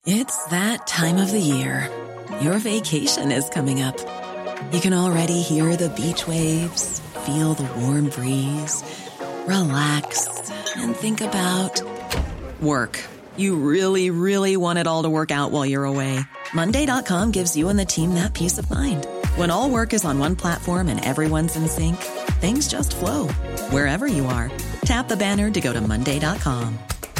It's that time of the year. Your vacation is coming up. You can already hear the beach waves, feel the warm breeze, relax, and think about work. You really, really want it all to work out while you're away. Monday.com gives you and the team that peace of mind. When all work is on one platform and everyone's in sync, things just flow. Wherever you are, tap the banner to go to Monday.com.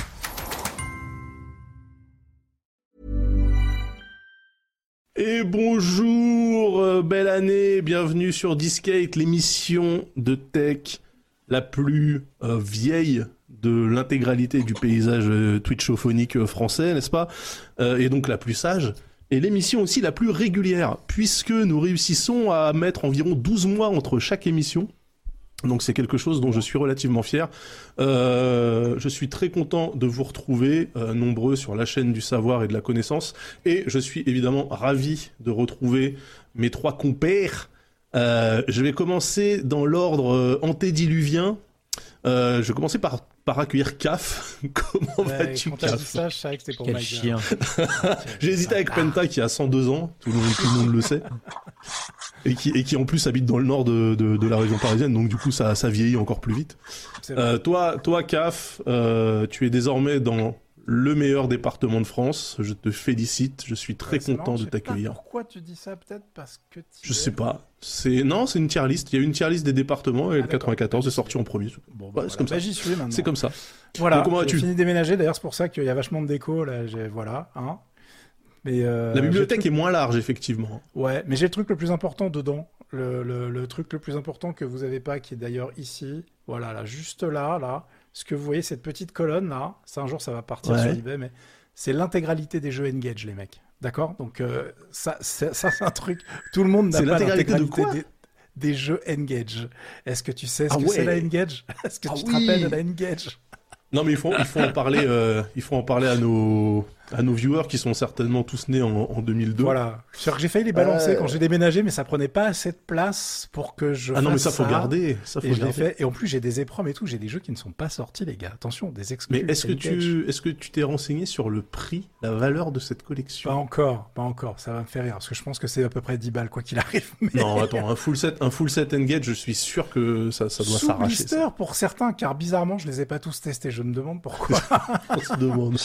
Et bonjour, belle année, bienvenue sur Discate, l'émission de tech la plus vieille de l'intégralité du paysage twitchophonique français, n'est-ce pas ? Et donc la plus sage, et l'émission aussi la plus régulière, puisque nous réussissons à mettre environ 12 mois entre chaque émission. Donc c'est quelque chose dont je suis relativement fier. Je suis très content de vous retrouver nombreux sur la chaîne du savoir et de la connaissance. Et je suis évidemment ravi de retrouver mes trois compères. Je vais commencer dans l'ordre antédiluvien. Je vais commencer par accueillir Caf. Comment vas-tu, quand Caf ? t'as dit ça, je savais que c'était pour Quel Mike. chien. J'ai hésité avec Penta qui a 102 ans, tout le monde le sait. Et qui en plus habite dans le nord de la région parisienne, donc du coup ça vieillit encore plus vite. Toi Caf, tu es désormais dans le meilleur département de France. Je te félicite, je suis très content de t'accueillir. Pourquoi tu dis ça ? Peut-être parce que Je sais pas. C'est une tier list. Il y a une tier list des départements et le 94 est sorti en premier. Bon, Ouais, c'est comme ça. J'y suis maintenant. C'est comme ça. Voilà, Donc, comment j'ai vas-tu ? fini de déménager. D'ailleurs, c'est pour ça qu'il y a vachement de déco. Là, voilà. Hein. Mais, La bibliothèque est moins large, effectivement. Ouais, mais j'ai le truc le plus important dedans. Le truc le plus important que vous avez pas, qui est d'ailleurs ici. Voilà, là, juste là. Ce que vous voyez, cette petite colonne là, ça un jour ça va partir sur eBay, mais c'est l'intégralité des jeux Engage, les mecs. D'accord ? Donc ça c'est un truc. Tout le monde n'a C'est pas l'intégralité de l'intégralité quoi ? des jeux Engage. Est-ce que tu sais ce que ouais. c'est la Engage ? Est-ce que tu te rappelles de la Engage ? Non, mais il faut en parler. Il faut en parler à nos viewers qui sont certainement tous nés en 2002. Voilà. C'est-à-dire que j'ai failli les balancer quand j'ai déménagé, mais ça prenait pas assez de place pour que je. Ah non, mais fasse ça faut garder. Ça faut Et je l'ai garder. fait. Et en plus, j'ai des épreuves et tout. J'ai des jeux qui ne sont pas sortis, les gars. Attention, des exclus. Mais est-ce que tu t'es renseigné sur le prix, la valeur de cette collection ? Pas encore. Ça va me faire rire parce que je pense que c'est à peu près 10 balles quoi qu'il arrive. Mais... Non, attends, un full set Engage, je suis sûr que ça doit Sous s'arracher. blister Ça. pour certains, car bizarrement, je les ai pas tous testés. Je me demande pourquoi. On se demande.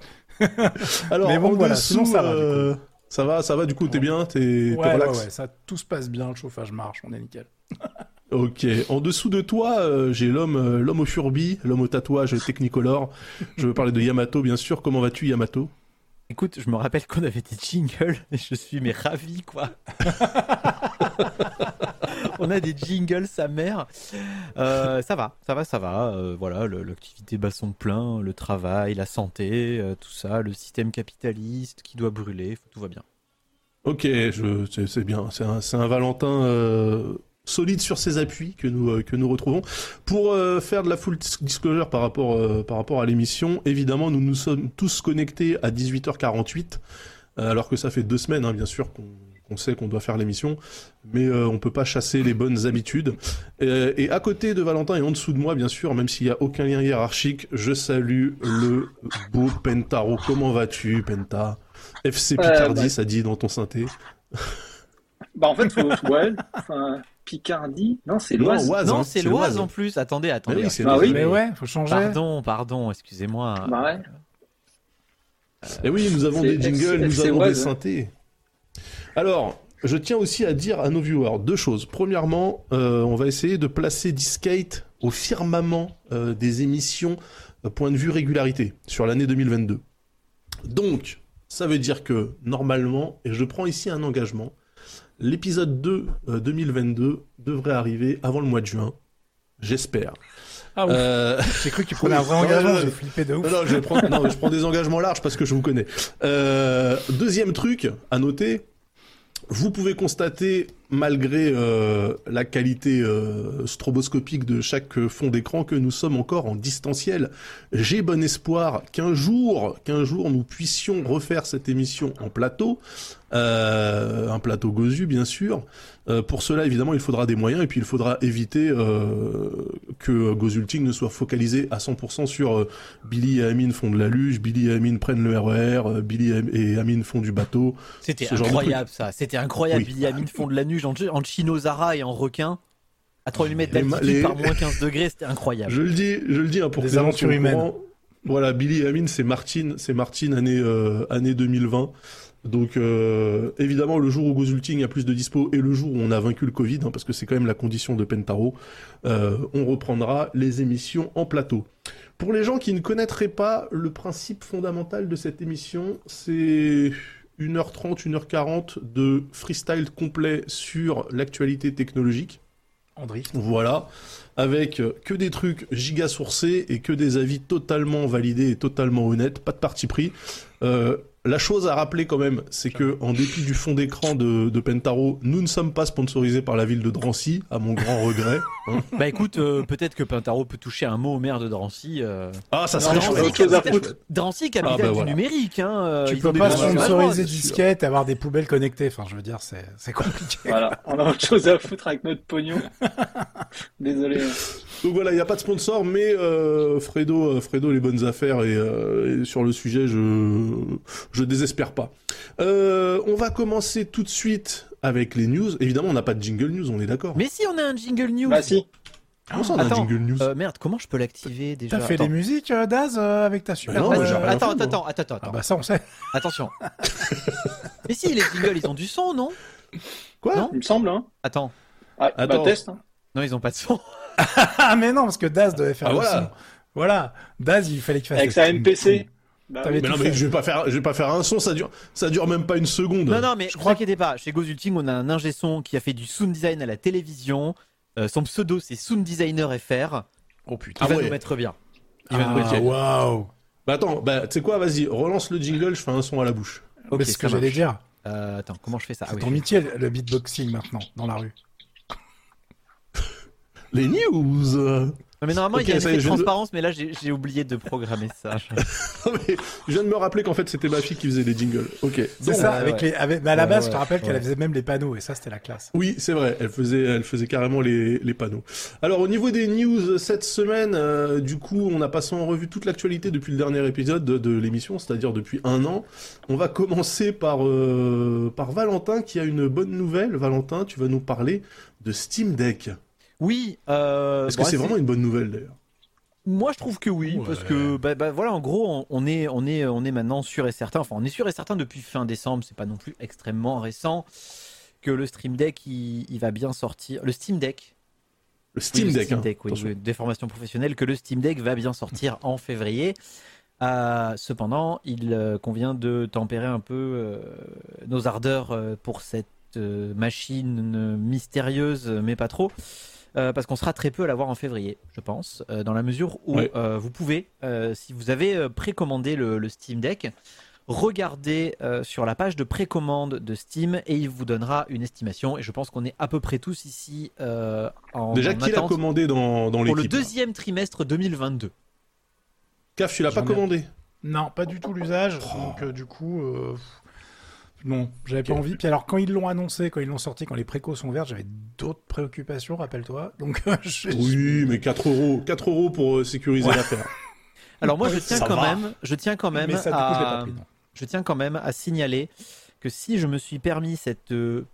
Alors, Mais bon, en voilà, dessous, sinon ça va, du ça va, du coup, t'es bien, t'es Ouais, relax. ça tout se passe bien, le chauffage marche, on est nickel. Ok, en dessous de toi, j'ai l'homme au Furby, l'homme au tatouage Technicolor. Je veux parler de Yamato, bien sûr. Comment vas-tu, Yamato ? Écoute, je me rappelle qu'on avait des jingles et je suis ravi quoi. On a des jingles, sa mère. Ça va. Voilà, l'activité bat son plein, le travail, la santé, tout ça, le système capitaliste qui doit brûler, tout va bien. Ok, c'est bien. C'est un Valentin solide sur ses appuis que nous retrouvons. Pour faire de la full disclosure par rapport à l'émission, évidemment, nous nous sommes tous connectés à 18h48, alors que ça fait 2 semaines, hein, bien sûr, qu'on sait qu'on doit faire l'émission, mais on peut pas chasser les bonnes habitudes. Et à côté de Valentin et en dessous de moi, bien sûr, même s'il y a aucun lien hiérarchique, je salue le beau Pentaro. Comment vas-tu, Penta ? FC Picardie, ça dit dans ton synthé. Bah en fait, ouais, enfin, Picardie, non, c'est l'Oise. Oise, Non, hein, c'est l'Oise en plus. Attendez. Oui, c'est Ah l'Oise. oui. Mais ouais, faut changer. Pardon, excusez-moi. Bah ouais. Et oui, nous avons des jingles, nous FC avons des Oise. synthés. Alors, je tiens aussi à dire à nos viewers 2 choses. Premièrement, on va essayer de placer Discate au firmament des émissions point de vue régularité sur l'année 2022. Donc, ça veut dire que, normalement, et je prends ici un engagement, l'épisode 2 2022 devrait arriver avant le mois de juin. J'espère. Ah oui. J'ai cru que tu prenais un vrai engagement, j'ai flippé de ouf. Non, je prends des engagements larges parce que je vous connais. Deuxième truc à noter, vous pouvez constater malgré la qualité stroboscopique de chaque fond d'écran, que nous sommes encore en distanciel. J'ai bon espoir qu'un jour nous puissions refaire cette émission en plateau, un plateau Gozu bien sûr. Pour cela, évidemment, il faudra des moyens et puis il faudra éviter que Gozulting ne soit focalisé à 100% sur Billy et Amine font de la luge, Billy et Amine prennent le RER, Billy et Amine font du bateau. C'était incroyable ça, c'était incroyable. Oui. Billy et Amine font de la luge en Chino Zara et en requin à 3000 mètres d'altitude par moins 15 degrés, c'était incroyable. Je le dis pour des que les gens aventures soient au humaines. courant. Voilà, Billy et Amine, c'est Martine année 2020. Donc évidemment le jour où Gozulting a plus de dispo et le jour où on a vaincu le Covid, parce que c'est quand même la condition de Pentaro, on reprendra les émissions en plateau. Pour les gens qui ne connaîtraient pas, le principe fondamental de cette émission, c'est 1h30, 1h40 de freestyle complet sur l'actualité technologique. En drift. Voilà, avec que des trucs giga sourcés et que des avis totalement validés et totalement honnêtes, pas de parti pris. La chose à rappeler quand même, c'est que en dépit du fond d'écran de Pentaro, nous ne sommes pas sponsorisés par la ville de Drancy, à mon grand regret. Bah écoute, peut-être que Pentaro peut toucher un mot au maire de Drancy. Ah, ça serait serait chouette. Autre chose à foutre. Drancy, capitale du voilà. numérique. Hein, Tu ils peux ont des pas gros sponsoriser engagements. du skate et avoir des poubelles connectées. Enfin, je veux dire, c'est compliqué. Voilà, on a autre chose à foutre avec notre pognon. Désolé. Donc voilà, il n'y a pas de sponsor, mais Fredo, les bonnes affaires et sur le sujet, je désespère pas. On va commencer tout de suite avec les news. Évidemment, on n'a pas de jingle news, on est d'accord. Mais si on a un jingle news. Bah si. Comment ça, on a un Attends, jingle news merde, comment je peux l'activer déjà? T'as fait Attends. des musiques, Daz, avec ta super. non, mais j'ai rien Attends, fait, moi. attends. Ah bah ça, on sait. Attention. Mais si, les jingles, ils ont du son, non? Quoi Non. Il me semble, hein. Attends. Ah, Attends. bah test. Hein. Non, ils ont pas de son. Ah mais non, parce que Daz devait faire Ah, le voilà. son. Voilà, Daz, il fallait qu'il fasse. Avec le sa son. MPC. Bah, T'avais oui. Mais non, tout mais fait. je vais pas faire un son, ça dure même pas une seconde. Non, mais je crois inquiétez pas. Chez Gozulting, on a un ingé son qui a fait du sound design à la télévision. Son pseudo, c'est Sound Designer FR. Oh putain. Il va ouais. nous mettre bien. Ok. Waouh. Bah attends, tu sais quoi, vas-y, relance le jingle, je fais un son à la bouche. Ok, Mais c'est ce que ça j'allais marche. dire. Attends, comment je fais ça? C'est Ah oui, ton métier, le beatboxing maintenant, dans la rue. Les news. Non, mais normalement, Ok, il y a un ça y effet est, de transparence, mais là, j'ai oublié de programmer ça. Non, mais je viens de me rappeler qu'en fait c'était ma fille qui faisait les jingles. Ok. C'est Donc, ça, ouais. mais à la base, Ouais, je te rappelle qu'elle ouais. faisait même les panneaux, et ça, c'était la classe. oui, c'est vrai, elle faisait carrément les panneaux. Alors au niveau des news cette semaine, du coup, on a passé en revue toute l'actualité depuis le dernier épisode de l'émission, c'est-à-dire depuis 1 an. On va commencer par Valentin qui a une bonne nouvelle. Valentin, tu vas nous parler de Steam Deck. Oui. Est-ce que c'est vraiment une bonne nouvelle d'ailleurs? Moi, je trouve que oui, Ouais. parce que voilà, en gros, on est maintenant sûr et certain. Enfin, on est sûr et certain depuis fin décembre. C'est pas non plus extrêmement récent que le Stream Deck, il va bien sortir. Le Steam Deck. Le Steam Oui, le Deck, Steam hein, Deck, oui, attention. oui, des formations professionnelles, que le Steam Deck va bien sortir en février. Cependant, il convient de tempérer un peu nos ardeurs pour cette machine mystérieuse, mais pas trop. Parce qu'on sera très peu à l'avoir en février, je pense, dans la mesure où Ouais. vous pouvez, si vous avez précommandé le Steam Deck, regardez sur la page de précommande de Steam et il vous donnera une estimation. Et je pense qu'on est à peu près tous ici Déjà, en qui l'a attente commandé dans l'équipe pour le là deuxième trimestre 2022. Caf, tu l'as pas J'en ai- commandé? Non, pas du tout l'usage, donc du coup, non, j'avais pas envie. Puis alors, quand ils l'ont annoncé, quand ils l'ont sorti, quand les précos sont ouvertes, j'avais d'autres préoccupations, rappelle-toi. Donc, Oui, mais 4 € pour sécuriser Ouais. l'affaire. Alors moi, Ouais, je tiens ça quand va. même, mais ça, du coup, je l'ai pas pris, non. je tiens quand même à signaler que si je me suis permis cette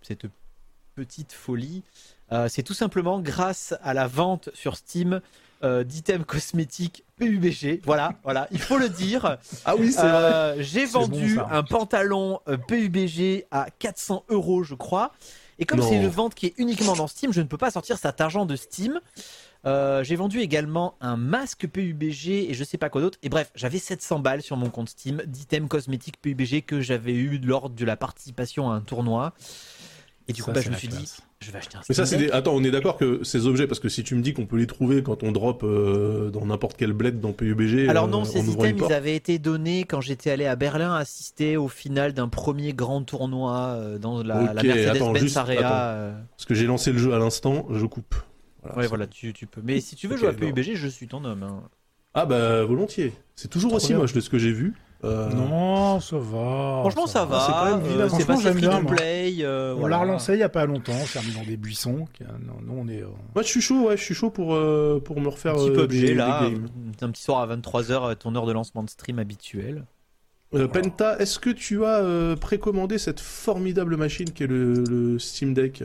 petite folie, c'est tout simplement grâce à la vente sur Steam d'items cosmétiques PUBG. Voilà, il faut le dire. Ah oui, c'est vrai. J'ai C'est vendu bon, ça. un pantalon PUBG à 400 € je crois. Et comme Non. c'est une vente qui est uniquement dans Steam, je ne peux pas sortir cet argent de Steam. J'ai vendu également un masque PUBG et je sais pas quoi d'autre. Et bref, j'avais 700 balles sur mon compte Steam d'items cosmétiques PUBG que j'avais eu lors de la participation à un tournoi. Et du coup, Ça, je c'est me la suis dit, classe. Je vais acheter un Mais ça, Steam Deck. Attends, on est d'accord que ces objets, parce que si tu me dis qu'on peut les trouver quand on drop dans n'importe quel bled dans PUBG, Alors non, ces en ouvrant une systèmes, ils porte. avaient été donnés quand j'étais allé à Berlin assister au final d'un premier grand tournoi dans la Ok, Mercedes-Benz juste, Area. Parce que j'ai lancé le jeu à l'instant, je coupe. Ouais, c'est voilà, bon. tu peux. Mais si tu veux Ok, jouer à non. PUBG, je suis ton homme. Hein. Ah bah volontiers. C'est toujours Trop aussi bien. moche de ce que j'ai vu. Non, ça va. Franchement, ça va. C'est quand même vilain. C'est Franchement, pas j'aime free bien, to moi. play. On voilà. l'a relancé il y a pas longtemps, on s'est remis dans des buissons. Nous, on est. Moi je suis chaud pour me refaire Un petit PUBG des là, games. un petit soir à 23h, ton heure de lancement de stream habituelle. Penta, est-ce que tu as précommandé cette formidable machine qui est le Steam Deck?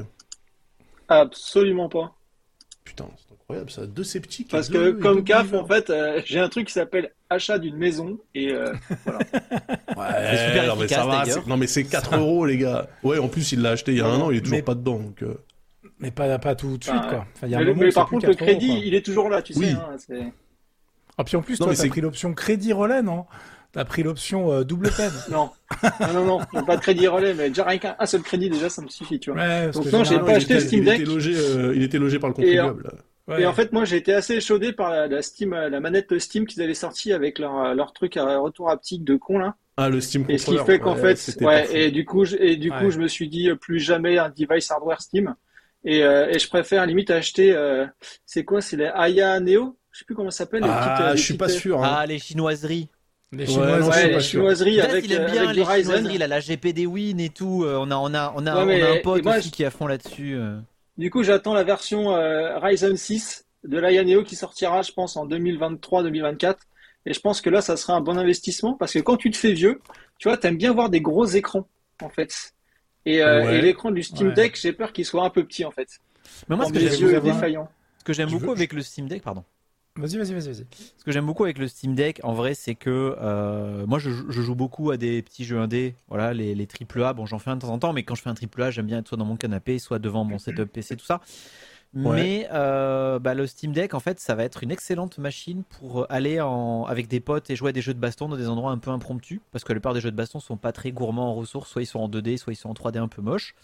Absolument pas. Putain, c'est incroyable ça, deux sceptiques. Parce et que deux comme CAF, gamers. en fait, j'ai un truc qui s'appelle achat d'une maison et voilà. Ouais, C'est super non, mais efficace, ça va, d'ailleurs. non mais c'est 4 euros les gars. Ouais, en plus il l'a acheté il y a un an, il est toujours mais- pas dedans. Donc, Mais pas tout de suite, Enfin, quoi. Enfin, il y a un Mais, moment mais où par c'est plus contre, le 4 euros, crédit, quoi. il est toujours là, tu Oui. sais. Hein, c'est... Ah, puis en plus, Non, toi, mais t'as c'est- pris l'option crédit relais, non? T'as pris l'option double peine. Non, non, il n'y a pas de crédit relais, mais déjà rien qu'un seul crédit, déjà, ça me suffit, tu vois. Ouais, parce Donc que non, j'ai généralement, pas il acheté était- le Steam Deck. Il était logé par le contribuable. Ouais. Et en fait, moi, j'ai été assez échaudé par la Steam, la manette Steam qu'ils avaient sorti avec leur truc à retour haptique de con, là. Ah, le Steam Et ce qui Controller. fait qu'en Ouais, fait, c'était ouais, pas fou. et du coup, Ouais. je me suis dit plus jamais un device hardware Steam. Et je préfère limite acheter, c'est quoi, c'est les Aya Neo? Je sais plus comment ça s'appelle, les Ah, petites, les je suis pas petites, sûr. Hein. Ah, les chinoiseries. Les Ouais, Chinoises, non, je ouais, suis les pas sûr. chinoiseries Peut-être avec, il aime bien avec les du Ryzen. chinoiseries, là, la GPD Win et tout. On a Ouais, un mais- pote et moi, aussi qui est à fond là-dessus. Du coup, j'attends la version Ryzen 6 de l'Aya Neo qui sortira, je pense, en 2023-2024. Et je pense que là, ça sera un bon investissement parce que quand tu te fais vieux, tu vois, t'aimes bien voir des gros écrans, en fait. Ouais. Et l'écran du Steam Ouais. Deck, j'ai peur qu'il soit un peu petit, en fait. Mais moi, Pour ce que mes j'ai- yeux vous avez un- défaillants. j'aime Je beaucoup veux- avec le Steam Deck, pardon. Vas-y. Ce que j'aime beaucoup avec le Steam Deck, en vrai, c'est que moi, je joue beaucoup à des petits jeux indés. Voilà, les AAA. Bon, j'en fais un de temps en temps, mais quand je fais un AAA, j'aime bien être soit dans mon canapé, soit devant mon setup PC, tout ça. Mais le Steam Deck, en fait, ça va être une excellente machine pour aller avec des potes et jouer à des jeux de baston dans des endroits un peu impromptus. Parce que la plupart des jeux de baston sont pas très gourmands en ressources. Soit ils sont en 2D, soit ils sont en 3D un peu moches.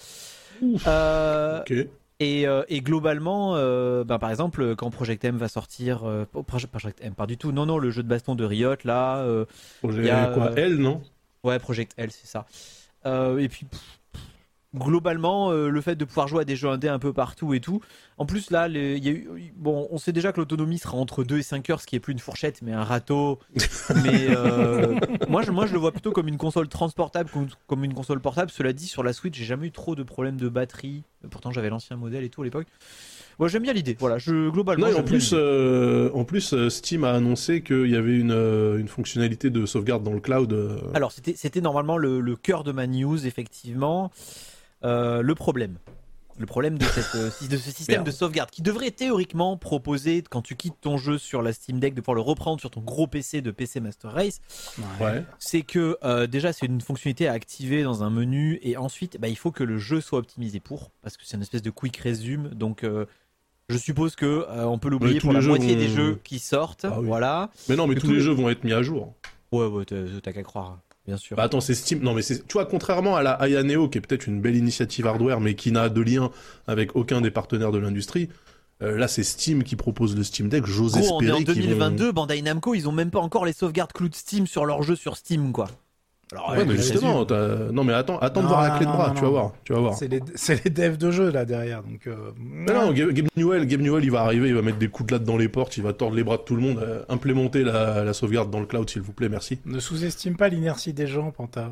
Ok. Et globalement, par exemple, quand Project M va sortir, Project M, pas du tout, non, le jeu de baston de Riot, là, Projet il y a, quoi, L, non? ouais, Project L, c'est ça. Et puis, globalement, le fait de pouvoir jouer à des jeux indés un peu partout et tout. En plus, là, il y a eu, bon, on sait déjà que l'autonomie sera entre 2 et 5 heures, ce qui est plus une fourchette, mais un râteau. Mais moi, je le vois plutôt comme une console transportable, comme une console portable. Cela dit, sur la Switch, j'ai jamais eu trop de problèmes de batterie. Pourtant, j'avais l'ancien modèle et tout à l'époque. Moi, j'aime bien l'idée. Voilà, globalement. Non, et j'aime bien l'idée. en plus, Steam a annoncé qu'il y avait une fonctionnalité de sauvegarde dans le cloud. Alors, c'était normalement le cœur de ma news, effectivement. Le problème de ce système Merde. de sauvegarde qui devrait théoriquement proposer, quand tu quittes ton jeu sur la Steam Deck, de pouvoir le reprendre sur ton gros PC de PC Master Race, Ouais. c'est que déjà c'est une fonctionnalité à activer dans un menu et ensuite il faut que le jeu soit optimisé parce que c'est une espèce de quick resume, donc je suppose que on peut l'oublier Ouais, tous pour la les jeux moitié vont- des jeux qui sortent. Ah oui. Voilà. Mais non, mais Mais tous tous les les- jeux vont être mis à jour. Ouais, t'as qu'à croire, bien sûr. Bah attends, c'est Steam. Non, mais tu vois, contrairement à la Aya Neo, qui est peut-être une belle initiative hardware, mais qui n'a de lien avec aucun des partenaires de l'industrie, là, c'est Steam qui propose le Steam Deck. J'ose Gros, on est en espérer qu'ils vont... 2022, Bandai Namco, ils ont même pas encore les sauvegardes cloud Steam sur leur jeu sur Steam, quoi. Alors, Ouais, mais justement, non, mais attends de voir la clé de bras, tu vas voir, tu vas voir. C'est les devs de jeu là derrière, donc. Mais non, Gabe Newell, il va arriver, il va mettre des coups de latte dans les portes, il va tordre les bras de tout le monde, implémenter la sauvegarde dans le cloud, s'il vous plaît, merci. Ne sous-estime pas l'inertie des gens, Panta.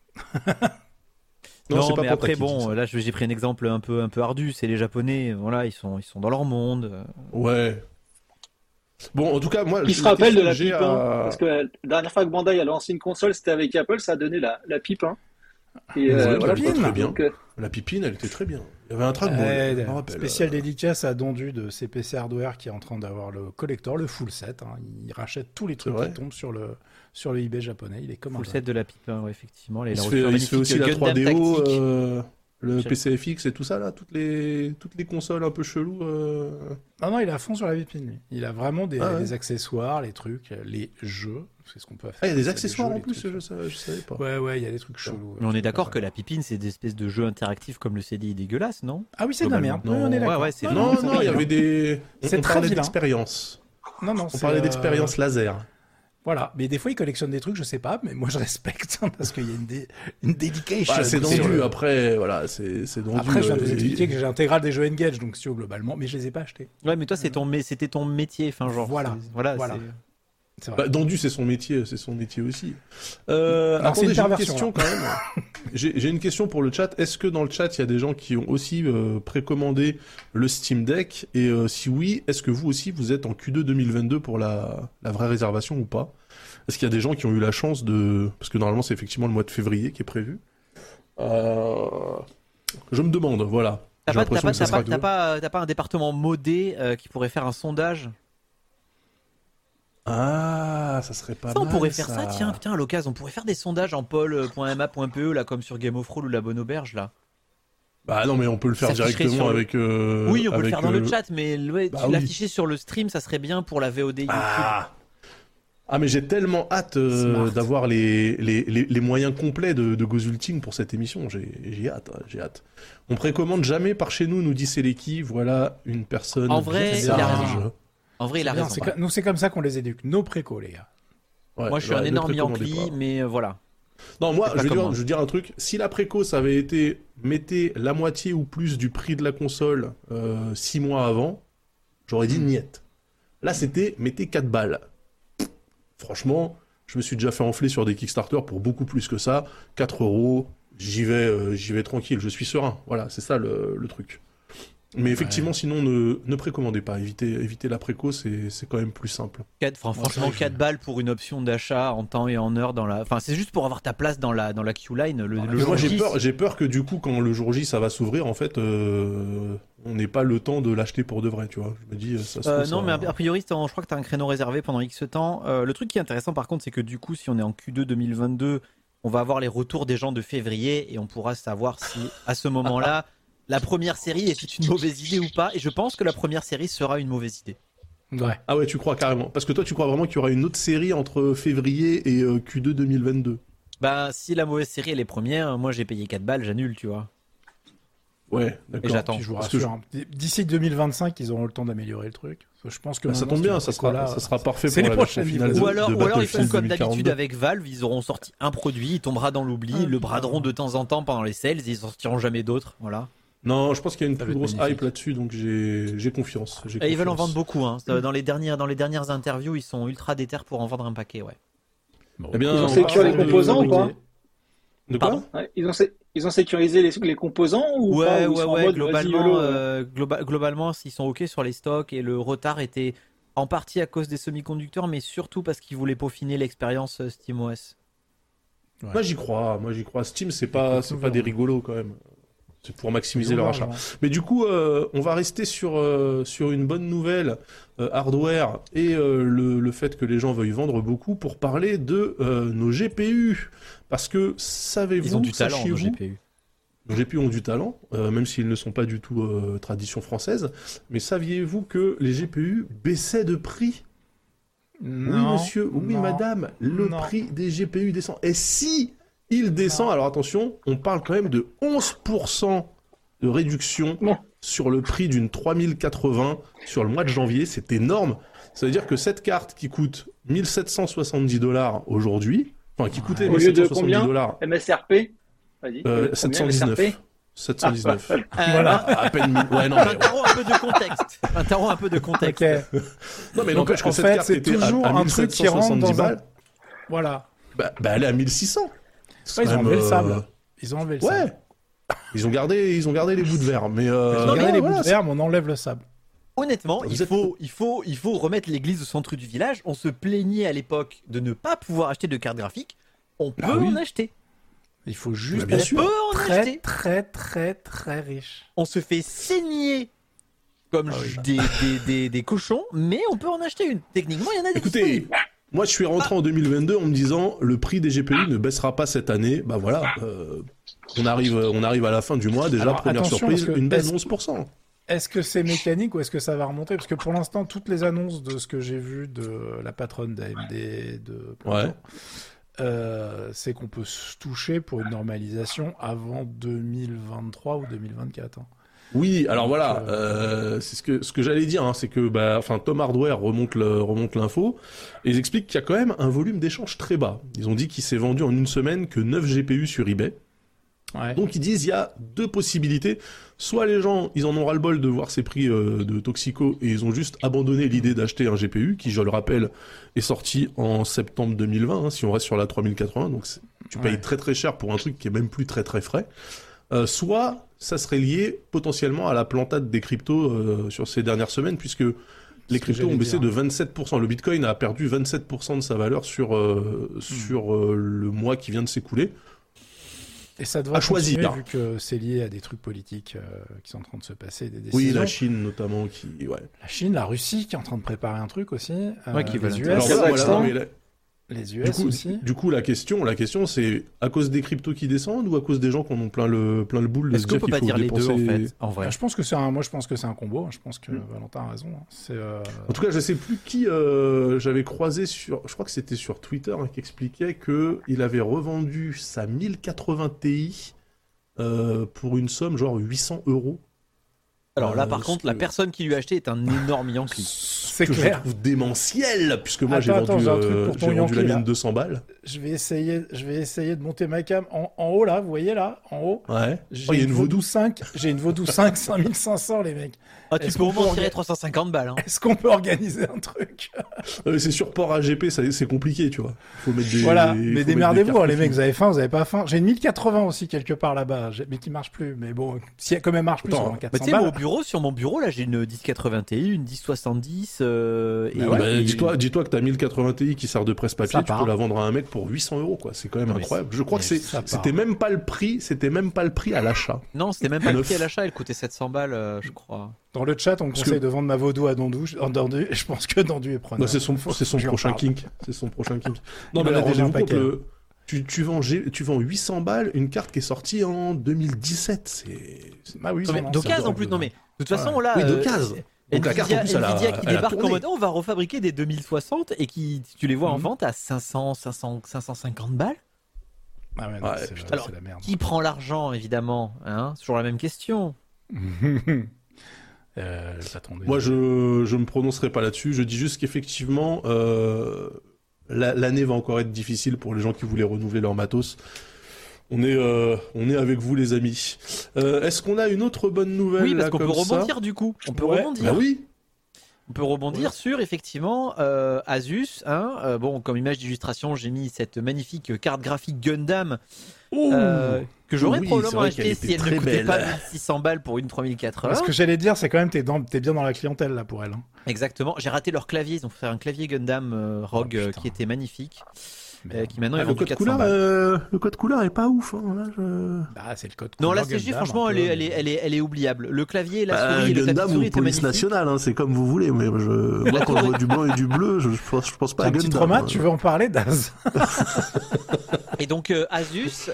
Non, c'est pas mais pour après, ta qui dit bon, ça. là, j'ai pris un exemple un peu ardu. C'est les Japonais, voilà, ils sont dans leur monde. Ouais. Bon, en tout cas, moi, Qui se rappelle de la j'ai pipe, hein, parce que la dernière fois que Bandai a lancé une console, c'était avec Apple, ça a donné la pipe. Hein. Et Ouais, voilà, la pipine. quoi. Très bien. Donc, La pipine, elle était très bien. Il y avait un trackball, je me rappelle. Spécial dédicace à Dondu de CPC Hardware qui est en train d'avoir le collector, le full set. Hein. Il rachète tous les trucs vrai. qui tombent sur le eBay japonais. Il est comme Full un set de la pipe, ouais, effectivement. Il se fait aussi la 3DO, Le PCFX et tout ça, là, toutes les consoles un peu cheloues. Non, il est à fond sur la Vipin, lui. Il a vraiment des accessoires, les trucs, les jeux. C'est ce qu'on peut faire. Ah, il y a des accessoires en plus, je savais pas. Ouais, il y a des trucs chelous. Mais on est d'accord que la Pipine, c'est des espèces de jeux interactifs comme le CDI dégueulasse, non? Ah oui, c'est de la merde. Non. Oui, on est d'accord. Ouais, c'est Non, il y avait des. C'est On très parlait vilain. d'expérience. Non, On parlait d'expérience laser. Voilà, mais des fois ils collectionnent des trucs, je sais pas, mais moi je respecte parce qu'il y a une dedication. C'est vendu, après, voilà, c'est vendu. Après, je viens de vous expliquer que j'ai l'intégrale des jeux Engage, donc si globalement, mais je les ai pas achetés. Ouais, mais toi, c'était ton métier, enfin, genre. Voilà. C'est vrai. Dondu, c'est son métier aussi. c'est Attendez, une j'ai une perversion, question quand même. J'ai une question pour le chat. Est-ce que dans le chat, il y a des gens qui ont aussi précommandé le Steam Deck? Et si oui, est-ce que vous aussi, vous êtes en Q2 2022 pour la vraie réservation ou pas? Est-ce qu'il y a des gens qui ont eu la chance de... Parce que normalement, c'est effectivement le mois de février qui est prévu. Je me demande, voilà. T'as J'ai pas un département modé qui pourrait faire un sondage? Ah, ça serait pas Ça, mal. on pourrait faire ça, tiens, putain, à l'occasion, on pourrait faire des sondages en poll.ma.pe, là, comme sur Game of Thrones ou la Bonne Auberge, là. Bah non, mais on peut le faire Ça afficherait directement sur avec... Oui, on peut le faire dans le chat, mais l'afficher oui. sur le stream, ça serait bien pour la VOD YouTube. Ah, mais j'ai tellement hâte d'avoir les moyens complets de Gozulting pour cette émission. J'ai hâte. On précommande jamais par chez nous dit Seleki. Voilà une personne. En vrai, bien il a sage. raison. En vrai, il a Bien, raison. nous, c'est comme ça qu'on les éduque. Nos précos, les gars. Ouais, Moi, je suis un ne énorme précommandez Yankee, pas. mais voilà. Non, moi, C'est pas je comme moi. veux dire un truc. Si la préco, avait été mettez la moitié ou plus du prix de la console 6 mois avant, j'aurais dit niette. Là, c'était mettez 4 balles. Franchement, je me suis déjà fait enfler sur des Kickstarter pour beaucoup plus que ça. 4 €, j'y vais tranquille, je suis serein. Voilà, c'est ça le truc. Mais effectivement, sinon, ne précommandez pas. Évitez la préco, c'est quand même plus simple. Franchement, 4 balles pour une option d'achat en temps et en heure dans la. Enfin, c'est juste pour avoir ta place dans la queue-line. Moi, j'ai peur que du coup, quand le jour J, ça va s'ouvrir, en fait, on n'ait pas le temps de l'acheter pour de vrai, tu vois. Je me dis, ça se trouve, non, mais a priori, je crois que tu as un créneau réservé pendant X temps. Le truc qui est intéressant, par contre, c'est que du coup, si on est en Q2 2022, on va avoir les retours des gens de février et on pourra savoir si, à ce moment-là, la première série est une mauvaise idée ou pas. Et je pense que la première série sera une mauvaise idée. Ouais. Ah ouais, tu crois carrément. Parce que toi, tu crois vraiment qu'il y aura une autre série entre février et Q2 2022. Bah, si la mauvaise série elle est première, moi j'ai payé 4 balles, j'annule, tu vois. Ouais, d'accord. Et j'attends. Puis je vous rassure, d'ici 2025, ils auront le temps d'améliorer le truc. Je pense que Ça tombe bien, ça sera parfait c'est pour les la version prochaines finale. vidéos. Ou alors ils font comme 2042. d'habitude avec Valve, ils auront sorti un produit, il tombera dans l'oubli, ils le braderont de temps en temps pendant les sales, et ils sortiront jamais d'autres, voilà. Non, je pense qu'il y a une Ça plus va être grosse magnifique. hype là-dessus, donc j'ai confiance. Et ils veulent en vendre beaucoup, hein. Dans les dernières interviews, ils sont ultra déter pour en vendre un paquet, ouais. Eh bien, Ils ont on sécurisé parle les composants de- ou pas? De quoi? Pardon Ouais, ils ont sécurisé les composants ou pas? Ou ils sont en mode, vas-y, YOLO, Globalement, ils sont ok sur les stocks et le retard était en partie à cause des semi-conducteurs, mais surtout parce qu'ils voulaient peaufiner l'expérience SteamOS. Ouais. Moi j'y crois. Steam, c'est pas des rigolos quand même. C'est pour maximiser leur achat. Mais du coup, on va rester sur une bonne nouvelle hardware et le fait que les gens veuillent vendre beaucoup pour parler de nos GPU. Parce que savez-vous, Ils ont du talent, nos sachiez-vous, GPU. nos GPU ont du talent, même s'ils ne sont pas du tout tradition française. Mais saviez-vous que les GPU baissaient de prix? Non, Oui, monsieur, oui, non, madame, le non. prix des GPU descend. Et si il descend, alors attention, on parle quand même de 11% de réduction Non. sur le prix d'une 3080 sur le mois de janvier. C'est énorme. Ça veut dire que cette carte qui coûte 1770 $, aujourd'hui, enfin qui coûtait Au lieu de 1770 combien? $, MSRP? Vas-y. Combien, 719. MSRP? 719. Voilà. À peine 1000. Ouais, non, mais... Interromps un peu de contexte. Ok. non, mais Donc, n'empêche que en cette fait, carte c'est était toujours à un truc qui rentre 1770 dans un- balles. Voilà. Bah, elle est à 1600. Ouais, ils ont Quand enlevé même, le sable. Ils ont enlevé le Ouais. sable. Ils ont gardé les bouts de verre, mais Regardez les voilà, bouts de verre, mais on enlève le sable. Honnêtement, Vous il faut remettre l'église au centre du village. On se plaignait à l'époque de ne pas pouvoir acheter de carte graphique. On peut Ah oui. en acheter. Il faut juste bien être sûr. On peut en très, acheter. très, très, très riche. On se fait saigner comme Ah oui. des cochons, mais on peut en acheter une. Techniquement, il y en a des Écoutez, disponibles. Moi, je suis rentré en 2022 en me disant le prix des GPU ne baissera pas cette année. Bah voilà, on arrive à la fin du mois déjà. Alors, première surprise, une baisse de est-ce- 11%. Est-ce que c'est mécanique ou est-ce que ça va remonter? Parce que pour l'instant, toutes les annonces de ce que j'ai vu de la patronne d'AMD, de plein de gens, c'est qu'on peut se toucher pour une normalisation avant 2023 ou 2024. Hein. Oui, alors Donc, voilà, c'est ce que j'allais dire, hein, c'est que Tom Hardware remonte l'info et ils expliquent qu'il y a quand même un volume d'échange très bas. Ils ont dit qu'il s'est vendu en une semaine que 9 GPU sur eBay. Ouais. Donc ils disent il y a deux possibilités. Soit les gens, ils en ont ras-le-bol de voir ces prix de Toxico et ils ont juste abandonné l'idée d'acheter un GPU qui, je le rappelle, est sorti en septembre 2020, hein, si on reste sur la 3080. Donc tu payes très très cher pour un truc qui est même plus très très frais. Soit ça serait lié potentiellement à la plantade des cryptos sur ces dernières semaines, puisque les cryptos ont baissé de 27%. Le Bitcoin a perdu 27% de sa valeur sur le mois qui vient de s'écouler. Et ça devrait choisir, continuer vu que c'est lié à des trucs politiques qui sont en train de se passer, des décisions. Oui, la Chine notamment qui... Ouais. La Chine, la Russie qui est en train de préparer un truc aussi. Qui les US, Alors voilà, non, mais les US aussi. Du coup, la question, c'est à cause des cryptos qui descendent ou à cause des gens qui en ont plein le boule de Est-ce se qu'on dire peut qu'il pas faut dire les dépenser... deux en fait, en vrai? Je pense que c'est un combo. Je pense que Valentin a raison. Hein. C'est, En tout cas, je sais plus qui j'avais croisé je crois que c'était sur Twitter, hein, qui expliquait que il avait revendu sa 1080 Ti pour une somme genre 800 €. Alors là, par contre, la personne qui lui a acheté est un énorme Yankee. c'est que clair. je trouve démentiel, puisque moi j'ai Attends, vendu, j'ai un truc pour ton j'ai vendu la Yankee, mienne là. 200 balles. Je vais essayer de monter ma cam en haut là. Vous voyez là, en haut. Ouais. J'ai Oh, il y a une Vaudou Vaudou. 5. J'ai une Vaudou 5 5500 les mecs. Ah, tu Est-ce peux au qu'on moins peut tirer orga- 350 balles. Hein. Est-ce qu'on peut organiser un truc? C'est sur port AGP, c'est compliqué, tu vois. Faut mettre des. Voilà, faut mais mettre démerdez-vous, des hein, les cartes mecs, vous avez faim, vous avez pas faim. J'ai une 1080 aussi quelque part là-bas, mais qui marche plus. Mais bon, si elle quand même marche plus, Attends, sur un Bah, 400 tu sais, moi, balles. sur mon bureau, là, j'ai une 1080 Ti, une 1070. Dis-toi que ta 1080 Ti qui sert de presse-papier, Ça tu part. peux la vendre à un mec pour 800 €, quoi. C'est quand même Non, mais incroyable. Je crois que ça part. c'était même pas le prix à l'achat. Non, c'était même pas le Neuf. prix à l'achat, elle coûtait 700 balles, je crois. Dans le chat, on me Parce conseille que- de vendre ma Vaudou à Dandu. Je pense que Dandu est preneur. Bah, c'est son Je lui en prochain parle. kink. C'est son prochain kink. Non, Il mais en a alors, déjà un rendez-vous compte, paquet. tu vends 800 balles une carte qui est sortie en 2017. Ah oui, Non, mais non, d'occasion c'est en plus, non mais de toute façon Ouais. là, Oui, d'occasion. Donc la carte, en plus, elle a Nvidia qui débarque en tourné. mode on va refabriquer des 2060 et qui tu les vois en Mhm. vente à 550 balles. Ah ouais, non, Ouais, c'est putain. c'est la merde. Qui prend l'argent évidemment, hein? C'est toujours la même question. J'attendais. Moi, je me prononcerai pas là-dessus. Je dis juste qu'effectivement, l'année va encore être difficile pour les gens qui voulaient renouveler leur matos. On est avec vous, les amis. Est-ce qu'on a une autre bonne nouvelle Oui, parce là, qu'on peut comme ça rebondir du coup. On peut Ouais. rebondir. Bah oui. On peut rebondir sur effectivement Asus. Hein, bon, comme image d'illustration, j'ai mis cette magnifique carte graphique Gundam que j'aurais Oui, probablement c'est vrai acheté qu'elle si était elle ne très coûtait belle. pas 1600 balles pour une 3080. Ce que j'allais dire, c'est quand même t'es bien dans la clientèle là pour elle. Hein. Exactement. J'ai raté leur clavier. Ils ont fait un clavier Gundam Rogue Oh, putain. qui était magnifique. Merde. Qui maintenant est Le vendu code 400 couleur, balles. le code couleur est pas ouf. Hein, là, Bah, c'est le code. Non, la couleur CG, Gundam, franchement, un peu, elle est oubliable. Le clavier, la souris et le tapis Gundam souris ou étaient police magnifiques. nationale, hein, c'est comme vous voulez. Mais moi, quand je vois du blanc et du bleu, je pense pas T'as à un petit Gundam. trauma, hein. tu veux en parler, Daz? Et donc Asus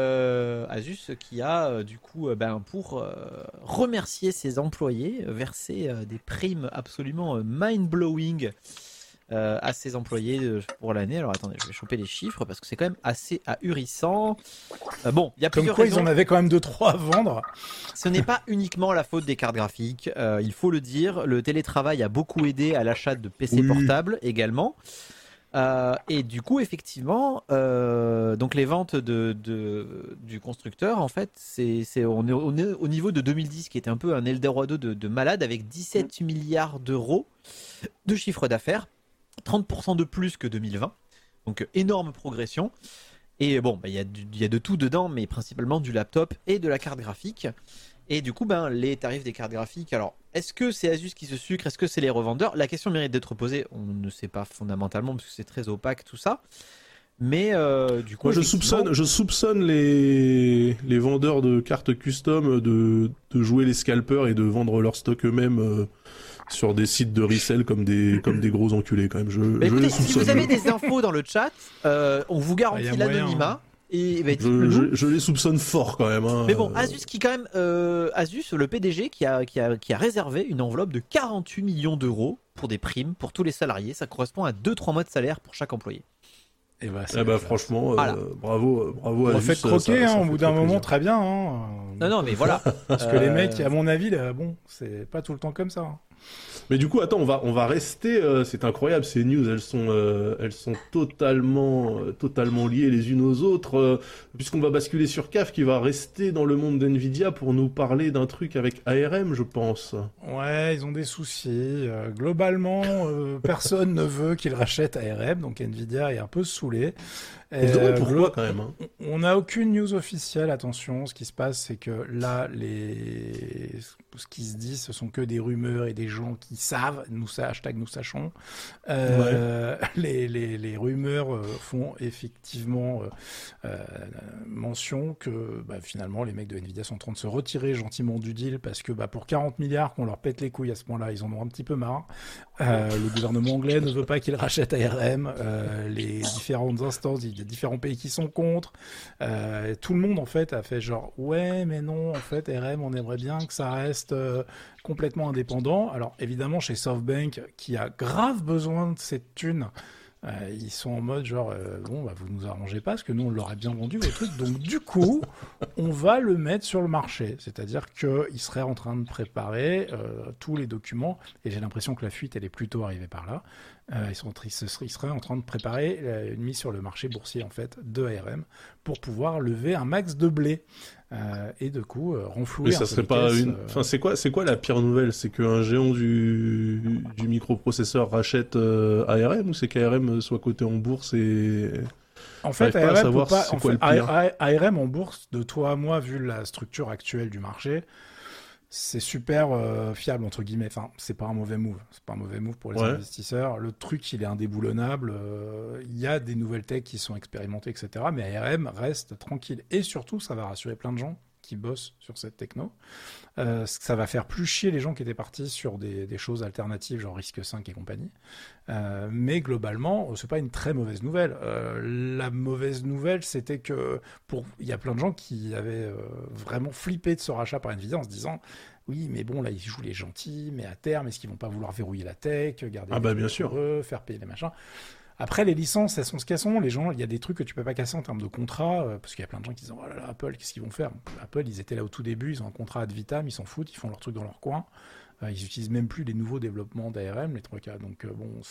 qui a du coup pour remercier ses employés versé des primes absolument mind-blowing à ses employés pour l'année. Alors attendez, je vais choper les chiffres parce que c'est quand même assez ahurissant. Bon, il y a Comme plusieurs quoi, raisons. ils en avaient quand même 2-3 à vendre. Ce n'est pas uniquement la faute des cartes graphiques, il faut le dire. Le télétravail a beaucoup aidé à l'achat de PC Oui. portables également. Et du coup, effectivement, donc les ventes du constructeur, en fait, on est au niveau de 2010, qui était un peu un Eldorado de malade, avec 17 milliards d'euros de chiffre d'affaires, 30% de plus que 2020. Donc énorme progression. Et bon, il y a de tout dedans, mais principalement du laptop et de la carte graphique. Et du coup, les tarifs des cartes graphiques, alors, est-ce que c'est Asus qui se sucre? Est-ce que c'est les revendeurs? La question mérite d'être posée. On ne sait pas fondamentalement, parce que c'est très opaque, tout ça. Mais du coup, Moi, je effectivement- soupçonne les vendeurs de cartes custom de jouer les scalpers et de vendre leur stock eux-mêmes sur des sites de resell comme des gros enculés quand même. Écoutez, les si soupçonne. vous avez des infos dans le chat, on vous garantit y a moyen, l'anonymat. Et Je les soupçonne fort quand même. Hein. Mais bon, Asus qui quand même, Asus, le PDG qui a réservé une enveloppe de 48 millions d'euros pour des primes pour tous les salariés. Ça correspond à 2-3 mois de salaire pour chaque employé. Et franchement, Voilà. bravo à Asus. Faites croquer, au bout d'un moment, plaisir. très bien. Hein. Non, mais voilà. Parce que les mecs, à mon avis, c'est pas tout le temps comme ça. Hein. Mais du coup, attends, on va rester. C'est incroyable, ces news, elles sont totalement liées les unes aux autres. Puisqu'on va basculer sur CAF, qui va rester dans le monde d'Nvidia pour nous parler d'un truc avec ARM, je pense. Ouais, ils ont des soucis. Globalement, personne ne veut qu'ils rachètent ARM, donc Nvidia est un peu saoulé. On se demande pourquoi quand même. Hein. On n'a aucune news officielle, attention. Ce qui se passe, c'est que là, ce qui se dit, ce sont que des rumeurs et des gens qui savent, hashtag nous sachons. Les rumeurs font effectivement mention que finalement, les mecs de Nvidia sont en train de se retirer gentiment du deal parce que pour 40 milliards qu'on leur pète les couilles à ce point-là, ils en ont un petit peu marre. Le gouvernement anglais ne veut pas qu'ils rachètent ARM. Les différentes instances, il y a différents pays qui sont contre. Tout le monde en fait a fait genre ouais mais non en fait ARM on aimerait bien que ça reste complètement indépendant. Alors évidemment chez SoftBank qui a grave besoin de cette thune, ils sont en mode genre vous nous arrangez pas parce que nous on l'aurait bien vendu votre truc, donc du coup on va le mettre sur le marché, c'est-à-dire qu'ils seraient en train de préparer tous les documents, et j'ai l'impression que la fuite elle est plutôt arrivée par là. Ils seraient en train de préparer une mise sur le marché boursier en fait de ARM pour pouvoir lever un max de blé et de coup renflouer. Mais ça serait pas une. Enfin, c'est quoi la pire nouvelle? C'est qu'un géant du microprocesseur rachète ARM, ou c'est qu'ARM soit coté en bourse et. En fait, ARM ARM en bourse, de toi à moi, vu la structure actuelle du marché, c'est super fiable entre guillemets. Enfin, c'est pas un mauvais move. C'est pas un mauvais move pour les investisseurs. Le truc, il est indéboulonnable. Il y a des nouvelles techs qui sont expérimentées, etc. Mais ARM reste tranquille. Et surtout, ça va rassurer plein de gens qui bossent sur cette techno. Ça va faire plus chier les gens qui étaient partis sur des choses alternatives, genre Risque 5 et compagnie. Mais globalement, c'est pas une très mauvaise nouvelle. La mauvaise nouvelle, c'était que il y a plein de gens qui avaient vraiment flippé de ce rachat par Nvidia en se disant oui, mais bon, là, ils jouent les gentils, mais à terme, est-ce qu'ils vont pas vouloir verrouiller la tech, garder bien sûr. Eux, faire payer les machins. Après, les licences, elles sont ce qu'elles sont. Les gens, il y a des trucs que tu peux pas casser en termes de contrat, parce qu'il y a plein de gens qui disent oh là là, Apple, qu'est-ce qu'ils vont faire? Apple, ils étaient là au tout début, ils ont un contrat ad vitam, ils s'en foutent, ils font leur truc dans leur coin. Ils utilisent même plus les nouveaux développements d'ARM, les trucs. Donc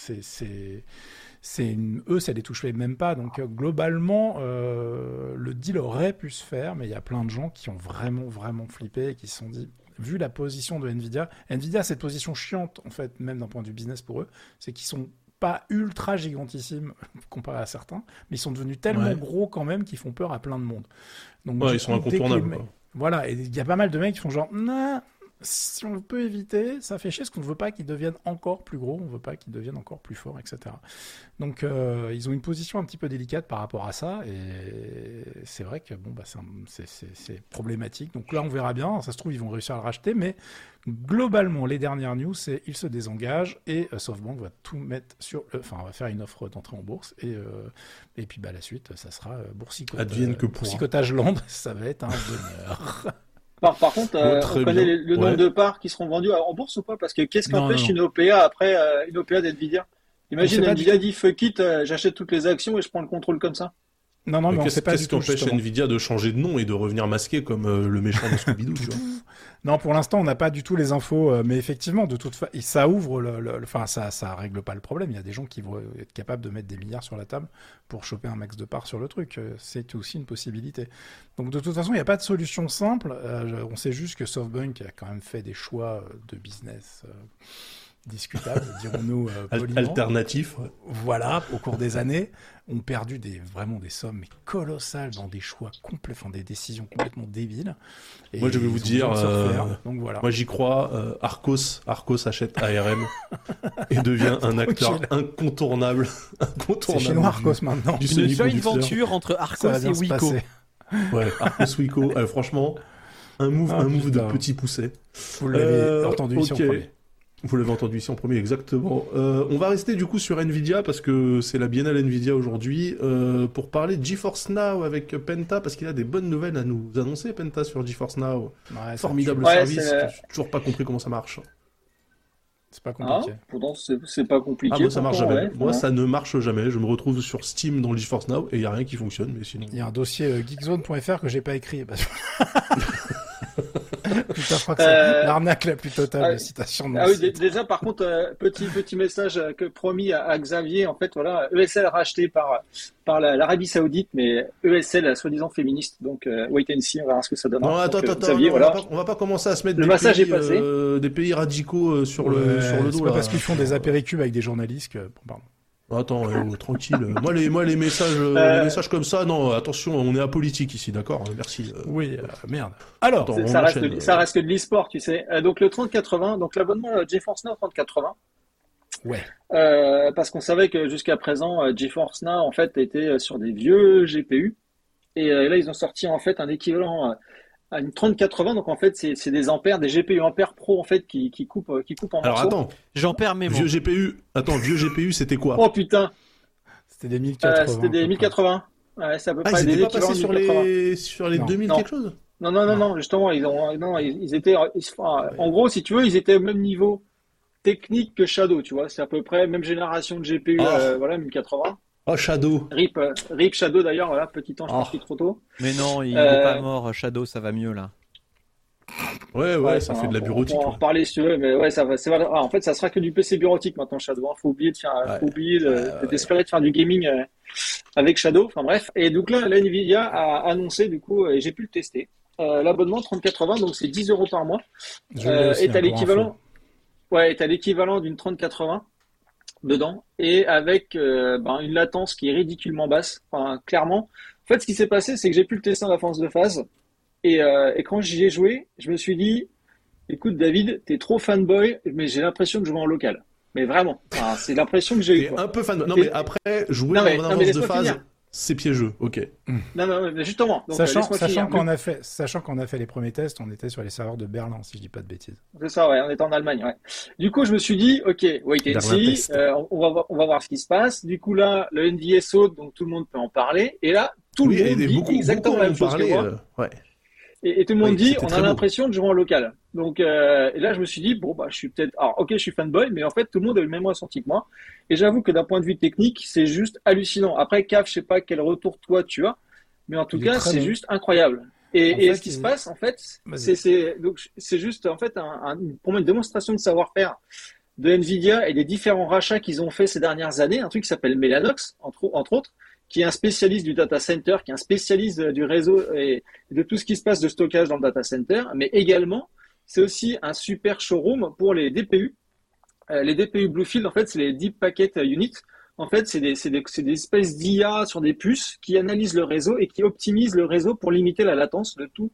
eux, ça les touchait même pas. Donc globalement, le deal aurait pu se faire, mais il y a plein de gens qui ont vraiment, vraiment flippé et qui se sont dit, vu la position de Nvidia a cette position chiante, en fait, même d'un point de vue business pour eux, c'est qu'ils sont pas ultra gigantissimes comparé à certains, mais ils sont devenus tellement gros quand même qu'ils font peur à plein de monde. Donc, ils sont incontournables. Voilà, et il y a pas mal de mecs qui font genre, nah, si on peut éviter, ça fait chier, parce qu'on ne veut pas qu'ils deviennent encore plus gros, on ne veut pas qu'ils deviennent encore plus forts, etc. Donc, ils ont une position un petit peu délicate par rapport à ça, et c'est vrai que bon, c'est problématique. Donc là, on verra bien, ça se trouve, ils vont réussir à le racheter, mais globalement, les dernières news, c'est ils se désengagent, et SoftBank va tout mettre va faire une offre d'entrée en bourse, et puis la suite, ça sera boursicotage land, ça va être un bonheur. Par contre, on connaît le nombre de parts qui seront vendues en bourse ou pas? Parce que qu'est-ce qu'empêche une OPA après une OPA d'NVIDIA? Imagine Nvidia dit fuck it, j'achète toutes les actions et je prends le contrôle comme ça. Non, mais on sait pas du tout. Qu'est-ce qui empêche Nvidia de changer de nom et de revenir masqué comme le méchant de Scooby-Doo, tu vois? Non, pour l'instant, on n'a pas du tout les infos, mais effectivement, de toute façon, ça ouvre ça règle pas le problème. Il y a des gens qui vont être capables de mettre des milliards sur la table pour choper un max de parts sur le truc. C'est aussi une possibilité. Donc, de toute façon, il n'y a pas de solution simple. On sait juste que SoftBank a quand même fait des choix de business discutables, dirons-nous poliment. Alternatifs. Voilà, au cours des années, ont perdu vraiment des sommes colossales dans des choix des décisions complètement débiles. Et moi, je vais vous dire, donc, voilà. Moi j'y crois, Arcos achète ARM et devient un acteur incontournable. C'est chez nous Arcos maintenant. Une joint venture entre Arcos et Wiko. Ouais, Arcos Wiko, franchement, un move de petit pousset. Vous l'avez entendu sur le premier. Vous l'avez entendu ici en premier, exactement. On va rester du coup sur Nvidia parce que c'est la biennale Nvidia aujourd'hui pour parler de GeForce Now avec Penta parce qu'il a des bonnes nouvelles à nous annoncer. Penta sur GeForce Now, Ouais, formidable Ouais, service. c'est- J'ai toujours pas compris comment ça marche. c'est pas Ah, compliqué. pourtant, c'est pas compliqué. Ah moi ça marche pourtant, jamais. ouais, Moi ouais. ça ne marche jamais. Je me retrouve sur Steam dans le GeForce Now et il y a rien qui fonctionne. Mais sinon. Il y a un dossier geekzone.fr que j'ai pas écrit. Bah, putain, je crois que c'est l'arnaque la plus totale ah, de citation de mon Ah oui, site. déjà, par contre, petit message que promis à Xavier. En fait, voilà, ESL racheté par l'Arabie Saoudite, mais ESL soi-disant féministe. Donc, wait and see, on verra ce que ça donnera. Non, attends, Donc, attends, Xavier, non, voilà. on va pas commencer à se mettre Le massage est passé. des pays radicaux sur le Ouais, dos. c'est pas là. parce qu'ils font des apéricubes avec des journalistes que... Bon, pardon. Attends, tranquille. Moi, les messages comme ça, non, attention, on est apolitique ici, d'accord? Merci. Oui, merde. Alors, Attends, on Ça reste, enchaîne. ça reste que de l'e-sport, tu sais. Donc, le 3080, donc l'abonnement GeForce Now 3080. ouais. Parce qu'on savait que jusqu'à présent, GeForce Now, en fait, était sur des vieux GPU. Et là, ils ont sorti, en fait, un équivalent à une 3080. Donc, en fait, c'est des ampères, des GPU Ampère Pro, en fait, qui coupent en Alors morceaux. attends, J'en perds mes mots. vieux GPU, c'était quoi? Oh putain, C'était des 1080. c'était des 1080. Ouais, c'est à peu Ah, près ils des étaient pas équivalents passés de 1080. sur les Non. 2000 Non. quelque chose? Non, justement, ils étaient, en gros, si tu veux, ils étaient au même niveau technique que Shadow, tu vois. C'est à peu près même génération de GPU, Ah. voilà, 1080. Oh, Shadow. RIP Shadow d'ailleurs, voilà, petit ange Ah. parti trop tôt. Mais non, il Euh, est pas mort. Shadow, ça va mieux là. Ouais, ça fait de la bureautique. On va en Ouais. reparler si tu veux, mais ouais, ça va. En fait, ça sera que du PC bureautique maintenant, Shadow. Faut oublier de faire, Ouais. faut oublier d'espérer de faire du gaming avec Shadow. Enfin bref. Et donc là, la Nvidia a annoncé du coup, et j'ai pu le tester. L'abonnement 3080, donc c'est 10 € par mois, Je l'ai aussi, est à hein, pour l'équivalent. info. Ouais, est à l'équivalent d'une 3080 dedans et avec une latence qui est ridiculement basse. Enfin, clairement. En fait, ce qui s'est passé, c'est que j'ai pu le tester en avance de phase et quand j'y ai joué, je me suis dit, écoute, David, t'es trop fanboy, mais j'ai l'impression de jouer en local. Mais vraiment, enfin, c'est l'impression que j'ai eue, T'es quoi. un peu fan. Non, Et- mais après, jouer Non, mais- en non, mais avance de laisse-moi phase, finir. c'est piégeux, ok. Non, mais justement. Donc, Sachant laisse-moi finir. sachant qu'on a fait les premiers tests, on était sur les serveurs de Berlin, si je dis pas de bêtises. C'est ça, ouais, on était en Allemagne, ouais. Du coup, je me suis dit, ok, wait and Berlin see, Test. on va voir ce qui se passe. Du coup, là, le NDA saute, donc tout le monde peut en parler. Et là, tout Oui, le monde et dit exactement la en même chose que parlaient, moi. ouais. Et tout le monde Oui, dit, c'était on très a beau. l'impression de jouer en local. Donc, et là, je me suis dit, bon, bah, je suis peut-être, alors, ok, je suis fanboy, mais en fait, tout le monde a le même ressenti que moi. Et j'avoue que d'un point de vue technique, c'est juste hallucinant. Après, CAF, je sais pas quel retour toi tu as, mais en tout Il est cas, très c'est bon. juste incroyable. Et, En et fait, ce qui se passe, en fait, Vas-y. c'est juste, en fait, pour moi, une démonstration de savoir-faire de Nvidia et des différents rachats qu'ils ont fait ces dernières années. Un truc qui s'appelle Mellanox, entre autres, qui est un spécialiste du data center, qui est un spécialiste du réseau et de tout ce qui se passe de stockage dans le data center, mais également, c'est aussi un super showroom pour les DPU. Les DPU Bluefield, en fait, c'est les Deep Packet Units. En fait, c'est des espèces d'IA sur des puces qui analysent le réseau et qui optimisent le réseau pour limiter la latence de tout.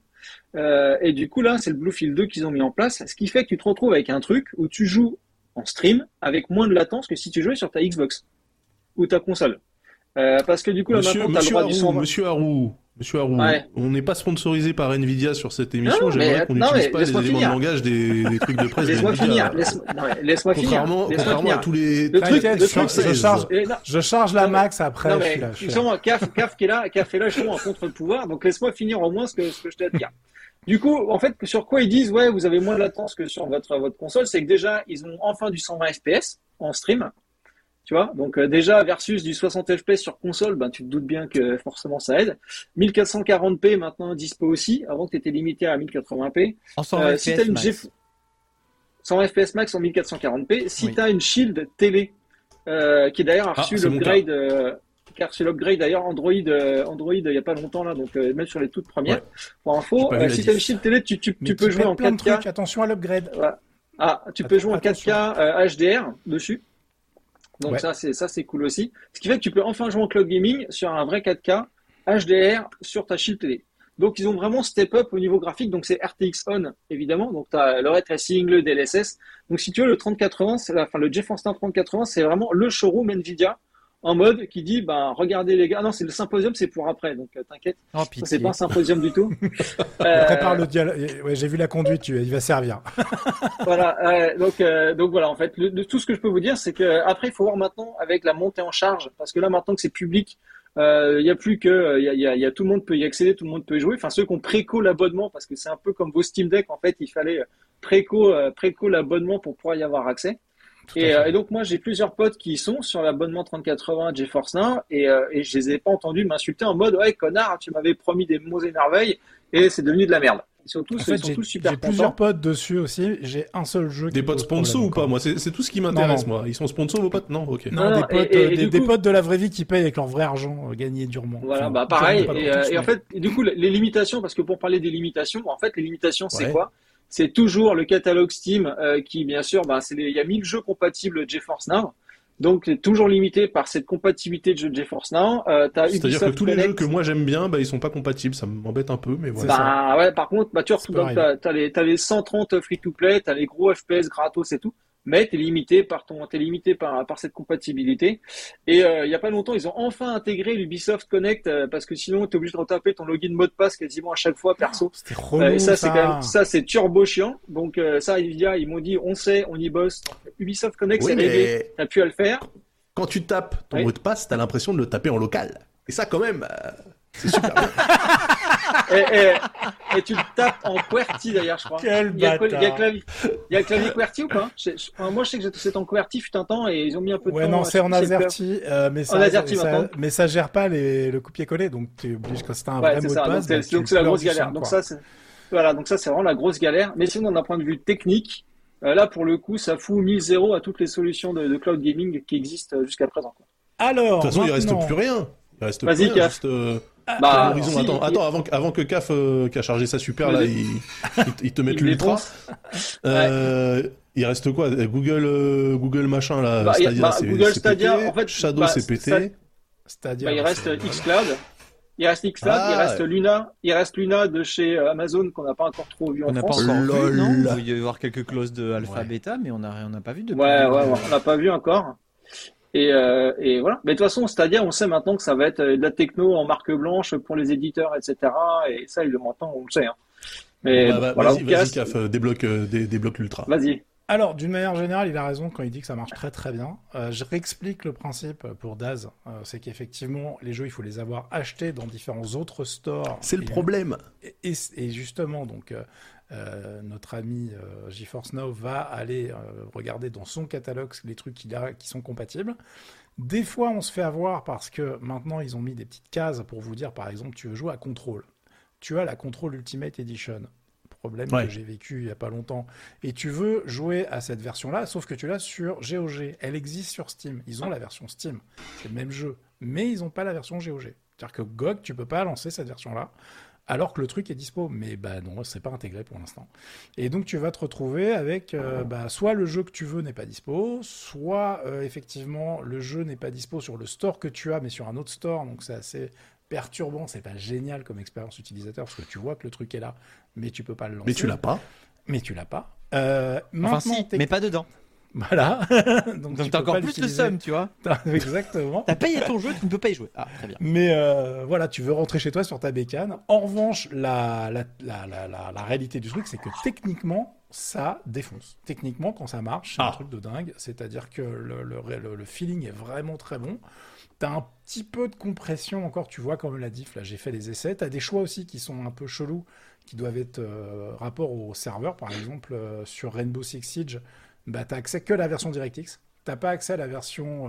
Et du coup, là, c'est le Bluefield 2 qu'ils ont mis en place, ce qui fait que tu te retrouves avec un truc où tu joues en stream avec moins de latence que si tu jouais sur ta Xbox ou ta console. Parce que du coup, là, maintenant, tu as le droit du 120. Monsieur Harou, Ouais. on n'est pas sponsorisé par Nvidia sur cette émission. Non, mais- J'aimerais qu'on non, n'utilise mais pas les laisse-moi éléments de finir. langage des trucs de presse de Laisse-moi Nvidia. finir. Laisse-moi finir. Contrairement à tous les Le truc, T'inquiète, le je truc, charge- c'est- non, Je charge la Non, mais- max après, non, je mais suis là. justement, CAF qui est là, justement, en contre-pouvoir. Donc, laisse-moi finir au moins ce que je t'ai à dire. Du coup, en fait, sur quoi ils disent, ouais, vous avez moins de latence que sur votre console, c'est que déjà, ils ont enfin du 120 FPS en stream. Tu vois, donc déjà versus du 60 FPS sur console, ben tu te doutes bien que forcément ça aide. 1440p maintenant dispo aussi, avant que tu étais limité à 1080p. En 120 Si t'as FPS une max. 120 FPS max en 1440p, si Oui. tu as une Shield télé qui d'ailleurs a reçu c'est mon l'upgrade qui a reçu l'upgrade d'ailleurs Android il y a pas longtemps là, donc même sur les toutes premières. Ouais. Pour info, J'ai pas vu la si tu as une diff. Shield télé, tu Mais peux jouer perds en plein de 4K. trucs, attention à l'upgrade. Tu peux jouer en 4K HDR dessus. Donc Ouais. ça c'est cool aussi. Ce qui fait que tu peux enfin jouer en cloud gaming sur un vrai 4K HDR sur ta Shield télé. Donc ils ont vraiment step up au niveau graphique. Donc c'est RTX On évidemment. Donc tu as le ray tracing, le DLSS. Donc si tu veux le 3080, le GeForce Now 3080, c'est vraiment le showroom Nvidia en mode qui dit, ben, regardez les gars. Ah non, c'est le symposium, c'est pour après, donc t'inquiète. Oh, Ça, c'est pas un pitié. symposium du tout. Prépare le dialogue. Ouais, j'ai vu la conduite, il va servir. Voilà, donc voilà, en fait, tout ce que je peux vous dire, c'est que après, il faut voir maintenant avec la montée en charge, parce que là, maintenant que c'est public, il y a plus que, il y a tout le monde peut y accéder, tout le monde peut y jouer. Enfin, ceux qui ont préco l'abonnement, parce que c'est un peu comme vos Steam Deck, en fait, il fallait préco l'abonnement pour pouvoir y avoir accès. Et donc moi j'ai plusieurs potes qui sont sur l'abonnement 3080 GeForce Now et je les ai pas entendus m'insulter en mode ouais connard tu m'avais promis des mots et merveilles et c'est devenu de la merde. Ils sont tous, En fait, ils sont tous super j'ai plusieurs contents. potes dessus aussi. J'ai un seul jeu. Des qui potes pose sponsors problème ou pas? encore. Moi, c'est tout ce qui m'intéresse, Non, non. moi. Ils sont sponsors vos potes? Non, ok. Non, Non, des potes, du des coup- potes de la vraie vie qui payent avec leur vrai argent gagné durement. Voilà, Enfin, bah pareil. durement, pas pour tous, Et en mais- fait, et du coup, les limitations, parce que pour parler des limitations, en fait, les limitations, c'est Ouais. quoi? C'est toujours le catalogue Steam qui, bien sûr, bah, il y a 1000 jeux compatibles GeForce Now. Donc, c'est toujours limité par cette compatibilité de jeux de GeForce Now. T'as C'est-à-dire que Ubisoft tous les Connect. jeux que moi j'aime bien, bah, ils sont pas compatibles. Ça m'embête un peu, mais C'est voilà. ça. Bah ouais, par contre, bah tu Ça retrouves peut donc arriver. t'as les 130 free-to-play, t'as les gros FPS gratos et tout, mais t'es limité par cette compatibilité. Et il y a pas longtemps, ils ont enfin intégré l'Ubisoft Connect parce que sinon t'es obligé de retaper ton login mot de passe quasiment à chaque fois perso. C'était relou, Et ça c'est ça. quand même ça c'est turbo chiant. Donc ça Nvidia ils m'ont dit on sait, on y bosse. Donc, Ubisoft Connect Oui, c'est réglé, mais t'as pu à le faire. quand tu tapes ton Oui. mot de passe, t'as l'impression de le taper en local. Et ça, quand même, c'est super bien. Et tu le tapes en QWERTY d'ailleurs, je crois. Quel Il y a bâtard. le clavier QWERTY ou pas? Enfin, moi, je sais que c'est en QWERTY fut un temps et ils ont mis un peu de Ouais, temps. non, à c'est en chercher le AZERTY, mais ça, En AZERTY ça- maintenant. mais ça gère pas le copier-coller, donc tu es obligé, quand c'est un Ouais, vrai c'est mot ça. de Donc passe, bah, c'est tu donc c'est la pleures grosse du galère. sang, Donc quoi. ça, c'est voilà. Donc ça, c'est vraiment la grosse galère. Mais sinon, d'un point de vue technique, là, pour le coup, ça fout 1000 zéros à toutes les solutions de cloud gaming qui existent jusqu'à présent, quoi. Alors, De toute façon, il reste maintenant- plus rien. Il reste Vas-y, plus rien. Caf. Juste, Bah, Horizon. si, Attends, avant que Caf, qui a chargé sa super, là, Vas-y. il te mette il l'ultra. défonce. Il reste quoi? Google machin, là. Bah, Stadia, Google c'est Stadia, pété. en fait, Shadow, bah, c'est pété. ça- C'est-à-dire, Bah, il reste c'est- xCloud. Il reste xCloud, Ah, il reste Luna, de chez Amazon qu'on n'a pas encore trop vu en On n'a pas France. encore Lol. vu, non? Il doit y avoir quelques clauses de alpha, Ouais. bêta, mais on n'a pas vu depuis. Ouais, on l'a pas vu encore. Et voilà. Mais de toute façon, Stadia, on sait maintenant que ça va être de la techno en marque blanche pour les éditeurs, etc. Et ça, maintenant, on le sait. Hein. Mais Bah, voilà, vas-y, on casse. Caf, débloque l'ultra. Vas-y. Alors, d'une manière générale, il a raison quand il dit que ça marche très très bien. Je réexplique le principe pour Daz. C'est qu'effectivement, les jeux, il faut les avoir achetés dans différents autres stores. C'est le Et- problème. Et justement, donc, notre ami GeForce Now va aller regarder dans son catalogue les trucs qu'il a qui sont compatibles. Des fois, on se fait avoir parce que maintenant, ils ont mis des petites cases pour vous dire, par exemple, tu veux jouer à Control. Tu as la Control Ultimate Edition. Problème Ouais. que j'ai vécu il n'y a pas longtemps. Et tu veux jouer à cette version-là, sauf que tu l'as sur GOG. Elle existe sur Steam. Ils ont la version Steam. C'est le même jeu. Mais ils n'ont pas la version GOG. C'est-à-dire que GOG, tu peux pas lancer cette version-là. Alors que le truc est dispo, mais bah non, c'est pas intégré pour l'instant. Et donc tu vas te retrouver avec soit le jeu que tu veux n'est pas dispo, soit effectivement le jeu n'est pas dispo sur le store que tu as, mais sur un autre store. Donc c'est assez perturbant, c'est pas génial comme expérience utilisateur parce que tu vois que le truc est là, mais tu peux pas le lancer. Mais tu l'as pas. Mais tu l'as pas. Enfin, Maintenant, si, mais pas dedans. Voilà. Donc tu t'as peux encore pas plus de l'utiliser. somme, tu vois. Exactement. T'as payé ton jeu, tu ne peux pas y jouer. Ah, très bien. Mais voilà, tu veux rentrer chez toi sur ta bécane. En revanche, la réalité du truc, c'est que techniquement, ça défonce. Techniquement, quand ça marche, c'est un truc de dingue. C'est-à-dire que le feeling est vraiment très bon. T'as un petit peu de compression encore, tu vois, comme la diff. Là, j'ai fait les essais. T'as des choix aussi qui sont un peu chelous, qui doivent être rapport au serveur. Par exemple, sur Rainbow Six Siege, bah, t'as accès que à la version DirectX. T'as pas accès à la version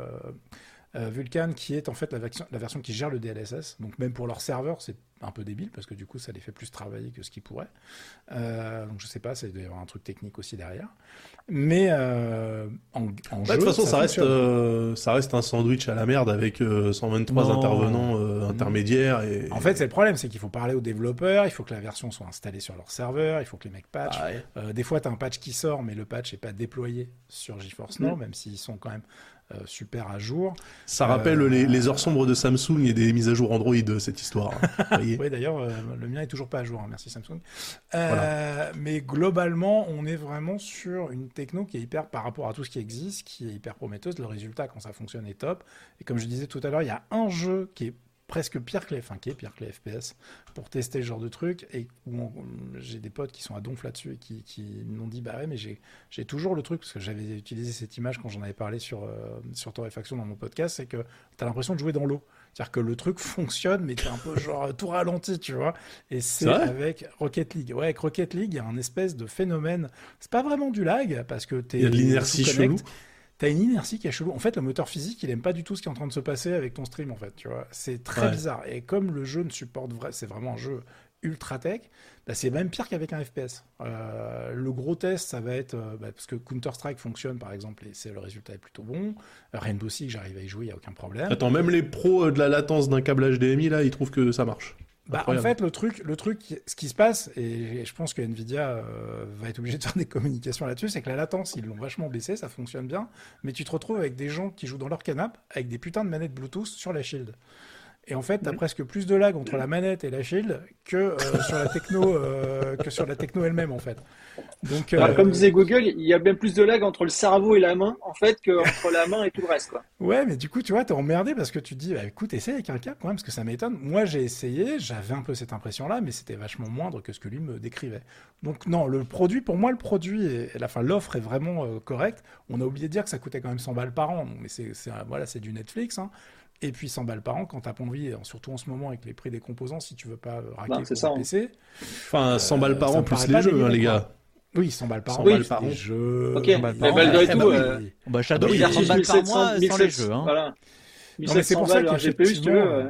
Vulkan, qui est en fait la version qui gère le DLSS. Donc même pour leur serveur, c'est un peu débile, parce que du coup, ça les fait plus travailler que ce qu'ils pourraient. Donc je sais pas, ça doit y avoir un truc technique aussi derrière. Mais en Bah, jeu, de toute façon, fonctionne. ça reste un sandwich à la merde avec 123 Non. intervenants intermédiaires. Et... En fait, c'est le problème, c'est qu'il faut parler aux développeurs, il faut que la version soit installée sur leur serveur, il faut que les mecs patchent. Ah ouais. Des fois, tu as un patch qui sort, mais le patch n'est pas déployé sur GeForce Now, même s'ils sont quand même super à jour. Ça rappelle les heures sombres de Samsung et des mises à jour Android, cette histoire. Oui, d'ailleurs, le mien est toujours pas à jour, hein, merci Samsung. Voilà. Mais globalement, on est vraiment sur une techno qui est hyper, par rapport à tout ce qui existe, qui est hyper prometteuse. Le résultat, quand ça fonctionne, est top. Et comme je disais tout à l'heure, il y a un jeu qui est presque pire que les FPS pour tester ce genre de truc, et où j'ai des potes qui sont à donf là-dessus et qui m'ont dit bah ouais, mais j'ai toujours le truc, parce que j'avais utilisé cette image quand j'en avais parlé sur Torréfaction dans mon podcast, c'est que t'as l'impression de jouer dans l'eau, c'est-à-dire que le truc fonctionne mais t'es un peu genre tout ralenti, tu vois, et c'est avec Rocket League. Ouais, avec Rocket League il y a un espèce de phénomène, c'est pas vraiment du lag parce que il y a de l'inertie chelou. T'as une inertie qui est chelou. En fait, le moteur physique, il aime pas du tout ce qui est en train de se passer avec ton stream, en fait, tu vois. C'est très bizarre. Et comme le jeu ne supporte c'est vraiment un jeu ultra tech, bah, c'est même pire qu'avec un FPS. Le gros test, ça va être parce que Counter-Strike fonctionne, par exemple, et le résultat est plutôt bon. Rainbow Six, j'arrive à y jouer, il y a aucun problème. Attends, même les pros de la latence d'un câble HDMI, là, ils trouvent que ça marche. Bah, en fait, le truc, ce qui se passe, et je pense que Nvidia va être obligé de faire des communications là-dessus, c'est que la latence, ils l'ont vachement baissé, ça fonctionne bien, mais tu te retrouves avec des gens qui jouent dans leur canapé avec des putains de manettes Bluetooth sur la Shield. Et en fait, t'as presque plus de lag entre la manette et la Shield que sur la techno elle-même, en fait. Donc, comme disait Google, il y a bien plus de lag entre le cerveau et la main, en fait, qu'entre la main et tout le reste, quoi. Ouais, mais du coup, tu vois, t'es emmerdé parce que tu te dis, bah, écoute, essaye avec un câble quand même, parce que ça m'étonne. Moi, j'ai essayé, j'avais un peu cette impression-là, mais c'était vachement moindre que ce que lui me décrivait. Donc, non, pour moi, l'offre est vraiment correcte. On a oublié de dire que ça coûtait quand même 100 balles par an, mais c'est du Netflix, hein. Et puis 100 balles par an quand t'as pas envie, surtout en ce moment avec les prix des composants, si tu veux pas raquer pour un PC. Enfin, 100 balles par an plus les jeux, les gars. Oui, 100 balles par an. 100 balles par an. Jeux, ok, mais malgré tout, Shadow, il y a 30 balles par mois sans les jeux. Hein. Voilà. Non, mais c'est pour ça que GPU, si tu veux.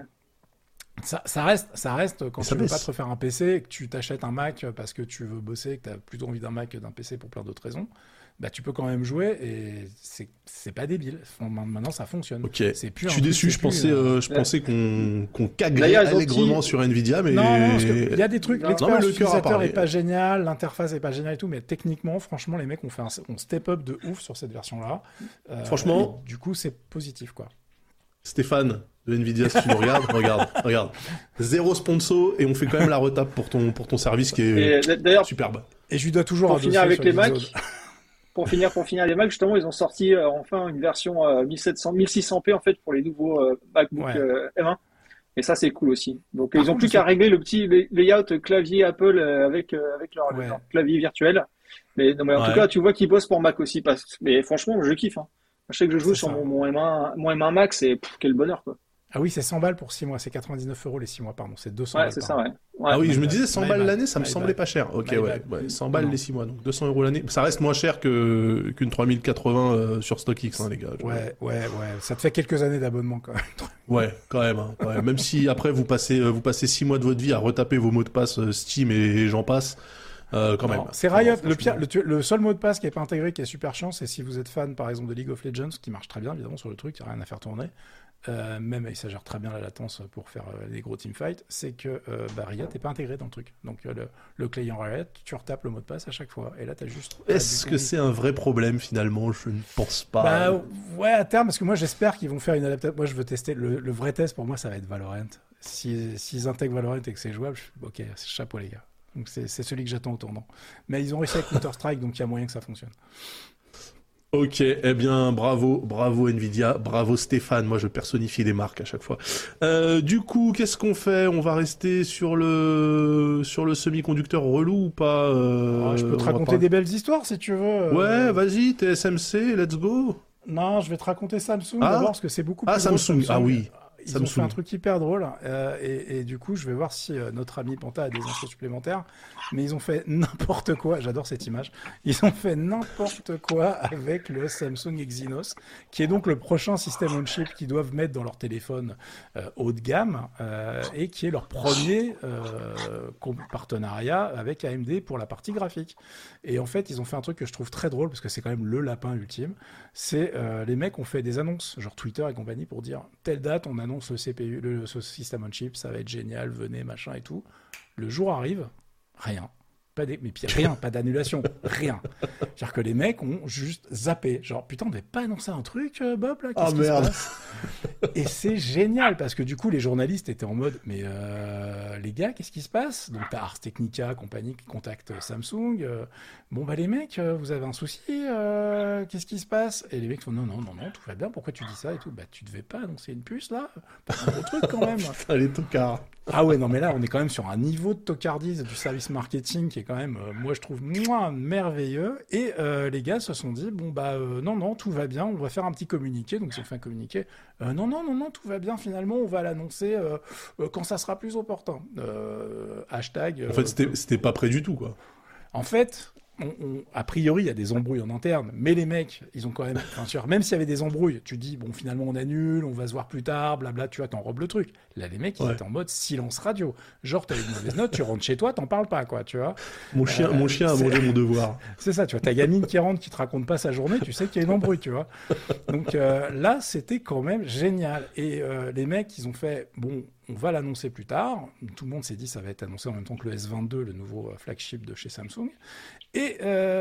Ça reste quand tu veux pas te refaire un PC et que tu t'achètes un Mac parce que tu veux bosser et que tu as plutôt envie d'un Mac que d'un PC pour plein d'autres raisons, bah tu peux quand même jouer et c'est pas débile. Maintenant ça fonctionne. Ok. C'est plus je suis déçu, je pensais qu'on caguerait allègrement sur Nvidia, mais non, parce que il y a des trucs, l'expérience utilisateur est pas géniale, l'interface est pas géniale et tout, mais techniquement, franchement, les mecs ont fait un step up de ouf sur cette version-là. Franchement, du coup, c'est positif, quoi. Stéphane de Nvidia, si tu nous regardes, regarde. Zéro sponsor et on fait quand même la retape pour ton service qui est superbe. Et je lui dois toujours pour finir avec les Macs. Pour finir les Macs, justement, ils ont sorti enfin une version 1600p en fait pour les nouveaux MacBook M1. Et ça, c'est cool aussi. Donc, ils n'ont plus qu'à régler le petit layout clavier Apple avec leur clavier virtuel. Mais en tout cas, tu vois qu'ils bossent pour Mac aussi. Mais franchement, je kiffe. Hein. Je sais que je joue sur mon M1 Max et quel bonheur, quoi. Ah oui, c'est 100 balles pour 6 mois. C'est 99 € les 6 mois, pardon. C'est 200 balles. C'est ça, ouais. Ah oui, je me disais 100 balles l'année, ça me semblait pas cher. Ok, ouais. 100 balles les 6 mois, donc 200 € l'année. Ça reste moins cher qu'une 3080 sur StockX, hein, les gars. Ouais. Ça te fait quelques années d'abonnement, quand même. Ouais, quand même. Hein, quand même. Même si après, vous passez 6 mois de votre vie à retaper vos mots de passe Steam et j'en passe. Quand même. C'est Riot. Le seul mot de passe qui n'est pas intégré, qui est super chiant, c'est si vous êtes fan, par exemple, de League of Legends, qui marche très bien, évidemment, sur le truc, il n'y a rien à faire tourner. Même il s'agère très bien la latence pour faire des gros teamfights, c'est que Riot n'est pas intégré dans le truc. Donc le client Riot, tu retapes le mot de passe à chaque fois. Et là, tu as juste. Est-ce que c'est un vrai problème finalement? Je ne pense pas. Ouais, à terme, parce que moi j'espère qu'ils vont faire une adaptation. Moi je veux tester. Le vrai test pour moi, ça va être Valorant. S'ils intègrent Valorant et que c'est jouable, ok, c'est chapeau les gars. Donc c'est celui que j'attends au tournant. Mais ils ont réussi avec Counter-Strike, donc il y a moyen que ça fonctionne. Ok, eh bien bravo Nvidia, bravo Stéphane, moi je personnifie les marques à chaque fois. Du coup, qu'est-ce qu'on fait? On va rester sur le semi-conducteur relou ou pas? Je peux te raconter des belles histoires si tu veux. Ouais, vas-y, TSMC, let's go. Non, je vais te raconter Samsung d'abord parce que c'est beaucoup plus drôle. Samsung, ah oui. Ils ont fait un truc hyper drôle et du coup je vais voir si notre ami Panta a des infos supplémentaires, mais ils ont fait n'importe quoi, j'adore cette image, ils ont fait n'importe quoi avec le Samsung Exynos, qui est donc le prochain système on chip qu'ils doivent mettre dans leur téléphone haut de gamme et qui est leur premier partenariat avec AMD pour la partie graphique. Et en fait ils ont fait un truc que je trouve très drôle parce que c'est quand même le lapin ultime, c'est les mecs ont fait des annonces genre Twitter et compagnie pour dire telle date on annonce le CPU, ce système on chip, ça va être génial, venez, machin et tout. Le jour arrive, rien. Mais puis rien, pas d'annulation, rien. C'est-à-dire que les mecs ont juste zappé. Genre, putain, on devait pas annoncer un truc, Bob, là? Qu'est-ce qui se passe? Et c'est génial, parce que du coup, les journalistes étaient en mode, mais les gars, qu'est-ce qui se passe? Donc, t'as Ars Technica, compagnie, qui contacte Samsung. Bon, bah, les mecs, vous avez un souci? Qu'est-ce qui se passe? Et les mecs font, non, tout va bien, pourquoi tu dis ça et tout? Bah, tu devais pas annoncer une puce, là? Pas un gros truc, quand même. Putain, les tocards. Ah ouais, non, mais là, on est quand même sur un niveau de tocardise du service marketing qui est quand même, moi, je trouve, merveilleux. Et les gars se sont dit, bon, bah, non, tout va bien, on va faire un petit communiqué. Donc, ils ont fait un communiqué. Non, tout va bien, finalement, on va l'annoncer quand ça sera plus opportun. Hashtag... En fait, c'était pas prêt du tout, quoi. En fait... a priori, il y a des embrouilles en interne, mais les mecs, ils ont quand même... même s'il y avait des embrouilles, tu dis, bon, finalement, on annule, on va se voir plus tard, blabla, tu vois, t'enrobes le truc. Là, les mecs, ils étaient en mode silence radio. Genre, t'as une mauvaise note, tu rentres chez toi, t'en parles pas, quoi, tu vois. Mon chien a mangé mon devoir. C'est ça, tu vois, ta gamine qui rentre, qui te raconte pas sa journée, tu sais qu'il y a une embrouille, tu vois. Donc là, c'était quand même génial. Et les mecs, ils ont fait, bon... On va l'annoncer plus tard. Tout le monde s'est dit ça va être annoncé en même temps que le S22, le nouveau flagship de chez Samsung. Et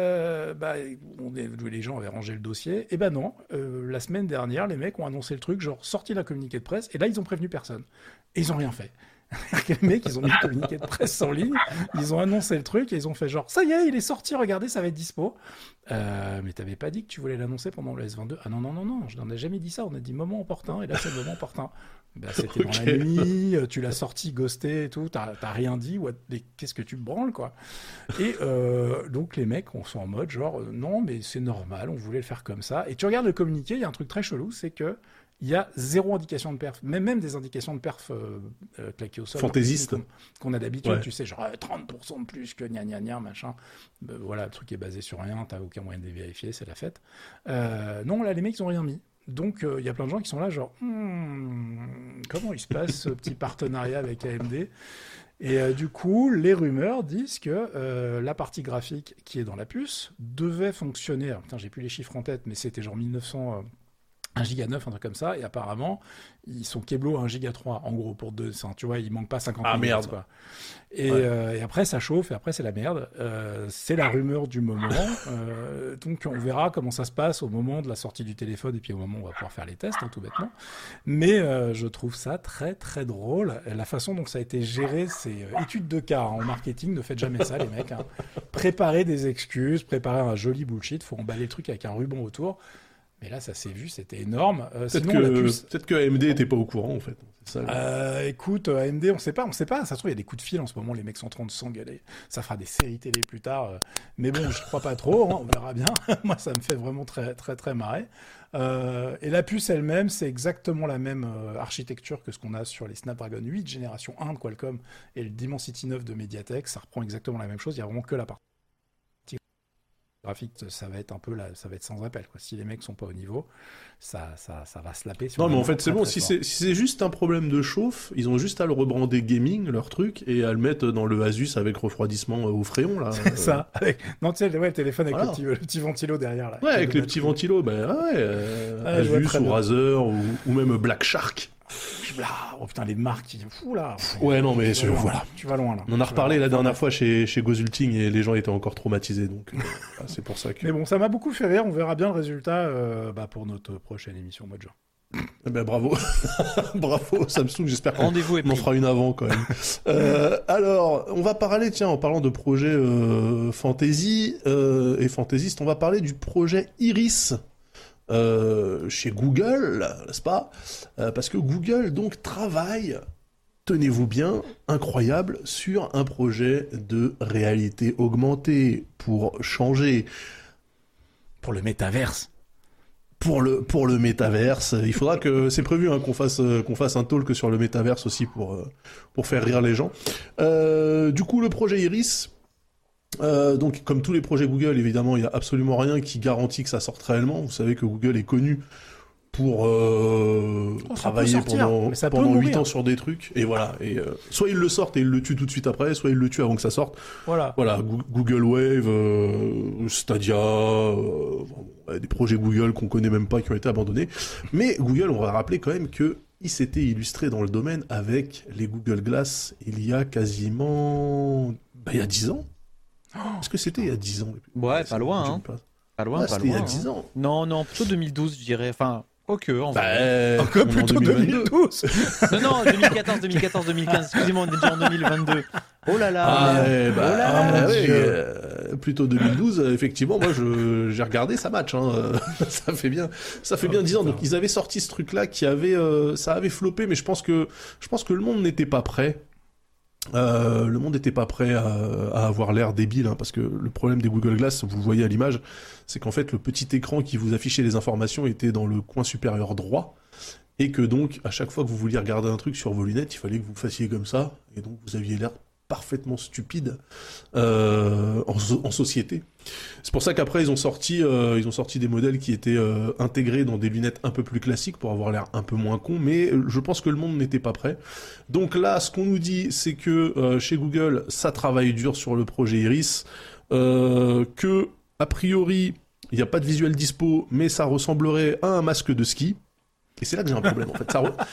les gens avaient rangé le dossier. Et ben non, la semaine dernière, les mecs ont annoncé le truc, genre sorti la communiqué de presse. Et là, ils ont prévenu personne. Et ils ont rien fait. Les mecs, ils ont mis le communiqué de presse en ligne, ils ont annoncé le truc et ils ont fait genre ça y est, il est sorti, regardez, ça va être dispo. Mais t'avais pas dit que tu voulais l'annoncer pendant le S22? Ah non, je n'en ai jamais dit ça, on a dit moment opportun et là c'est le moment opportun. Bah, c'était dans la nuit, tu l'as sorti ghosté et tout, t'as rien dit, qu'est-ce que tu me branles, quoi. Et donc les mecs sont en mode genre non, mais c'est normal, on voulait le faire comme ça. Et tu regardes le communiqué, il y a un truc très chelou, c'est que il y a zéro indication de perf, même des indications de perf claquées au sol. Fantaisiste. Qu'on a d'habitude, tu sais, genre 30% de plus que gna gna gna, machin. Voilà, le truc est basé sur rien, t'as aucun moyen de les vérifier, c'est la fête. Non, là, les mecs, ils ont rien mis. Donc, il y a plein de gens qui sont là, genre, comment il se passe ce petit partenariat avec AMD? Et du coup, les rumeurs disent que la partie graphique qui est dans la puce devait fonctionner. Alors, putain, j'ai plus les chiffres en tête, mais c'était genre 1900... 1 giga 9, un truc comme ça, et apparemment, ils sont Keblo à 1 giga 3, en gros, pour deux. Tu vois, il manque pas 50 000 merde, quoi. Et après, ça chauffe, et après, c'est la merde. C'est la rumeur du moment. Donc, on verra comment ça se passe au moment de la sortie du téléphone, et puis au moment où on va pouvoir faire les tests, tout bêtement. Mais je trouve ça très, très drôle. La façon dont ça a été géré, c'est étude de cas. En marketing, ne faites jamais ça, les mecs. Préparez des excuses, préparez un joli bullshit, faut emballer le truc avec un ruban autour. Mais là, ça s'est vu, c'était énorme. Peut-être que AMD était pas au courant, en fait. C'est ça, écoute, AMD, on sait pas. Ça se trouve, il y a des coups de fil en ce moment, les mecs sont en train de s'engueuler. Ça fera des séries télé plus tard. Mais bon, je crois pas trop, on verra bien. Moi, ça me fait vraiment très, très, très marrer. Et la puce elle-même, c'est exactement la même architecture que ce qu'on a sur les Snapdragon 8 génération 1 de Qualcomm et le Dimensity 9 de MediaTek. Ça reprend exactement la même chose, il y a vraiment que la partie graphique, ça va être un peu ça va être sans appel, quoi. Si les mecs sont pas au niveau, ça va se laper. Non, mais en fait, c'est bon. Si c'est juste un problème de chauffe, ils ont juste à le rebrander gaming, leur truc, et à le mettre dans le Asus avec refroidissement au fréon, là. C'est ça. Non, tu sais, le téléphone avec le petit ventilo derrière, là. Ouais, avec les petits ventilos, Asus ou Razer ou même Black Shark. Oh putain, les marques, fou là. Ouais, non, mais voilà. Tu vas loin là. On en a reparlé la dernière fois chez Gozulting et les gens étaient encore traumatisés, donc c'est pour ça que. Mais bon, ça m'a beaucoup fait rire. On verra bien le résultat pour notre prochaine émission au mois de juin. Eh ben bravo, bravo Samsung. J'espère qu'on en fera une avant quand même. Alors, on va parler, en parlant de projet fantasy et fantaisiste, on va parler du projet Iris. Chez Google, n'est-ce pas? Parce que Google donc travaille, tenez-vous bien, incroyable, sur un projet de réalité augmentée pour changer, pour le métaverse. Pour le métaverse, il faudra que c'est prévu qu'on fasse un talk sur le métaverse aussi pour faire rire les gens. Du coup, le projet Iris. Donc, comme tous les projets Google, évidemment, il n'y a absolument rien qui garantit que ça sorte réellement. Vous savez que Google est connu pour travailler pendant 8 ans sur des trucs. Et voilà. Et soit ils le sortent et ils le tuent tout de suite après, soit ils le tuent avant que ça sorte. Voilà. Google Wave, Stadia, des projets Google qu'on connaît même pas qui ont été abandonnés. Mais Google, on va rappeler quand même que il s'était illustré dans le domaine avec les Google Glass il y a quasiment... il y a 10 ans. Est-ce que c'était il y a 10 ans? Ouais, pas loin, hein. Pas loin, pas c'était loin. Il y a 10 ans. Non, plutôt 2012, je dirais. Enfin, quoique, en vrai. Encore plutôt 2012. Non, 2014, 2015. Excusez-moi, on est déjà en 2022. Oh là là. Plutôt 2012. Effectivement, moi, j'ai regardé ça match. Hein. Ça fait bien 10 ans. Donc, ils avaient sorti ce truc-là ça avait floppé, mais je pense que le monde n'était pas prêt. Le monde n'était pas prêt à avoir l'air débile, hein, parce que le problème des Google Glass, vous le voyez à l'image, c'est qu'en fait le petit écran qui vous affichait les informations était dans le coin supérieur droit, et que donc à chaque fois que vous vouliez regarder un truc sur vos lunettes, il fallait que vous fassiez comme ça, et donc vous aviez l'air parfaitement stupide en société. C'est pour ça qu'après ils ont sorti des modèles qui étaient intégrés dans des lunettes un peu plus classiques pour avoir l'air un peu moins con, mais je pense que le monde n'était pas prêt. Donc là, ce qu'on nous dit, c'est que chez Google, ça travaille dur sur le projet Iris, que a priori, il n'y a pas de visuel dispo, mais ça ressemblerait à un masque de ski. Et c'est là que j'ai un problème en fait.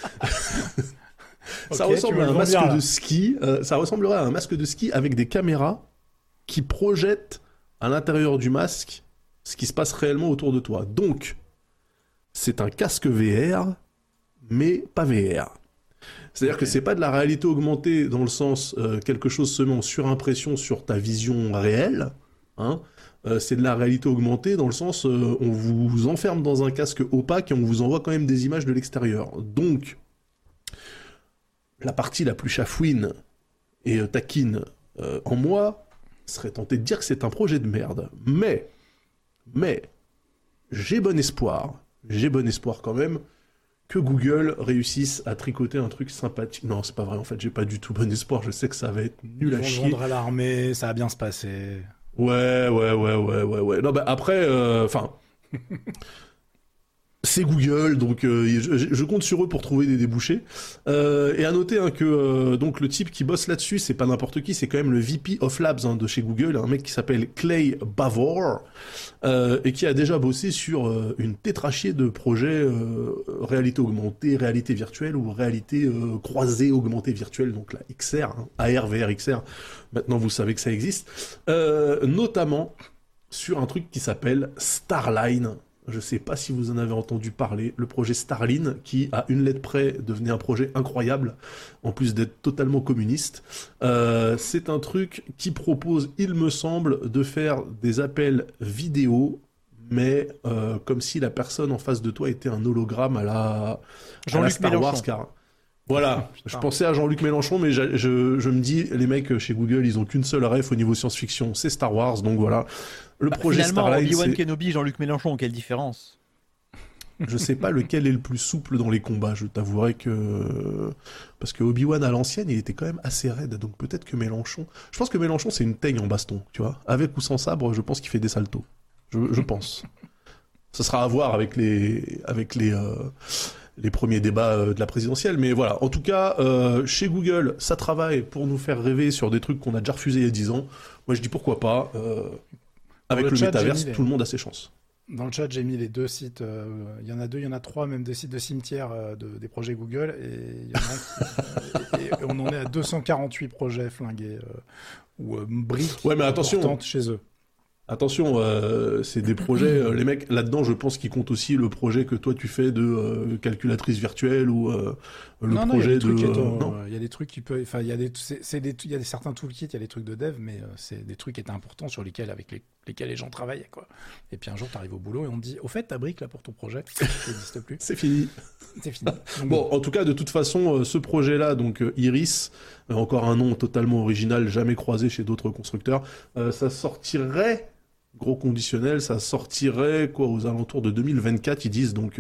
Ça ressemble à un masque de ski. Ça ressemblerait à un masque de ski avec des caméras qui projettent à l'intérieur du masque ce qui se passe réellement autour de toi. Donc, c'est un casque VR, mais pas VR. C'est-à-dire que c'est pas de la réalité augmentée dans le sens quelque chose se met en surimpression sur ta vision réelle. Hein. C'est de la réalité augmentée dans le sens on vous enferme dans un casque opaque et on vous envoie quand même des images de l'extérieur. Donc, la partie la plus chafouine et taquine en moi serait tenté de dire que c'est un projet de merde. Mais, j'ai bon espoir quand même, que Google réussisse à tricoter un truc sympathique. Non, c'est pas vrai, en fait, j'ai pas du tout bon espoir, je sais que ça va être nul à chier. Ils vont vendre à l'armée, ça va bien se passer. Ouais. Non, bah après, c'est Google, donc je compte sur eux pour trouver des débouchés. Et à noter que donc le type qui bosse là-dessus, c'est pas n'importe qui, c'est quand même le VP of Labs de chez Google, un mec qui s'appelle Clay Bavor, et qui a déjà bossé sur une tétrachie de projets réalité augmentée, réalité virtuelle ou réalité croisée augmentée virtuelle, donc la XR, hein, AR, VR, XR. Maintenant, vous savez que ça existe, notamment sur un truc qui s'appelle Starline. Je sais pas si vous en avez entendu parler, le projet Starline, qui à une lettre près devenait un projet incroyable, en plus d'être totalement communiste. C'est un truc qui propose, il me semble, de faire des appels vidéo, mais comme si la personne en face de toi était un hologramme à la Star Wars, car... Voilà, je pensais à Jean-Luc Mélenchon, mais je me dis, les mecs chez Google, ils ont qu'une seule ref au niveau science-fiction, c'est Star Wars, donc voilà. Le projet finalement, Starline, Obi-Wan Kenobi, Jean-Luc Mélenchon, quelle différence? Je sais pas lequel est le plus souple dans les combats, je t'avouerai que... Parce que Obi-Wan à l'ancienne, il était quand même assez raide, donc peut-être que Mélenchon... Je pense que Mélenchon, c'est une teigne en baston, tu vois. Avec ou sans sabre, je pense qu'il fait des saltos. Je pense. Ça sera à voir avec les premiers débats de la présidentielle, mais voilà. En tout cas, chez Google, ça travaille pour nous faire rêver sur des trucs qu'on a déjà refusés il y a 10 ans. Moi, je dis pourquoi pas. Avec le métaverse, tout le monde a ses chances. Dans le chat, j'ai mis les deux sites. Il y en a deux, il y en a trois, même des sites de cimetières des projets Google. Et, il y en a et on en est à 248 projets flingués ou briques importantes chez eux. Attention, c'est des projets, les mecs, là-dedans, je pense qu'ils comptent aussi le projet que toi tu fais de calculatrice virtuelle ou projet de... Il y a des trucs qui peuvent... Enfin, il y a certains toolkits, il y a des trucs de dev, mais c'est des trucs qui étaient importants sur lesquels les gens travaillaient, quoi. Et puis un jour, tu arrives au boulot et on te dit, au fait, ta brique, là, pour ton projet, ça n'existe plus. C'est fini. C'est fini. Donc, bon, en tout cas, de toute façon, ce projet-là, donc Iris, encore un nom totalement original, jamais croisé chez d'autres constructeurs, ça sortirait... Gros conditionnel, ça sortirait aux alentours de 2024, ils disent, donc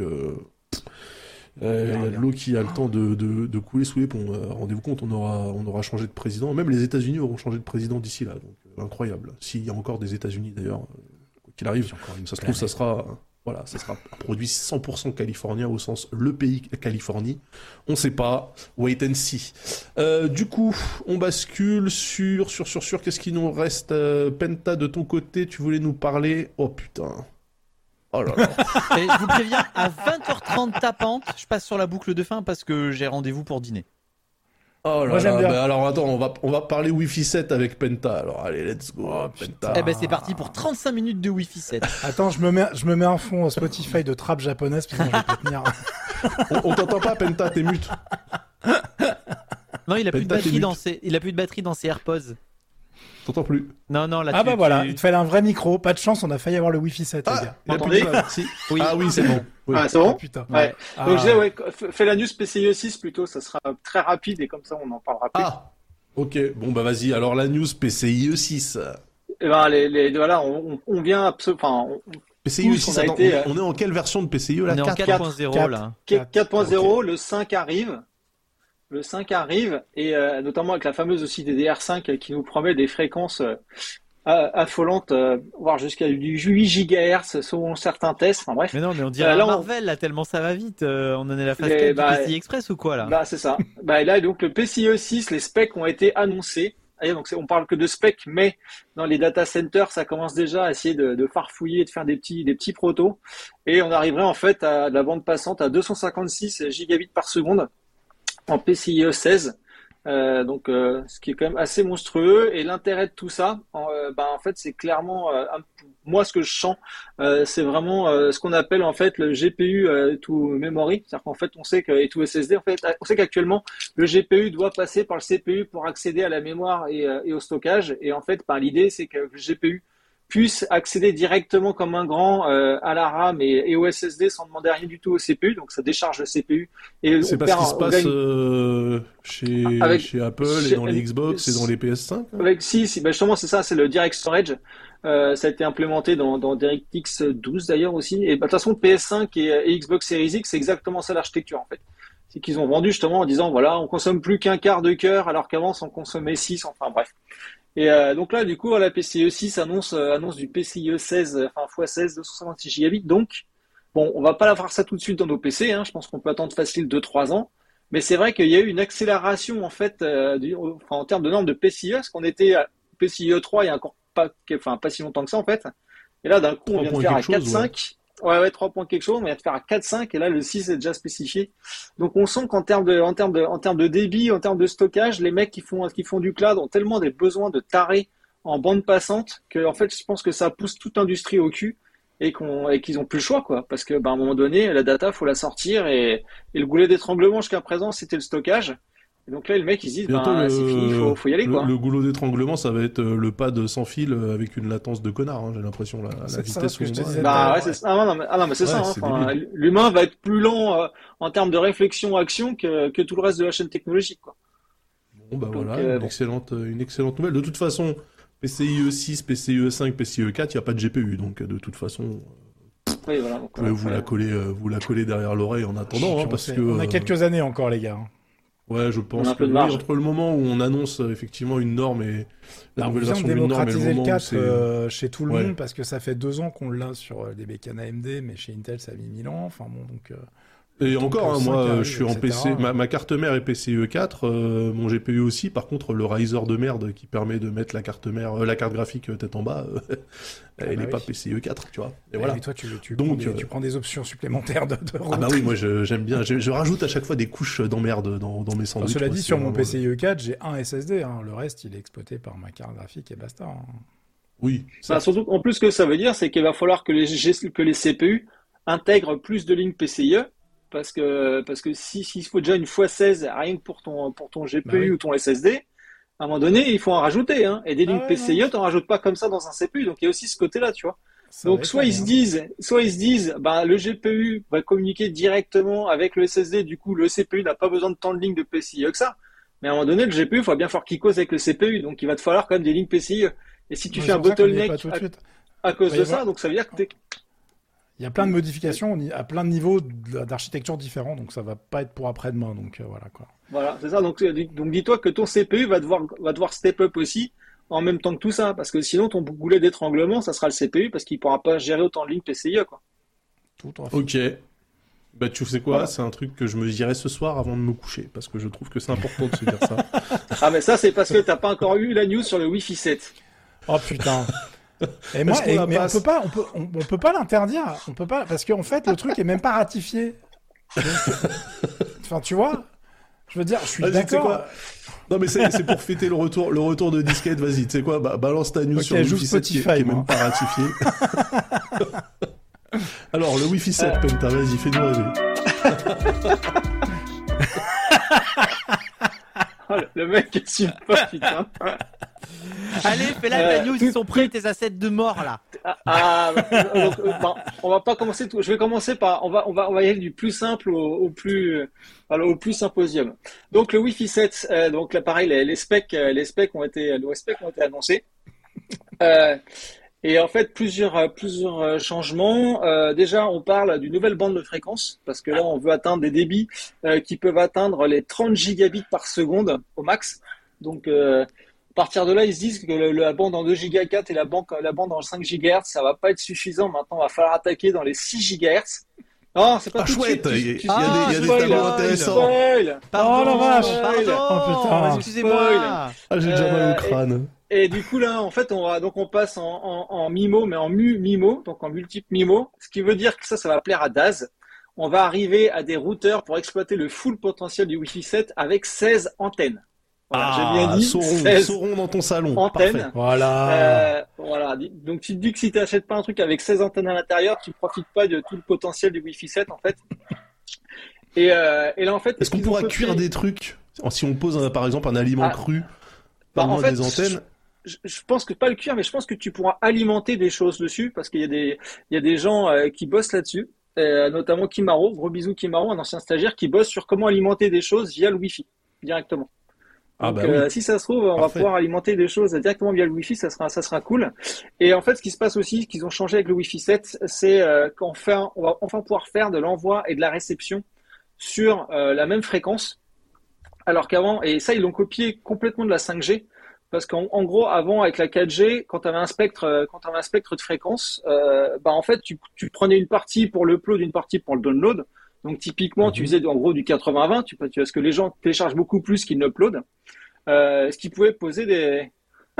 il y a de l'eau qui a le temps de couler sous les ponts. Rendez-vous compte, on aura changé de président, même les États-Unis auront changé de président d'ici là, donc incroyable. S'il y a encore des États-Unis d'ailleurs, quoi qu'il arrive, ça se trouve, ça sera un produit 100% californien au sens le pays Californie. On sait pas. Wait and see. Du coup, on bascule sur qu'est-ce qui nous reste. Penta, de ton côté, tu voulais nous parler. Oh putain. Oh là là. Et je vous préviens, à 20h30 tapante, je passe sur la boucle de fin parce que j'ai rendez-vous pour dîner. Oh là Moi, j'aime là, bien. bah alors attends, on va parler Wi-Fi 7 avec Penta. Alors allez, let's go, Oh, Penta. Eh ben c'est parti pour 35 minutes de Wi-Fi 7. Attends, je me mets un fond Spotify de trap japonaise, parce que sinon je vais pas tenir. On t'entend pas, Penta, t'es mute. Non, il a plus de Penta, t'es batterie mute. il a plus de batterie dans ses AirPods. T'entends plus. Non, là Ah bah voilà, il te fallait un vrai micro. Pas de chance, on a failli avoir le Wi-Fi 7, les Ah, gars. il a Entendez plus de si. Oui. Ah oui, c'est bon. Oui. Ah, c'est Ah, bon? putain. Ouais. Ah. Donc, je disais, ouais, fais la news PCIe 6 plutôt, ça sera très rapide et comme ça, on en parlera plus. Ah, ok. Bon bah vas-y. Alors la news PCIe 6. Et ben, voilà, on vient PCIe Tous, 6. on a Attends, été, on est en quelle version de PCIe là? On est en 4. 4.0 là. 4.0, le 5 arrive. Le 5 arrive, et notamment avec la fameuse aussi DDR5 qui nous promet des fréquences affolantes, voire jusqu'à du 8 GHz selon certains tests. Enfin bref, Mais non, mais on dirait là, un Marvel là, tellement ça va vite. On en est à la phase Mais, 4 du bah, PCI Express ou quoi là? bah, c'est ça. Bah, et là, donc, le PCIe 6, les specs ont été annoncés. Et donc, on parle que de specs, mais dans les data centers, ça commence déjà à essayer de farfouiller, de faire des petits protos. Et on arriverait en fait à de la bande passante à 256 gigabits par seconde en PCIe 16. Ce qui est quand même assez monstrueux. Et l'intérêt de tout ça, en fait, c'est clairement, moi, ce que je sens, c'est vraiment ce qu'on appelle en fait le GPU to memory. C'est-à-dire qu'en fait, on sait que et to SSD, en fait, on sait qu'actuellement, le GPU doit passer par le CPU pour accéder à la mémoire et au stockage. Et en fait, l'idée, c'est que le GPU puisse accéder directement comme un grand à la RAM et au SSD sans demander rien du tout au CPU. Donc, ça décharge le CPU. Et C'est on pas ce perd, qui se on passe gagne chez Apple chez- et dans les Xbox et dans les PS5. Hein. avec si, bah justement, c'est ça, c'est le Direct Storage. Ça a été implémenté dans DirectX 12 d'ailleurs aussi. Et bah, de toute façon, PS5 et Xbox Series X, c'est exactement ça l'architecture en fait. C'est qu'ils ont vendu justement en disant voilà, on consomme plus qu'un quart de cœur alors qu'avant on consommait 6. Enfin bref. Et donc là, du coup, la PCIe 6 annonce du PCIe 16, enfin x16 256 gigabits. Donc, bon, on va pas la faire ça tout de suite dans nos PC. Hein. Je pense qu'on peut attendre facile 2-3 ans. Mais c'est vrai qu'il y a eu une accélération en fait, en termes de normes de PCIe, parce qu'on était à PCIe 3 il y a encore pas si longtemps que ça en fait. Et là, d'un coup, on 3 vient de points faire à quelque chose, 4.5. Ouais, 3 points quelque chose. On vient de faire à 4.5 et là, le 6 est déjà spécifié. Donc, on sent qu'en termes de débit, en termes de stockage, les mecs qui font du cloud ont tellement des besoins de tarés en bande passante que, en fait, je pense que ça pousse toute l'industrie au cul et qu'ils ont plus le choix, quoi. Parce que, à un moment donné, la data, faut la sortir et le goulet d'étranglement jusqu'à présent, c'était le stockage. Et donc là, le mec, ils se disent, Bientôt, c'est fini, faut y aller, quoi. le goulot d'étranglement, ça va être le pad sans fil avec une latence de connard. Hein, j'ai l'impression la C'est ça, vitesse ce que je te où on va. disais. Bah ouais, c'est ça. Ah non, mais c'est Ouais, ça. Hein. c'est Enfin, débile. l'humain va être plus lent en termes de réflexion-action que tout le reste de la chaîne technologique, quoi. Bon bah Donc, voilà, bon. une excellente nouvelle. De toute façon, PCIe 6, PCIe 5, PCIe 4, il n'y a pas de GPU, donc de toute façon, Oui, voilà. Donc, vous pouvez vous la coller derrière l'oreille en attendant, hein, parce que On a quelques années encore, les gars. ouais, je On pense a un que peu de oui, marge. entre le moment où on annonce effectivement une norme et la On nouvelle vient de version d'une norme et le démocratiser le moment où 4 c'est chez tout le Ouais. monde parce que ça fait 2 ans qu'on l'a sur des bécanes AMD, mais chez Intel ça a mis 1000 ans. Enfin bon, donc. Et Donc, encore, hein, 5 moi, arrive, je suis en etc. PC, ma carte mère est PCIe 4, mon GPU aussi. Par contre, le riser de merde qui permet de mettre la carte mère, la carte graphique tête en bas, elle bah n'est pas oui. PCIe 4, tu vois. Et Ouais, voilà. mais toi, tu Donc, tu prends des options supplémentaires de Ah bah oui, moi j'aime bien. Je rajoute à chaque fois des couches d'emmerde dans mes Alors, sandwichs. cela moi, dit, c'est sur mon vraiment PCIe 4, j'ai un SSD. Hein. Le reste, il est exploité par ma carte graphique et basta. Hein. Oui. Bah, surtout, en plus, ce que ça veut dire, c'est qu'il va falloir que les CPU intègrent plus de lignes PCIe. Parce que s'il faut déjà une x16 rien que pour ton GPU Bah oui. ou ton SSD, à un moment donné, il faut en rajouter, hein. Et des lignes ouais, PCIe, non. t'en rajoutes pas comme ça dans un CPU. Donc il y a aussi ce côté-là, tu vois. Ça va Donc être soit long, ils se hein. disent, bah le GPU va communiquer directement avec le SSD, du coup le CPU n'a pas besoin de tant de lignes de PCIe que ça. Mais à un moment donné, le GPU, il faut bien faire qu'il cause avec le CPU, donc il va te falloir quand même des lignes PCIe. Et si tu Ouais, fais c'est un pour ça qu'on y est pas bottleneck tout de suite. à cause Va y de avoir- ça, donc ça veut dire que t'es... Il y a plein de modifications à plein de niveaux d'architecture différents, donc ça va pas être pour après-demain. Donc voilà quoi. Voilà, c'est ça. Donc dis-toi que ton CPU va devoir step up aussi en même temps que tout ça, parce que sinon ton goulet d'étranglement, ça sera le CPU parce qu'il pourra pas gérer autant de lignes PCIe, quoi. Tout à fait. Ok. Bah tu sais quoi, Voilà. c'est un truc que je me dirai ce soir avant de me coucher, parce que je trouve que c'est important de se dire ça. Ah mais ça c'est parce que t'as pas encore eu la news sur le Wi-Fi 7. Oh putain. Et moi, Est-ce qu'on la mais passe on peut pas l'interdire. On peut pas parce qu'en fait le truc est même pas ratifié. Donc, enfin tu vois. Je veux dire, je suis Vas-y, tu sais d'accord. quoi Non, mais c'est pour fêter le retour de Disquette. Vas-y, tu sais quoi balance ta news Ok, sur le j'ouvre Wi-Fi 7 qui est Spotify, même moi. pas ratifié. Alors, le Wi-Fi 7, Penta, vas-y, fais-nous rêver. Oh, le mec assume pas, putain. Allez, fais la ta news, ils sont prêts tes assets de mort là. On va pas commencer tout. Je vais commencer par, on va y aller du plus simple au plus, voilà, au plus symposium. Donc le Wi-Fi 7, donc là pareil, les specs ont été annoncés. Et en fait plusieurs changements. Déjà, on parle d'une nouvelle bande de fréquence parce que là, on veut atteindre des débits qui peuvent atteindre les 30 gigabits par seconde au max. Donc à partir de là, ils se disent que la bande en 2 Go 4 et la bande en 5 GHz, ça va pas être suffisant. Maintenant, il va falloir attaquer dans les 6 GHz. Non, c'est pas tout chouette, de suite. il y a des tableaux intéressants. Pardon, Oh la vache. pardon. Oh, putain. Excusez-moi. Ah, j'ai déjà mal au crâne. Et du coup là, en fait, on passe en MIMO, mais en MIMO, donc en multiple MIMO, ce qui veut dire que ça va plaire à Daz. On va arriver à des routeurs pour exploiter le full potentiel du Wi-Fi 7 avec 16 antennes. Voilà, j'ai bien dit. Sauron dans ton salon. Antennes. Parfait. Voilà. Voilà. Donc tu te dis que si tu n'achètes pas un truc avec 16 antennes à l'intérieur, tu profites pas de tout le potentiel du Wi-Fi 7 en fait. Et là en fait, Est-ce qu'on pourra cuire des trucs si on pose par exemple un aliment cru par en loin fait, des antennes? Je pense que pas le cuire, mais je pense que tu pourras alimenter des choses dessus parce qu'il y a des gens qui bossent là-dessus, notamment Kimaro, gros bisous Kimaro, un ancien stagiaire qui bosse sur comment alimenter des choses via le Wi-Fi directement. Donc, oui. si ça se trouve, on va pouvoir alimenter des choses directement via le Wi-Fi, ça sera cool. Et en fait, ce qui se passe aussi, ce qu'ils ont changé avec le Wi-Fi 7, c'est on va enfin pouvoir faire de l'envoi et de la réception sur la même fréquence. Alors qu'avant, et ça, ils l'ont copié complètement de la 5G. Parce qu'en gros, avant, avec la 4G, quand tu avais un spectre de fréquence, en fait, tu prenais une partie pour l'upload, une partie pour le download. Donc, typiquement, tu faisais en gros du 80-20, parce que les gens téléchargent beaucoup plus qu'ils n'uploadent. Ce qui pouvait poser des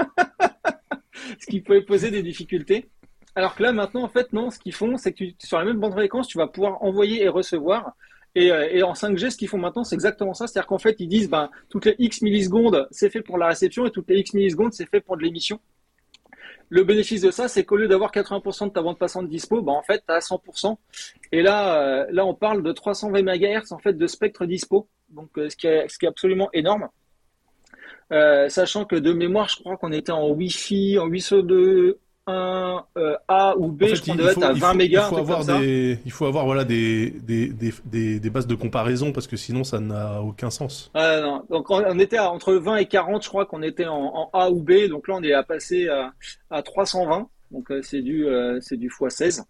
difficultés. Alors que là, maintenant, en fait, non, ce qu'ils font, c'est que sur la même bande de fréquence, tu vas pouvoir envoyer et recevoir. Et en 5G, ce qu'ils font maintenant, c'est exactement ça. C'est-à-dire qu'en fait, ils disent, toutes les X millisecondes, c'est fait pour la réception et toutes les X millisecondes, c'est fait pour de l'émission. Le bénéfice de ça, c'est qu'au lieu d'avoir 80% de ta bande passante dispo, en fait, tu as 100%. Et là, on parle de 320 MHz, en fait, de spectre dispo. Donc, ce qui est absolument énorme. Sachant que de mémoire, je crois qu'on était en Wi-Fi, en 802.1 A ou B, en fait, je crois qu'on devait être à 20 mégas. Il faut avoir voilà, des bases de comparaison parce que sinon ça n'a aucun sens. Non. Donc on était entre 20 et 40, je crois qu'on était en A ou B. Donc là, on est à passer à 320. Donc c'est du x16.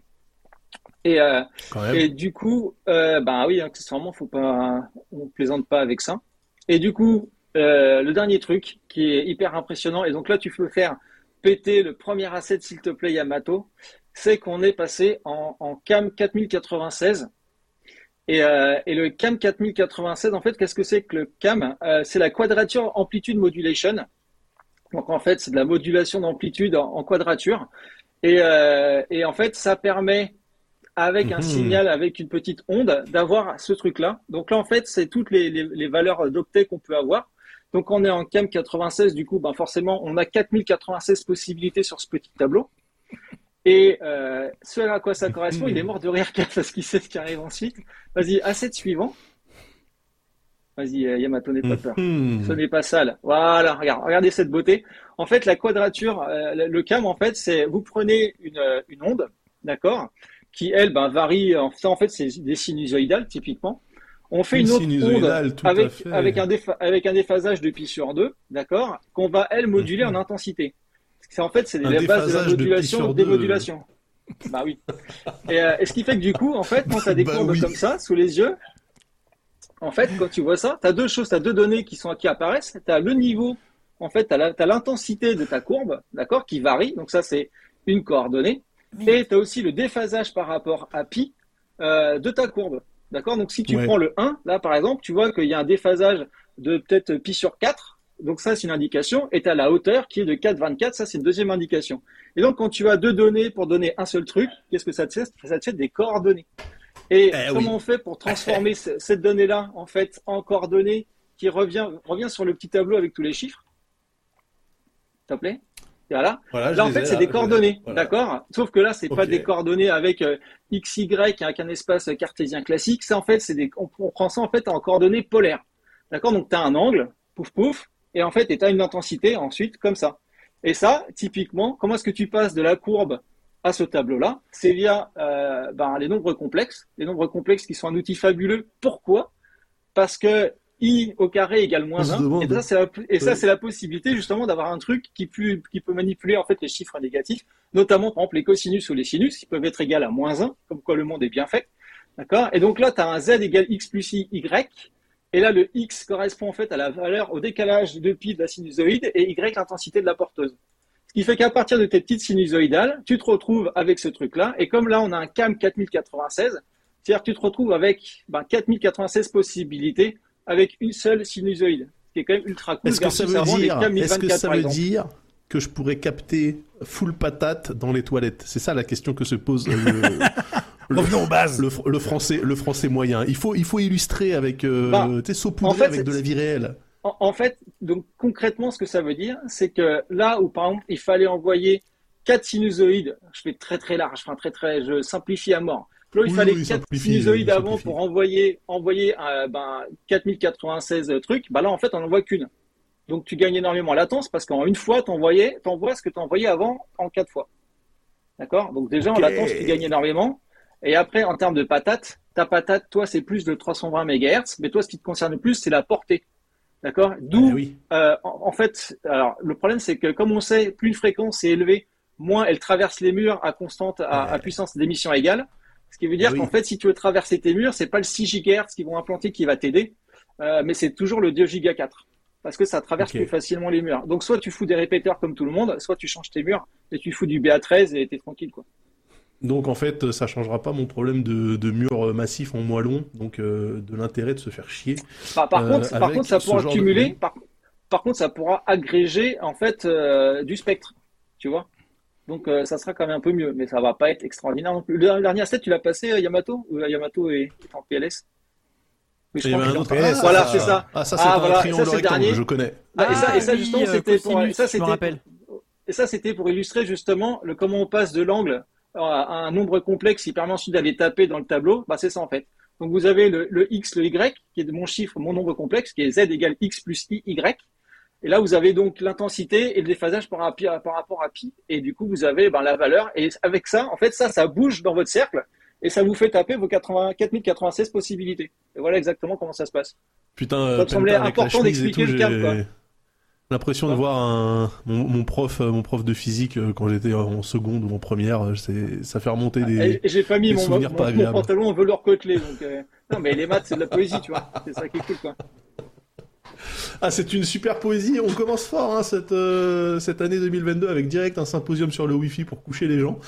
Et du coup, oui, accessoirement, on plaisante pas avec ça. Et du coup, le dernier truc qui est hyper impressionnant, et donc là tu peux faire péter le premier asset s'il te plaît Yamato, c'est qu'on est passé en CAM 4096 et le CAM 4096 en fait qu'est-ce que c'est que le CAM? C'est la quadrature amplitude modulation, donc en fait c'est de la modulation d'amplitude en quadrature et en fait ça permet avec un signal, avec une petite onde, d'avoir ce truc-là. Donc là, en fait, c'est toutes les valeurs d'octets qu'on peut avoir. Donc, on est en CAM 96, du coup, forcément, on a 4096 possibilités sur ce petit tableau. Et ce à quoi ça correspond, il est mort de rire parce qu'il sait ce qui arrive ensuite. Vas-y, asset suivant. Vas-y, Yamato, n'aie pas peur. Ce n'est pas sale. Voilà, regardez cette beauté. En fait, la quadrature, le CAM, en fait, c'est vous prenez une onde, d'accord, qui, elle, varie. Ça, en fait, c'est des sinusoïdales, typiquement. On fait une autre onde avec un déphasage de pi sur 2, d'accord, qu'on va, elle, moduler en intensité. En fait, c'est les bases de la modulation, démodulation. Bah oui. Et ce qui fait que du coup, en fait, quand tu as des courbes comme ça, sous les yeux, en fait, quand tu vois ça, tu as deux choses, tu as deux données qui apparaissent. Tu as le niveau, en fait, tu as l'intensité de ta courbe, d'accord, qui varie. Donc ça, c'est une coordonnée. Et tu as aussi le déphasage par rapport à pi de ta courbe. D'accord? Donc, si tu prends le 1, là, par exemple, tu vois qu'il y a un déphasage de peut-être pi sur 4. Donc, ça, c'est une indication. Et tu as la hauteur qui est de 4,24. Ça, c'est une deuxième indication. Et donc, quand tu as deux données pour donner un seul truc, qu'est-ce que ça te fait? Ça te fait des coordonnées. Et comment on fait pour transformer cette donnée-là, en fait, en coordonnées qui revient sur le petit tableau avec tous les chiffres. S'il te plaît. Et voilà. Là, en fait, c'est des coordonnées, voilà. D'accord? Sauf que là, c'est pas des coordonnées avec x, y avec un espace cartésien classique. Ça, en fait, on prend ça en fait en coordonnées polaires. D'accord? Donc, tu as un angle, pouf, pouf, et en fait, tu as une intensité ensuite comme ça. Et ça, typiquement, comment est-ce que tu passes de la courbe à ce tableau-là? C'est via les nombres complexes. Les nombres complexes qui sont un outil fabuleux. Pourquoi? Parce que I au carré égale moins 1. Et ça, c'est la possibilité justement d'avoir un truc qui peut manipuler en fait les chiffres négatifs, notamment par exemple les cosinus ou les sinus, qui peuvent être égales à moins 1, comme quoi le monde est bien fait. D'accord? Et donc là, tu as un z égale x plus y. Et là, le x correspond en fait à la valeur, au décalage de pi de la sinusoïde et y l'intensité de la porteuse. Ce qui fait qu'à partir de tes petites sinusoïdales, tu te retrouves avec ce truc-là. Et comme là, on a un CAM 4096, c'est-à-dire que tu te retrouves avec 4096 possibilités avec une seule sinusoïde, ce qui est quand même ultra cool. Est-ce que ça veut dire que je pourrais capter full patate dans les toilettes? C'est ça la question que se pose revenons aux bases. Le français moyen. Il faut illustrer avec saupoudrer avec de la vie réelle. En fait, donc concrètement, ce que ça veut dire, c'est que là où par exemple il fallait envoyer 4 sinusoïdes, je fais très très large, je simplifie à mort. Là, il fallait 4 sinusoïdes avant pour envoyer 4096 trucs. Là, en fait, on n'en voit qu'une. Donc, tu gagnes énormément en latence parce qu'en une fois, t'envoies ce que tu envoyais avant en 4 fois. D'accord? Donc, déjà, en latence, tu gagnes énormément. Et après, en termes de patate, ta patate, toi, c'est plus de 320 MHz. Mais toi, ce qui te concerne le plus, c'est la portée. D'accord? D'où, en fait, alors, le problème, c'est que comme on sait, plus une fréquence est élevée, moins elle traverse les murs à puissance d'émission égale. Ce qui veut dire qu'en fait, si tu veux traverser tes murs, c'est pas le 6 GHz qu'ils vont implanter qui va t'aider, mais c'est toujours le 2 Go 4. Parce que ça traverse plus facilement les murs. Donc, soit tu fous des répéteurs comme tout le monde, soit tu changes tes murs et tu fous du BA13 et t'es tranquille, quoi. Donc, en fait, ça changera pas mon problème de murs massifs en moellon, donc de l'intérêt de se faire chier. Par contre, ça pourra cumuler, par contre, ça pourra agréger, en fait, du spectre, tu vois. Donc, ça sera quand même un peu mieux, mais ça va pas être extraordinaire non plus. Le dernier asset, tu l'as passé, Yamato? Ou Yamato est en PLS? Oui, je crois qu'il est en PLS. Voilà, c'est ça. Ah, ça, c'est un triangle rectangle, je connais. Et ça, justement, c'était pour... Et ça, c'était pour illustrer, justement, comment on passe de l'angle à un nombre complexe qui permet ensuite d'aller taper dans le tableau. C'est ça, en fait. Donc, vous avez le X, le Y, qui est de mon chiffre, mon nombre complexe, qui est Z égale X plus I, Y. Et là, vous avez donc l'intensité et le déphasage par rapport à pi. Et du coup, vous avez la valeur. Et avec ça, en fait, ça bouge dans votre cercle. Et ça vous fait taper vos 4096 possibilités. Et voilà exactement comment ça se passe. Putain, ça me semblait important d'expliquer le CAM, quoi. J'ai l'impression de voir mon prof de physique quand j'étais en seconde ou en première. Ça fait remonter des j'ai pas mis mon agréables. pantalon en velours côtelé. Donc, non, mais les maths, c'est de la poésie, tu vois. C'est ça qui est cool, quoi. Ah, c'est une super poésie. On commence fort cette année 2022 avec direct un symposium sur le Wi-Fi pour coucher les gens.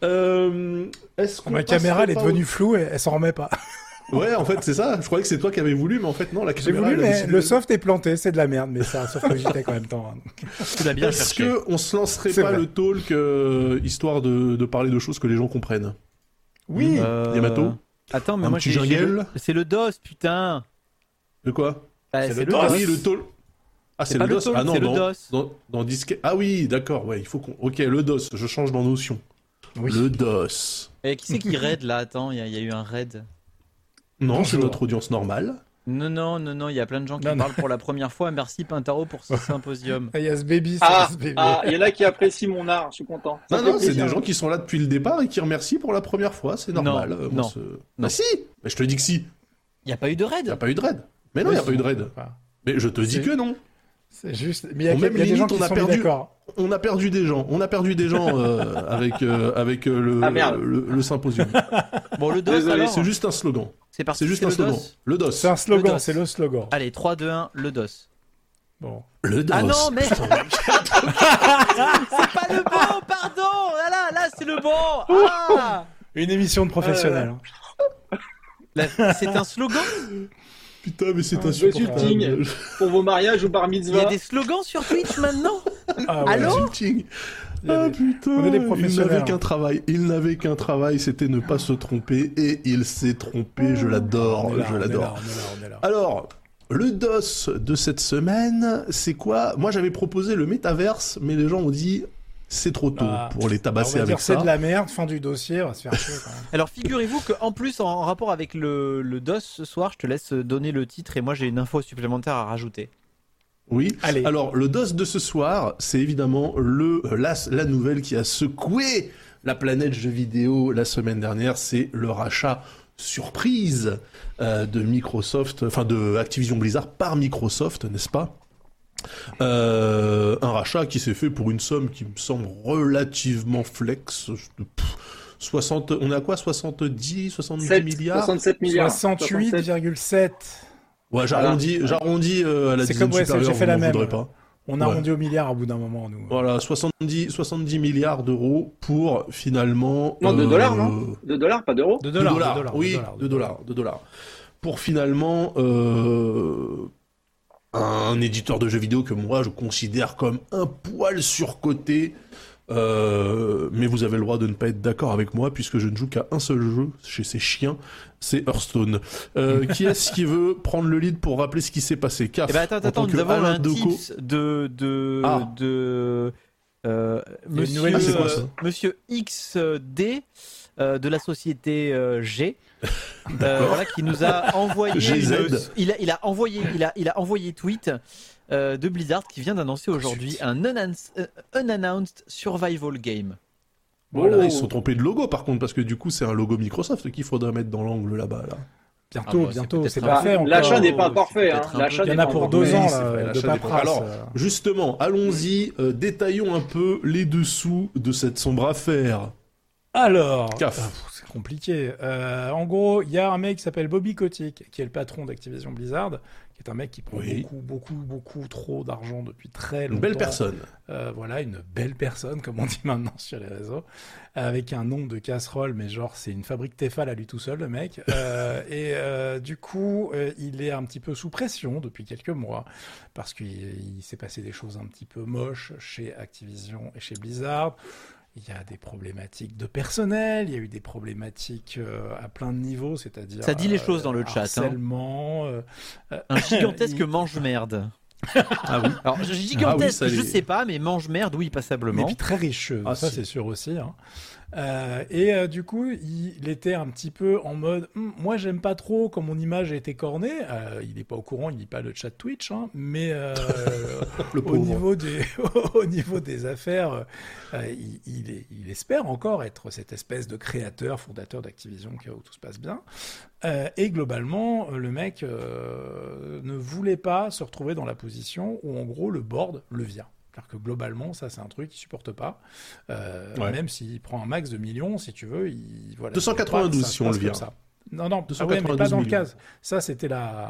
Ma caméra elle est devenue floue et elle s'en remet pas. Ouais, en fait, c'est ça. Je croyais que c'est toi qui avais voulu, mais en fait, non, la caméra... J'ai voulu, mais le soft est planté, c'est de la merde, mais ça, sauf que j'étais en même temps. Est-ce qu'on se lancerait pas le talk, histoire de parler de choses que les gens comprennent? Oui. Yamato? Attends, mais un moi, petit jungle. C'est le DOS, putain. De quoi? C'est le DOS. Ah DOS. oui, le talk. Ah, c'est le DOS. Ah non, c'est le DOS. Dans Disque... Ah oui, d'accord, ouais, il faut qu'on... Ok, le DOS, je change dans Notion. Oui. Le DOS. Et qui c'est qui raid, là? Attends, il y a eu un raid. Non, c'est notre audience normale. Non, il y a plein de gens qui parlent pour la première fois. Merci Pintaro pour ce symposium. Il y a ce baby. Il y en a qui apprécient mon art, je suis content. Non, c'est des gens qui sont là depuis le départ et qui remercient pour la première fois, c'est normal. Non. Bah si, mais je te dis que si. Il n'y a pas eu de raid. Il n'y a pas eu de raid. Mais non, il n'y a pas eu de raid. Mais je te dis que non. C'est juste. Mais il y a des gens qui sont d'accord. On a perdu des gens. Avec le symposium. Bon, le DOS, alors. C'est juste un slogan. C'est juste un slogan. Le DOS. C'est un slogan, c'est le slogan. Allez, 3, 2, 1, le DOS. Bon. Le DOS. Ah non, mais... c'est pas le bon, pardon. Là, c'est le bon. Ah. Une émission de professionnels. C'est un slogan. Putain, mais c'est insupportable. Pour vos mariages ou bar mitzvah. Il y a des slogans sur Twitch maintenant. Allô? Ah putain, on est des professionnels. Il n'avait qu'un travail, c'était ne pas se tromper, et il s'est trompé, je l'adore. On est là. Alors, Le DOS de cette semaine, c'est quoi? Moi, j'avais proposé le métaverse, mais les gens ont dit c'est trop tôt pour les tabasser avec ça. C'est de la merde, fin du dossier, on va se faire chier quand même. Alors figurez-vous qu'en plus, en rapport avec le DOS ce soir, je te laisse donner le titre et moi j'ai une info supplémentaire à rajouter. Oui. Allez. Alors, le DOS de ce soir, c'est évidemment la nouvelle qui a secoué la planète jeux vidéo la semaine dernière. C'est le rachat surprise de Microsoft, enfin de Activision Blizzard par Microsoft, n'est-ce pas? Un rachat qui s'est fait pour une somme qui me semble relativement flex. 60, on a quoi? 70 milliards? 67 milliards. 68,7. Ouais, j'arrondis à la C'est dizaine comme supérieure, j'ai fait la on n'en même. voudrait pas. On a arrondi au milliard au bout d'un moment, nous. Voilà, 70 milliards d'euros pour finalement... Non, de dollars, non? De dollars, pas d'euros? De dollars. Oui, de dollars. Pour finalement un éditeur de jeux vidéo que moi je considère comme un poil surcoté. Mais vous avez le droit de ne pas être d'accord avec moi puisque je ne joue qu'à un seul jeu chez ces chiens, c'est Hearthstone. Qui est-ce qui veut prendre le lead pour rappeler ce qui s'est passé? Caf, Eh ben attends, nous avons un tips de monsieur XD de la société G. Voilà, qui nous a envoyé il a envoyé tweet de Blizzard qui vient d'annoncer aujourd'hui un unannounced survival game. Voilà, ils se sont trompés de logo par contre parce que du coup c'est un logo Microsoft qu'il faudrait mettre dans l'angle là-bas là. Bientôt, c'est pas fait encore. L'achat n'est pas encore fait. Il y en a pour 2 ans là, de paperasse. Alors, justement, allons-y, détaillons un peu les dessous de cette sombre affaire. Alors, Caf. C'est compliqué. En gros, il y a un mec qui s'appelle Bobby Kotick, qui est le patron d'Activision Blizzard, qui est un mec qui prend beaucoup trop d'argent depuis très longtemps. Une belle personne. Voilà, une belle personne, comme on dit maintenant sur les réseaux, avec un nom de casserole, mais genre c'est une fabrique Tefal à lui tout seul, le mec. Du coup, il est un petit peu sous pression depuis quelques mois, parce qu'il s'est passé des choses un petit peu moches chez Activision et chez Blizzard. Il y a des problématiques de personnel, il y a eu des problématiques à plein de niveaux, c'est-à-dire... Ça dit les choses dans le chat. Harcèlement... Un gigantesque mange-merde. Ah oui. Alors, gigantesque, je sais pas, mais mange-merde, oui, passablement. Mais puis très riche, ça c'est sûr aussi. Hein. Du coup, il était un petit peu en mode moi j'aime pas trop quand mon image a été cornée. Il n'est pas au courant, il lit pas le chat Twitch, hein, mais au niveau des affaires, il espère encore être cette espèce de créateur, fondateur d'Activision où tout se passe bien. Et globalement, le mec ne voulait pas se retrouver dans la position où en gros le board le vire. C'est-à-dire que globalement, ça c'est un truc qu'il supporte pas. Même s'il prend un max de millions, si tu veux, 292 si on le vire. Non, mais pas dans le cas. Ça c'était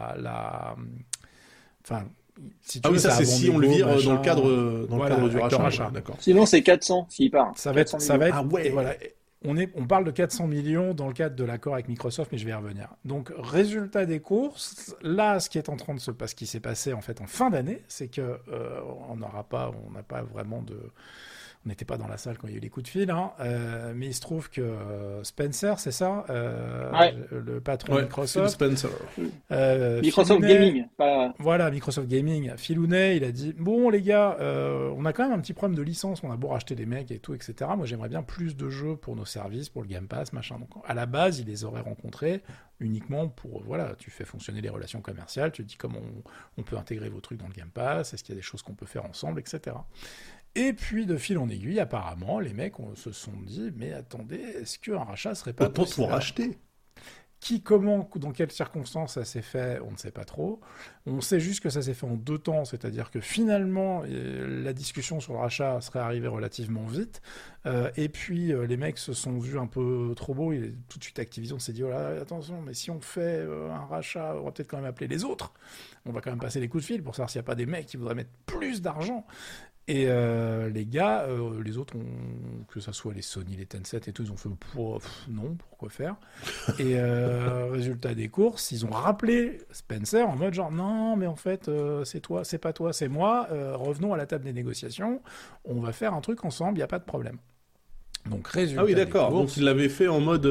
enfin, si tu veux, ça c'est si on le vire dans le cadre du rachat. D'accord. Sinon c'est 400 s'il part. Ça va être. Et voilà. On parle de 400 millions dans le cadre de l'accord avec Microsoft, mais je vais y revenir. Donc, résultat des courses, là, ce qui est en train de se passer, ce qui s'est passé en fait en fin d'année, c'est que on n'a pas vraiment de... On n'était pas dans la salle quand il y a eu les coups de fil, hein, mais il se trouve que Spencer, c'est ça, le patron de Microsoft. Spencer. Microsoft Gaming. Voilà, Microsoft Gaming. Phil Hounet, il a dit bon les gars, on a quand même un petit problème de licence, on a beau racheter des mecs et tout, etc. Moi j'aimerais bien plus de jeux pour nos services, pour le Game Pass, machin. Donc à la base, il les aurait rencontrés uniquement pour, voilà, tu fais fonctionner les relations commerciales, tu te dis comment on peut intégrer vos trucs dans le Game Pass, est-ce qu'il y a des choses qu'on peut faire ensemble, etc. Et puis, de fil en aiguille, apparemment, les mecs se sont dit « Mais attendez, est-ce qu'un rachat serait pas possible ?» pour racheter. Qui, comment, dans quelles circonstances ça s'est fait, on ne sait pas trop. On sait juste que ça s'est fait en 2 temps, c'est-à-dire que finalement, la discussion sur le rachat serait arrivée relativement vite. Et puis, les mecs se sont vus un peu trop beaux. Et tout de suite, Activision s'est dit oh là, attention, mais si on fait un rachat, on va peut-être quand même appeler les autres. On va quand même passer les coups de fil pour savoir s'il n'y a pas des mecs qui voudraient mettre plus d'argent. Et les gars, les autres, que ça soit les Sony, les Tencent et tout, ils ont fait non, pourquoi faire. Et résultat des courses, ils ont rappelé Spencer en mode genre non, mais en fait, c'est toi, c'est pas toi, c'est moi. Revenons à la table des négociations. On va faire un truc ensemble, il y a pas de problème. Donc résultat. Ah oui, d'accord. des courses, Donc il l'avait fait en mode.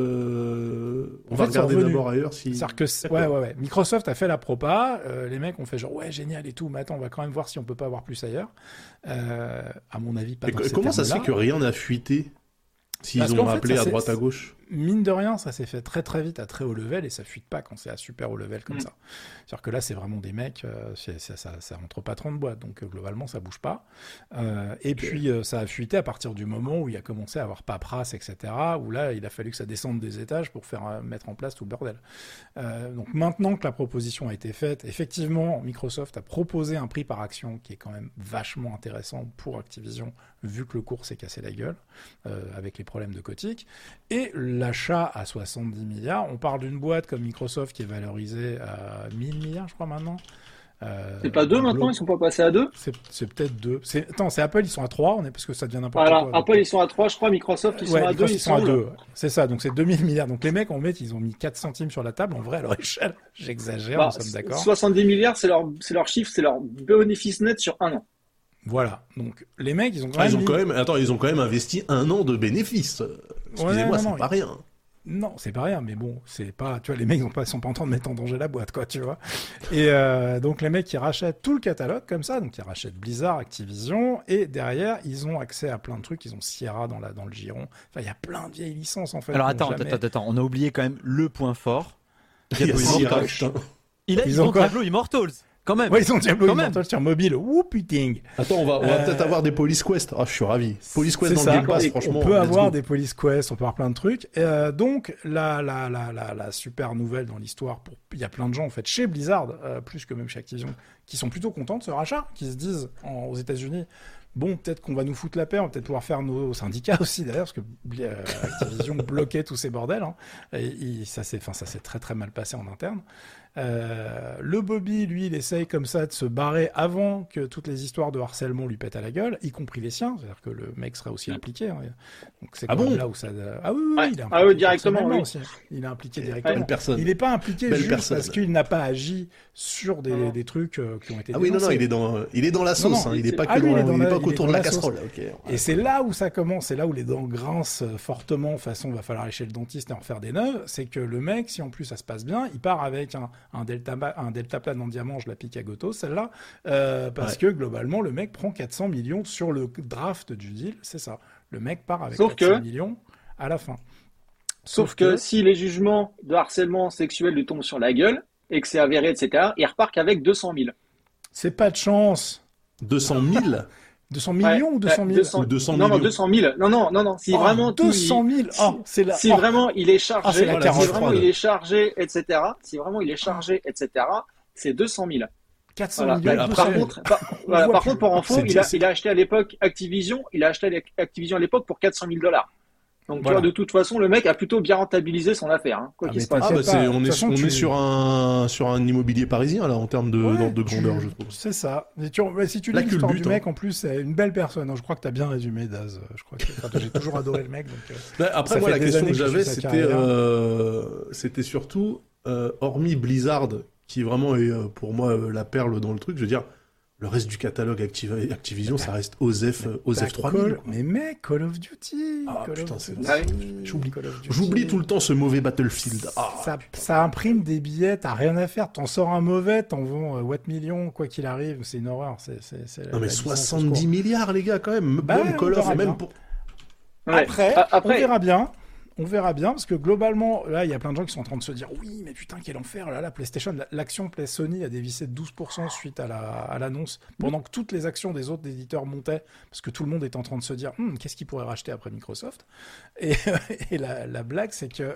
On En va fait, c'est regarder revenu. d'abord ailleurs si. C'est-à-dire que ouais. Microsoft a fait la propa, les mecs ont fait genre ouais génial et tout, mais attends on va quand même voir si on peut pas avoir plus ailleurs. À mon avis pas Mais dans ces comment ça se fait termes-là. que rien n'a fuité s'ils Parce ont qu'en fait, appelé ça à c'est- droite à gauche? Mine de rien, ça s'est fait très très vite à très haut level et ça fuite pas quand c'est à super haut level comme Mm. ça. C'est-à-dire que là, c'est vraiment des mecs, ça entre patrons de boîte, donc globalement, ça bouge pas. Et puis, ça a fuité à partir du moment où il a commencé à avoir paperasse, etc., où là, il a fallu que ça descende des étages pour faire mettre en place tout le bordel. Donc maintenant que la proposition a été faite, effectivement, Microsoft a proposé un prix par action qui est quand même vachement intéressant pour Activision, vu que le cours s'est cassé la gueule avec les problèmes de Kotick. Et l'achat à 70 milliards, on parle d'une boîte comme Microsoft qui est valorisée à 1000 milliards, je crois, maintenant. C'est pas 2 maintenant, ils sont pas passés à 2? C'est peut-être 2. Attends, c'est Apple, ils sont à 3, parce que ça devient n'importe quoi. Voilà, Apple, ils sont à 3, je crois, Microsoft, ils sont Ouais, à 2, Microsoft, ils sont à où, là 2. C'est ça, donc c'est 2000 milliards. Donc les mecs, ils ont mis 4 centimes sur la table. En vrai, à leur échelle, j'exagère, Bah, nous sommes d'accord. 70 milliards, c'est leur chiffre, c'est leur bénéfice net sur un an. Voilà. Donc les mecs, ils ont quand Ah, même. ils ont quand même investi 1 an de bénéfices. Excusez-moi, non, c'est non, pas rien. Non, c'est pas rien, mais bon, c'est pas, tu vois, les mecs sont pas en train de mettre en danger la boîte, quoi, tu vois. Et donc les mecs, ils rachètent tout le catalogue comme ça, donc ils rachètent Blizzard, Activision, et derrière, ils ont accès à plein de trucs, ils ont Sierra dans le giron. Enfin, il y a plein de vieilles licences, en fait. Alors qui n'ont attends, jamais- on a oublié quand même le point fort. Il y a Diablo Sierra, Immortals. putain. Ils ont quoi Diablo Immortals, quand même. Ouais, ils ont Diablo Quand même. Immortal sur mobile. Ouh, putain. Attends, on va peut-être avoir des Police Quest. Ah, je suis ravi. Police Quest C'est dans ça. le Game Pass, Et franchement. on peut let's avoir go. des Police Quest, on peut avoir plein de trucs. Donc la super nouvelle dans l'histoire, il y a plein de gens en fait chez Blizzard, plus que même chez Activision, qui sont plutôt contents de ce rachat, qui se disent aux États-Unis. Bon, peut-être qu'on va nous foutre la paix, on va peut-être pouvoir faire nos syndicats aussi d'ailleurs, parce que Activision bloquait tous ces bordels. Hein, et ça s'est très très mal passé en interne. Le Bobby, lui, il essaye comme ça de se barrer avant que toutes les histoires de harcèlement lui pètent à la gueule, y compris les siens. C'est-à-dire que le mec serait aussi impliqué. Hein. Donc c'est Ah quand même bon là où ça. Ah oui, Ouais. il est Ah impliqué oui, directement, personnellement oui. aussi. Il est impliqué directement. Belle personne. Il n'est pas impliqué Belle juste personne. parce qu'il n'a pas agi sur des trucs qui ont été Ah oui, non, dénoncés. il est dans la sauce. Non, hein. Il est pas ah, que lui, dans, il est dans il est la- pas il est qu'autour dans de la la sauce. casserole. Ok. Et c'est là où ça commence, c'est là où les dents grincent fortement, façon va falloir aller chez le dentiste et en refaire des neuves, c'est que le mec, si en plus ça se passe bien, il part avec un deltaplane en diamant, je la pique à Goto, celle-là, parce que globalement, le mec prend 400 millions sur le draft du deal, c'est ça. Le mec part avec Sauf 400 que- millions à la fin. Sauf que si les jugements de harcèlement sexuel lui tombent sur la gueule, et que c'est avéré, etc., il repart qu'avec 200 000. C'est pas de chance. 200 000 200 millions ou 200 000 Ou 200 Non, non, millions. 200 000. Non. Si vraiment tout, 200 000 si- si vraiment il est chargé, c'est la si carotte vraiment froide. il est chargé, etc., si vraiment il est chargé, etc., c'est 200 000. 400 Voilà. millions. Bah, de après, Par dollars. contre, voilà, voit par plus. contre, pour info, C'est- il a acheté à l'époque Activision, à l'époque pour 400 000 $. Donc, Voilà. tu vois, de toute façon, le mec a plutôt bien rentabilisé son affaire, hein, quoi Ah, qu'il mais se passe. Ah bah T'inquiète pas, on de toute est, façon, on tu- est sur un immobilier parisien là en termes de, Ouais, de grandeur, je trouve. C'est ça. Mais si tu La lis l'histoire culbute, du mec, hein. en plus, c'est une belle personne. Je crois que tu as bien résumé, Daz. Je crois que j'ai toujours adoré le mec. Donc, Bah, après Ça moi fait la des question années que que je j'avais suis sa c'était carrière. c'était surtout hormis Blizzard qui vraiment est pour moi la perle dans le truc, je veux dire le reste du catalogue Activision ça reste OSEF 3000. quoi. Mais mec, Call of Duty. Ah, Call putain, of c'est Duty, vrai. J'oublie. Call of Duty. J'oublie tout le temps ce mauvais Battlefield. Ah, Ça imprime des billets, t'as rien à faire. T'en sors un mauvais, t'en vends what million, quoi qu'il arrive. C'est une horreur. C'est non la mais licence au 70 secours. milliards les gars quand même. Bah Même ouais, Call on of verra et même bien. pour Ouais. Après, Après- on verra bien. On verra bien, parce que globalement, là, il y a plein de gens qui sont en train de se dire oui, mais putain, quel enfer, là, la PlayStation, l'action Play Sony a dévissé de 12% suite à l'annonce, pendant que toutes les actions des autres éditeurs montaient, parce que tout le monde est en train de se dire qu'est-ce qu'ils pourraient racheter après Microsoft. Et, et la blague, c'est que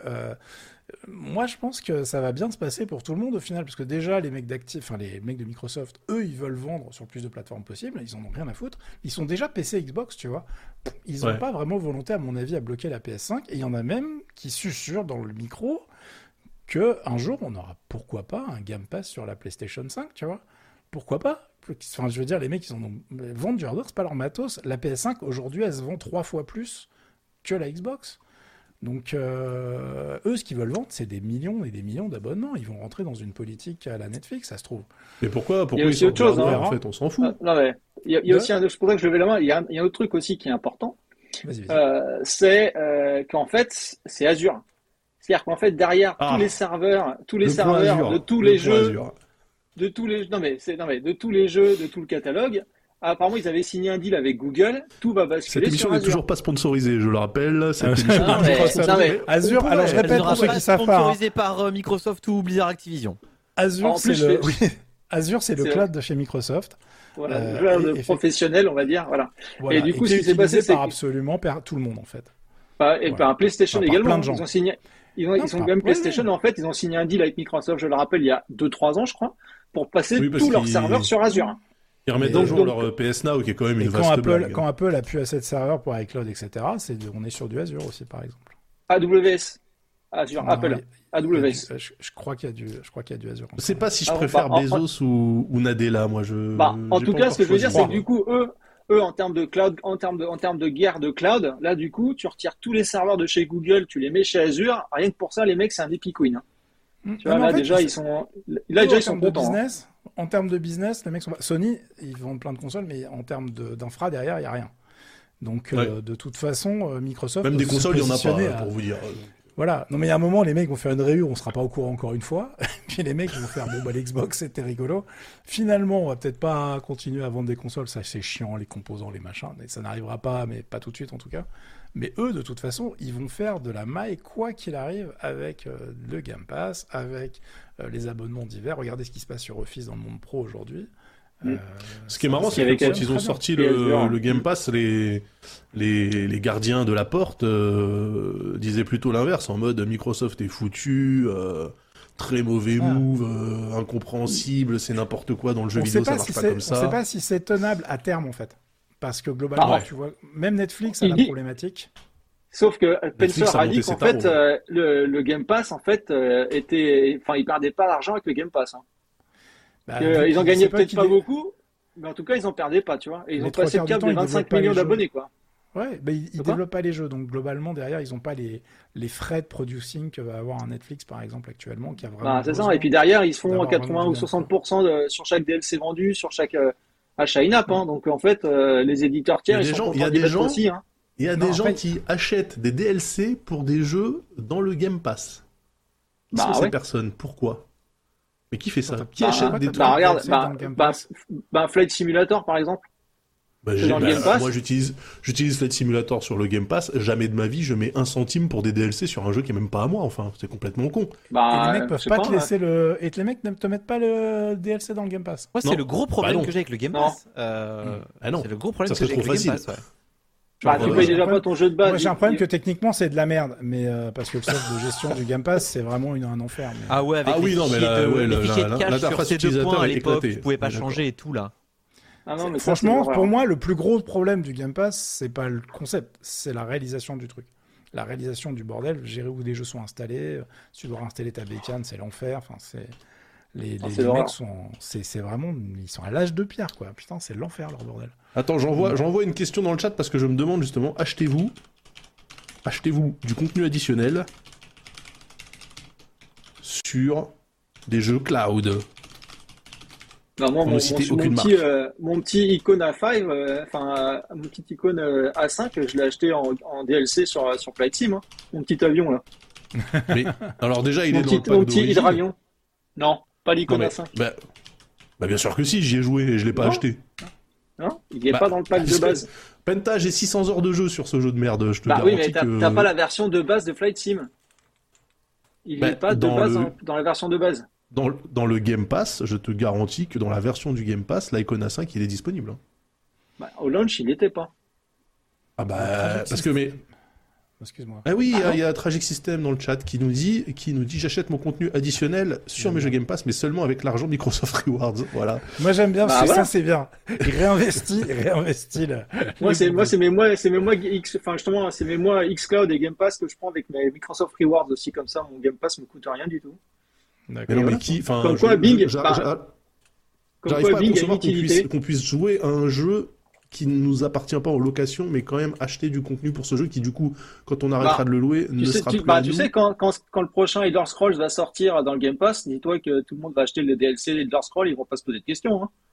moi, je pense que ça va bien se passer pour tout le monde au final, parce que déjà, les mecs les mecs de Microsoft, eux, ils veulent vendre sur le plus de plateformes possibles, ils en ont rien à foutre. Ils sont déjà PC, Xbox, tu vois. Ils n'ont Ouais. pas vraiment volonté, à mon avis, à bloquer la PS5, et il y en a même qui susurrent dans le micro que un jour, on aura, pourquoi pas, un Game Pass sur la PlayStation 5, tu vois. Pourquoi pas? Enfin, je veux dire, les mecs, ils en ont... Vendre du hardware, c'est pas leur matos. La PS5, aujourd'hui, elle se vend 3 fois plus que la Xbox. Donc, eux, ce qu'ils veulent vendre, c'est des millions et des millions d'abonnements. Ils vont rentrer dans une politique à la Netflix, ça se trouve. Mais pourquoi Il y a aussi ils autre chose, sortent hein. en fait, on s'en fout. Ah, non, mais il y a aussi c'est pour ça que je levais la main. Il y a un autre truc aussi qui est important. Vas-y. C'est qu'en fait, c'est Azure. C'est-à-dire qu'en fait, derrière tous les serveurs de tous les jeux, de tous les jeux, de tout le catalogue, apparemment, ils avaient signé un deal avec Google. Tout va basculer Cette émission sur n'est Azure. toujours pas sponsorisée, je le rappelle. Cette émission Non, mais- non, mais- Azure, alors je répète pour ceux qui savent pas. Sponsorisé par Microsoft ou Blizzard Activision. Azure, En c'est plus, le... je oui. Azure, c'est le C'est- cloud de chez Microsoft. Voilà, jeu et- professionnel, on va dire. Voilà. Voilà. Et du coup, qui ce est qui s'est passé, utilisé c'est par que- absolument tout le monde en fait. Et Voilà. par PlayStation Enfin, par également. plein de gens. Ils ont signé. Ils Non, sont pas- même ouais, PlayStation. ouais. En fait, ils ont signé un deal avec Microsoft. Je le rappelle, il y a 2-3 ans, je crois, pour passer Oui, parce tous leurs qu'ils- serveurs sur Azure. Ils remettent Et à jour donc- leur PS Now, qui est quand même Et une quand vaste Apple, blague. quand Apple a pu assez de serveurs pour iCloud, etc., on est sur du Azure aussi, par exemple. AWS. Azure, Non, Apple. AWS. Je crois qu'il y a du Azure. Je sais pas si je Ah, préfère bah, en- Bezos ou Nadella, moi. En j'ai tout pas cas, encore ce que je veux choisi. dire, c'est que du coup, eux, en termes de cloud, en termes de guerre de cloud, là, du coup, tu retires tous les serveurs de chez Google, tu les mets chez Azure. Rien que pour ça, les mecs, c'est un Epic Queen. Tu vois, Non, mais en là, fait, déjà, c'est- ils sont en termes de contents. business, en termes de business, les mecs sont pas... Sony, ils vendent plein de consoles, mais en termes d'infra derrière, il n'y a rien. Donc, Ouais. de toute façon, Microsoft. Même peut des se consoles, il y en a positionner pas, à- pour vous dire. Voilà. Non, mais il y a un moment, les mecs vont faire une réunion, on sera pas au courant encore une fois. Puis les mecs vont faire, bon, bah, l'Xbox, c'était rigolo. Finalement, on va peut-être pas continuer à vendre des consoles. Ça, c'est chiant, les composants, les machins. Mais ça n'arrivera pas, mais pas tout de suite, en tout cas. Mais eux, de toute façon, ils vont faire de la maille, quoi qu'il arrive, avec le Game Pass, avec les abonnements divers. Regardez ce qui se passe sur Office dans le monde pro aujourd'hui. Ce qui est marrant, c'est c'est que avec quand Azure. ils ont Très sorti bien. Et Azure. le Game Pass, les gardiens de la porte disaient plutôt l'inverse, en mode Microsoft est foutu, très mauvais Ah. move, incompréhensible, c'est n'importe quoi dans le jeu On vidéo, sait ça pas marche si pas c'est- comme on ça. sait pas si c'est tenable à terme, en fait. Parce que globalement, Ah ouais. tu vois, même Netflix a Il la dit- problématique. Sauf que Netflix Spencer a a dit monté qu'en ses fait, tarots. le Game Pass, en fait, il perdait pas d'argent avec le Game Pass. Bah, Ils en je gagnaient sais peut-être qu'il pas est- beaucoup, mais en tout cas, ils en perdaient pas, tu vois. Et ils Les ont trois passé le quarts cap du temps, des ils 25 développent pas millions les jeux. d'abonnés, quoi. Ouais, bah, ils quoi développent pas les jeux, donc globalement derrière ils n'ont pas les frais de producing que va avoir un Netflix par exemple actuellement, qui a vraiment. C'est besoin ça. Et puis derrière, ils font d'avoir 80 vraiment ou du 60% sur chaque DLC vendu, sur chaque achat in-app. Donc en fait, les éditeurs tiers, Il y a ils des sont gens- il y a contents d'y des mettre gens- aussi. Hein. Il y a Non, des en gens fait- qui achètent des DLC pour des jeux dans le Game Pass. Qui Bah sont ces ouais. personnes? Pourquoi? Mais qui fait ça? Attends, Qui bah, achète ouais, des t'as- trucs? bah, Regarde, DLC dans le Game Pass. Flight Simulator, par exemple. J'ai- dans le Game Pass. moi, j'utilise Flight Simulator sur le Game Pass. Jamais de ma vie, je mets 1 centime pour des DLC sur un jeu qui est même pas à moi. Enfin, c'est complètement con. Et les mecs peuvent je sais pas te laisser le. Et les mecs ne te mettent pas le DLC dans le Game Pass. Moi, c'est Non. le gros problème Bah non. que j'ai avec le Game Non. Pass. Ah non. C'est le gros problème Ça que j'ai serait avec trop le Game facile. Pass, ouais. Tu Ouais, payes j'ai déjà un pas ton jeu de base. Moi j'ai un problème que techniquement c'est de la merde, mais parce que le soft de gestion du Game Pass c'est vraiment un enfer. Mais... Ah ouais, avec Ah oui, les non, mais fichiers là, de, ouais, les la- fichiers la- de cache sur l'interface ces deux utilisateur points à est l'époque, éclatée. tu pouvais pas D'accord. changer et tout là. Ah non, mais ça, Franchement, c'est pour l'horreur. moi, le plus gros problème du Game Pass, c'est pas le concept, c'est la réalisation du truc. La réalisation du bordel, gérer où les jeux sont installés, si tu dois réinstaller ta bécane, c'est l'enfer. Enfin, c'est les c'est mecs l'horreur. c'est vraiment, ils sont à l'âge de pierre, quoi. Putain, c'est l'enfer leur bordel. Attends, j'envoie une question dans le chat parce que je me demande justement, achetez-vous du contenu additionnel sur des jeux cloud. Non, moi, Pour ne citer aucune mon petit icône A5, mon petit icône A5, je l'ai acheté en DLC sur Flight Sim, hein. Mon petit avion, là. Mais alors déjà, il Mon est dans le petit, pack mon petit d'origine. hydravion. Non, pas Non, l'icône mais- A5. bah bien sûr que si, j'y ai joué et je l'ai pas Non. acheté. Non, il n'est Bah, pas dans le pack de parce que base. Penta, j'ai 600 heures de jeu sur ce jeu de merde, je te Bah oui, garantis mais que... t'as pas la version de base de Flight Sim. Il Bah, n'est pas de dans base le- dans la version de base. Dans le Game Pass, je te garantis que dans la version du Game Pass, l'Icon A5, il est disponible. Hein. Bah, au launch, il n'était pas. Ah bah, Tragic parce que mais... Excuse-moi. Ah oui, il y a Tragic System dans le chat qui nous dit j'achète mon contenu additionnel sur mes jeux Game Pass, mais seulement avec l'argent Microsoft Rewards. Voilà. Moi j'aime bien parce Bah, que voilà. ça c'est bien. Il réinvestit Moi, c'est mes mois X, enfin justement, c'est mes mois Xcloud et Game Pass que je prends avec mes Microsoft Rewards aussi, comme ça, mon Game Pass me coûte rien du tout. Mais D'accord. non, mais voilà. qui, enfin, Comme quoi, Bing, j'arrive Comme pas quoi, à Bing a une concevoir utilité. qu'on puisse jouer à un jeu qui ne nous appartient pas en location, mais quand même acheter du contenu pour ce jeu qui, du coup, quand on arrêtera Bah, de le louer, ne sera plus à Tu nous. sais, quand le prochain Elder Scrolls va sortir dans le Game Pass, dis-toi que tout le monde va acheter le DLC Elder Scrolls, ils vont pas se poser de questions. Hein.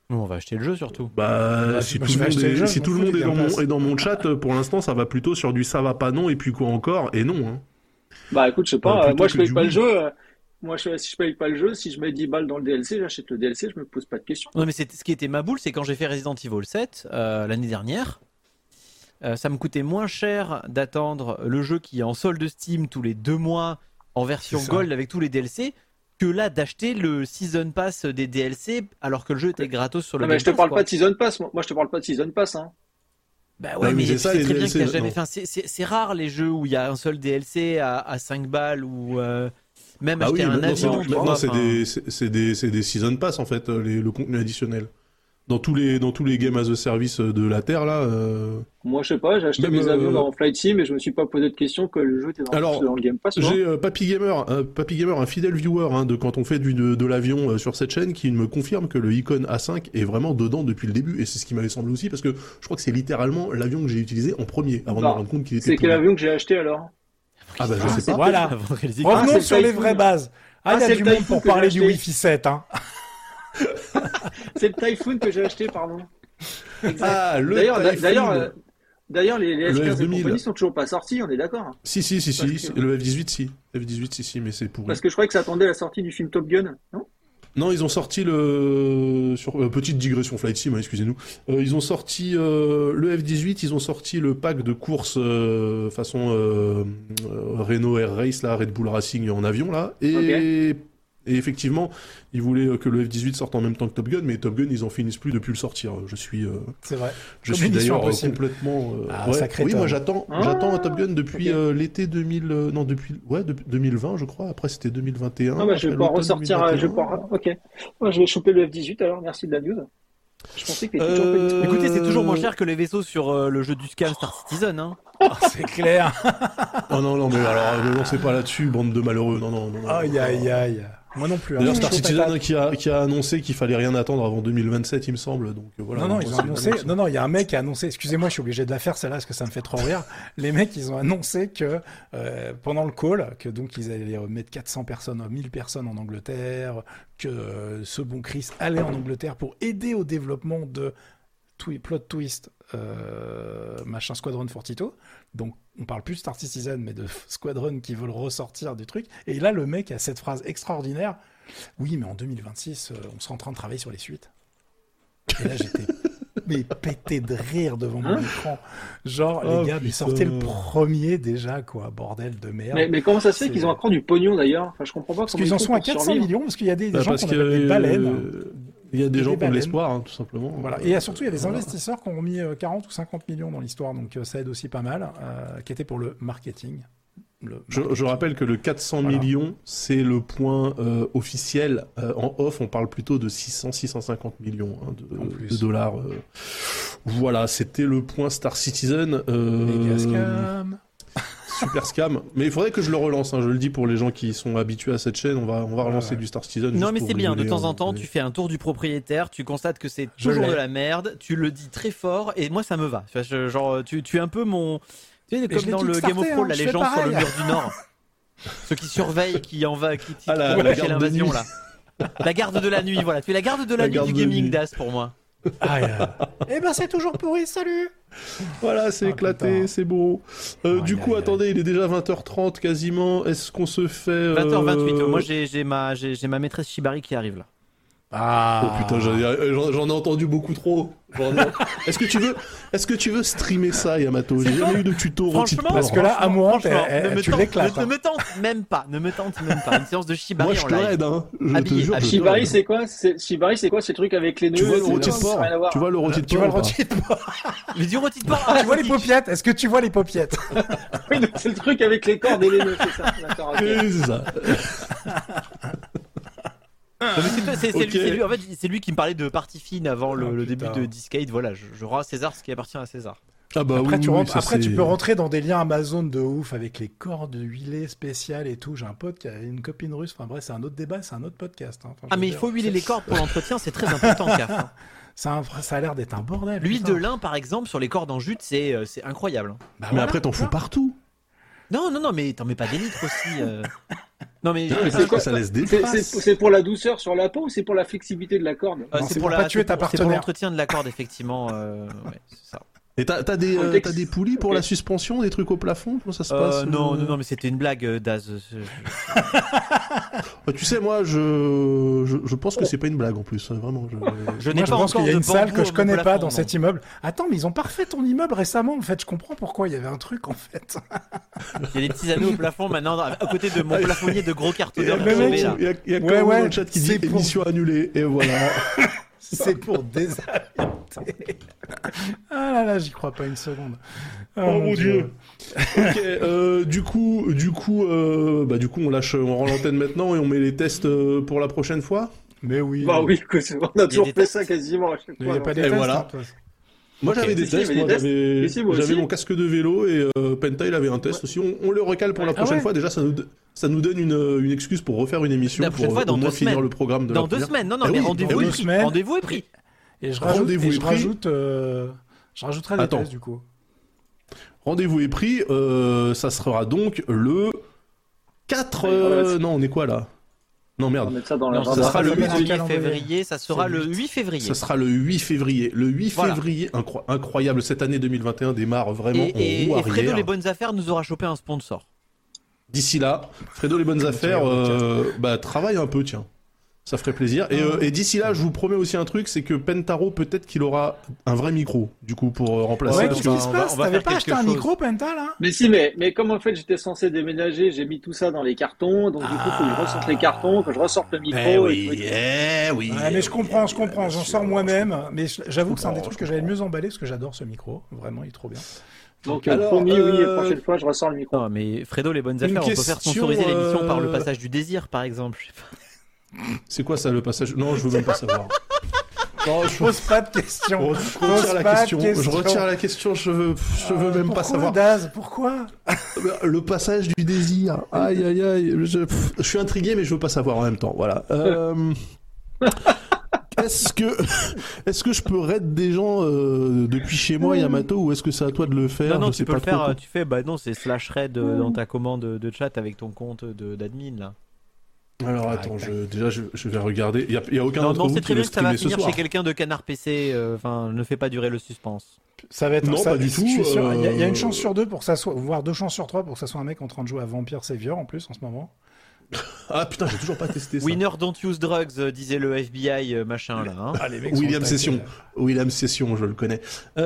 On va acheter le jeu surtout. Bah, si moi, tout je le vais monde acheter le jeu, si je tout m'en le fous monde des Game Pass. est dans mon chat, pour l'instant, ça va plutôt sur du ça va pas non, et puis quoi encore, et non. Hein. Bah écoute, je sais pas, Plutôt moi je que paye du pas le oui. jeu. Si je paye pas le jeu, si je mets 10 balles dans le DLC, j'achète le DLC, je me pose pas de questions. Non mais ce qui était ma boule, c'est quand j'ai fait Resident Evil 7 l'année dernière, ça me coûtait moins cher d'attendre le jeu qui est en solde Steam tous les 2 mois en version C'est ça. Gold avec tous les DLC que là d'acheter le Season Pass des DLC alors que le jeu était gratos sur le Non mais Game je te Pass, parle quoi. pas de Season Pass, moi je te parle pas de Season Pass, hein. Bah ouais, Non, mais mais c'est ça, c'est les très bien DLC, qu'il y a jamais. non. Enfin, c'est rare les jeux où il y a un seul DLC à 5 balles ou même Bah acheter oui, un maintenant, avion. tu vois, maintenant, c'est enfin. des season pass en fait, le contenu additionnel. Dans tous les games as a service de la Terre là. Moi je sais pas, j'ai acheté Même, mes avions dans Flight Sim et je me suis pas posé de question que le jeu était dans le Game Pass. tu vois. J'ai Papy Gamer, un fidèle viewer hein, de quand on fait de l'avion sur cette chaîne, qui me confirme que le Icon A5 est vraiment dedans depuis le début, et c'est ce qui m'avait semblé aussi, parce que je crois que c'est littéralement l'avion que j'ai utilisé en premier, avant de me rendre compte qu'il était C'est quel pourri. avion que j'ai acheté alors? Ah bah je sais c'est pas. Voilà. Avant de réaliser que- Revenons c'est sur le les Typhoon. vraies bases. Il y c'est a le du monde Typhoon pour que j'ai parler du acheté. Wi-Fi 7. Hein. C'est le Typhoon que j'ai acheté, pardon. Exact. Ah, le D'ailleurs, Typhoon. les Le S15 et F2000. compagnie sont toujours pas sortis, on est d'accord. Si, Parce que- le F18 si. F18 si, mais c'est pourri. Parce que je croyais que ça attendait la sortie du film Top Gun, non? Non, ils ont sorti petite digression Flight Sim, hein, excusez-nous. Ils ont sorti le F18, ils ont sorti le pack de course façon Renault Air Race, là, Red Bull Racing en avion, là. Et effectivement, ils voulaient que le F18 sorte en même temps que Top Gun, mais Top Gun, ils en finissent plus depuis le sortir. Je suis C'est vrai. je Comme suis une mission d'ailleurs impossible. complètement... Ah, sacré oui, Tom. moi j'attends un Top Gun depuis ok. l'été 2000... non, depuis 2020, je crois. Après, c'était 2021. Ah bah je vais après pouvoir l'automne ressortir, 2021. ok. Moi je vais choper le F18 alors, merci de la news. Je pensais que t'étais toujours pas disponible. Écoutez, c'est toujours moins cher que les vaisseaux sur le jeu du Scam Star Citizen. Hein. C'est clair. Oh non, mais alors, ne lancez pas là-dessus, bande de malheureux. Non. Aïe, aïe, aïe. Moi non plus. hein. D'ailleurs, Je Star suis chaud Citizen patate. qui a annoncé qu'il fallait rien attendre avant 2027, il me semble. Donc voilà. Non, Moi, ils ont c'est annoncé. l'annonce. Non, il y a un mec qui a annoncé. Excusez-moi, je suis obligé de la faire celle-là parce que ça me fait trop rire. Les mecs, ils ont annoncé que pendant le call, que donc ils allaient mettre 400 personnes, 1000 personnes en Angleterre, que ce bon Chris allait en Angleterre pour aider au développement de plot twist, machin Squadron 42. Donc on parle plus de Star Citizen, mais de Squadron qui veulent ressortir du truc. Et là, le mec a cette phrase extraordinaire. Oui, mais en 2026, on sera en train de travailler sur les suites. Et là, j'étais pété de rire devant mon écran. Genre, Oh, les gars, mais putain. sortez le premier déjà, quoi. Bordel de merde. Mais comment ça se fait C'est- qu'ils ont encore du pognon d'ailleurs? Enfin, je comprends pas Parce comment qu'ils en ils font sont à pour 400 survivre. millions, parce qu'il y a des gens Parce qu'on appelle des baleines. il y a des Des gens qui ont de baleines. l'espoir, hein, tout simplement. Voilà. Et surtout, il y a des investisseurs qui ont mis 40 ou 50 millions dans l'histoire, donc ça aide aussi pas mal, qui était pour le marketing. Je rappelle que le 400 Voilà. millions, c'est le point officiel. En off, on parle plutôt de 600-650 millions hein, En plus. de dollars. Voilà, c'était le point Star Citizen. Méga scam. Super scam. Mais il faudrait que je le relance, hein, je le dis pour les gens qui sont habitués à cette chaîne, on va relancer Ouais. du Star Citizen. Non juste mais pour c'est bien, de rigoler, temps en hein, temps mais- tu fais un tour du propriétaire, tu constates que c'est Je toujours l'ai. de la merde, tu le dis très fort et moi ça me va. Enfin, genre tu es un peu mon... Tu sais, je comme l'ai dans le kickstarté, Game of Thrones, hein, la je fais légende sur le pareil. mur du Nord. Ceux qui surveillent, qui Ah, la qui garde de l'invasion nuit. là. La garde de la nuit, voilà. Tu es la garde de la, La nuit garde du de gaming nuit. DAS pour moi. Eh ben, c'est toujours pourri, salut. Voilà, c'est Ah, éclaté, putain. c'est beau. Aïe, Du coup, aïe, attendez, il est déjà 20h30 quasiment. Est-ce qu'on se fait... 20h28, moi j'ai ma maîtresse Shibari qui arrive là. Ah. Oh putain, j'en ai entendu beaucoup trop. Est-ce que tu veux streamer ça, Yamato? J'ai jamais eu de tuto Franchement, rôti de Parce que là, Amourante, Franchement, tu l'éclates. ne me tente même pas. Une séance de Shibari Moi, je en te live. raide, hein. Je te Habillé, jure. je te Shibari, raide. c'est quoi? Shibari, c'est quoi? C'est le truc avec les nœuds? Tu vois le c'est- rôti de ça porc? n'a rien à voir. Tu vois le rôti de Tu vois le porc ou pas rôti de porc. Mais du rôti de porc. Tu vois les paupiètes? Est-ce que tu vois les paupiètes? Oui, donc c'est le truc avec les cordes et les nœuds, c'est ça. D'accord, ok. Oui, c'est ça. Non, mais c'est Ok. lui, en fait, c'est lui qui me parlait de partie fine avant le Oh, début putain. de Discade. Voilà, je rends à César ce qui appartient à César. Ah bah Après, oui, tu oui, rentres, ça, après tu c'est- peux rentrer dans des liens Amazon de ouf avec les cordes huilées spéciales et tout. J'ai un pote qui a une copine russe. Enfin bref, c'est un autre débat, c'est un autre podcast. Hein. Enfin, je Ah veux mais il dire, faut huiler les cordes pour l'entretien, c'est très important, Caf. hein. ça a l'air d'être un bordel. L'huile putain. de lin, par exemple, sur les cordes en jute, c'est incroyable. Bah Mais voilà, après, t'en fous voilà. partout. Non, mais t'en mets pas des litres aussi. Non, mais c'est quoi ça laisse des traces. C'est pour la douceur sur la peau ou c'est pour la flexibilité de la corde? Non, c'est pour pas tuer ta partenaire. C'est pour l'entretien de la corde, effectivement. Ouais, c'est ça. Et t'as des poulies pour la suspension, des trucs au plafond? Comment ça se passe? Non, mais c'était une blague, Daz. Tu sais, moi, je pense que c'est pas une blague en plus, vraiment. Je pense qu'il y a une salle que je connais pas dans cet immeuble. Attends, mais ils ont pas refait ton immeuble récemment, en fait. Je comprends pourquoi il y avait un truc, en fait. Il y a des petits anneaux au plafond maintenant, à côté de mon plafonnier de gros cartonneurs. Il y a quand même dans le chat qui dit émission annulée, et voilà. C'est pour désorienter. Ah là, j'y crois pas une seconde. Oh mon Dieu. Ok, du coup, on rend l'antenne maintenant et on met les tests pour la prochaine fois. Mais oui. Bah oui, on a toujours fait ça quasiment à chaque fois. Il n'y a pas des tests. Voilà. Moi j'avais des tests, j'avais mon casque de vélo et Penta il avait un test aussi. On le recale pour la prochaine fois. Déjà ça nous donne une excuse pour refaire une émission la prochaine pour fois, au moins finir le programme de dans la 2 semaines. Non, mais oui, rendez-vous est pris. Et je rajouterai des tests du coup. Rendez-vous est pris, ça sera donc le 4... Non, on est quoi là? Non, merde. Ça sera le 8 février, ça sera le 8 février. Ça sera le 8 février. Le 8 février, incroyable, cette année 2021 démarre vraiment en roue arrière. Et Fredo Les Bonnes Affaires nous aura chopé un sponsor. D'ici là, Fredo Les Bonnes Affaires travaille un peu, tiens. Ça ferait plaisir. Et d'ici là, je vous promets aussi un truc, c'est que Pentaro, peut-être qu'il aura un vrai micro, du coup, pour remplacer. Ouais, qu'est-ce qui se passe? T'avais pas acheté un micro, Penta, là? Mais si, mais comme en fait j'étais censé déménager, j'ai mis tout ça dans les cartons, donc du coup, il faut que je ressorte les cartons, que je ressorte le micro. Oui. Ouais, mais je comprends, j'en sors moi-même, mais j'avoue que c'est un des trucs que j'avais le mieux emballé, parce que j'adore ce micro. Vraiment, il est trop bien. Donc, promis, oui, la prochaine fois, je ressors le micro. Non, mais Fredo Les Bonnes Affaires, on peut faire sponsoriser l'émission par le passage du désir, par exemple. C'est quoi ça, le passage? Non, je veux même pas savoir. Non, je pose pas de questions. Je retire la question. Je veux même pas savoir. Daz, pourquoi? Le passage du désir. Aïe, aïe, aïe. Je suis intrigué, mais je veux pas savoir en même temps. Voilà. Est-ce que je peux raid des gens depuis chez moi, Yamato, ou est-ce que c'est à toi de le faire? Non, tu peux le faire. Tu fais, c'est /raid dans ta commande de chat avec ton compte d'admin là. Alors attends, je vais regarder. Il y a aucun d'entre vous c'est très bien que ça va finir chez quelqu'un de Canard PC. Ne fais pas durer le suspense. Ça va être pas du tout. Je suis sûr. Il y a une chance sur 2 pour que ça soit, voire 2 chances sur 3 pour que ça soit un mec en train de jouer à Vampire Savior en plus en ce moment. Ah putain, j'ai toujours pas testé ça. Winner don't use drugs, disait le FBI machin là. Hein. Ah, les mecs William Session, je le connais.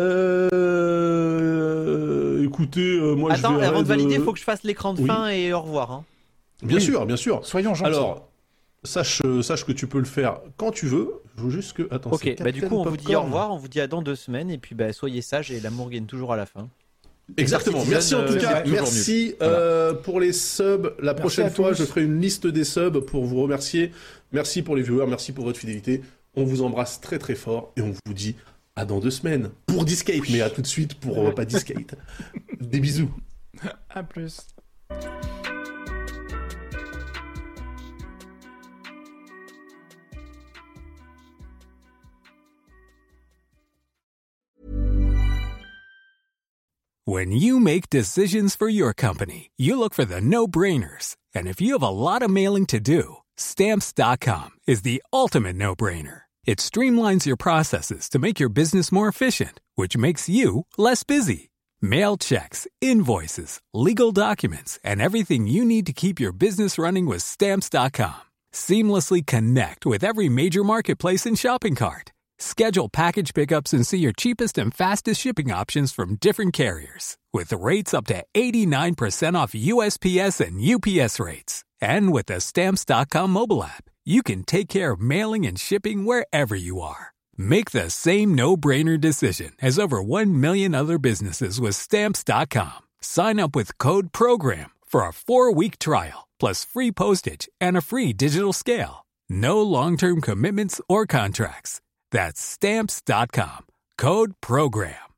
Écoutez, moi Attends, je vais. Avant de valider, il faut que je fasse l'écran de fin et au revoir. Hein. Bien sûr. Soyons gentils. Alors, sache que tu peux le faire quand tu veux. Je veux juste que. Attends. Ok, du coup, on vous dit au revoir, on vous dit à dans 2 semaines, et puis soyez sages et l'amour gagne toujours à la fin. Exactement. Merci en tout cas. Merci pour les subs. La prochaine fois, je ferai une liste des subs pour vous remercier. Merci pour les viewers. Merci pour votre fidélité. On vous embrasse très très fort et on vous dit à dans 2 semaines pour Discate, mais à tout de suite pour pas Discate. Des bisous. À plus. When you make decisions for your company, you look for the no-brainers. And if you have a lot of mailing to do, Stamps.com is the ultimate no-brainer. It streamlines your processes to make your business more efficient, which makes you less busy. Mail checks, invoices, legal documents, and everything you need to keep your business running with Stamps.com. Seamlessly connect with every major marketplace and shopping cart. Schedule package pickups and see your cheapest and fastest shipping options from different carriers. With rates up to 89% off USPS and UPS rates. And with the Stamps.com mobile app, you can take care of mailing and shipping wherever you are. Make the same no-brainer decision as over 1 million other businesses with Stamps.com. Sign up with code PROGRAM for a 4-week trial, plus free postage and a free digital scale. No long-term commitments or contracts. That's Stamps.com. Code PROGRAM.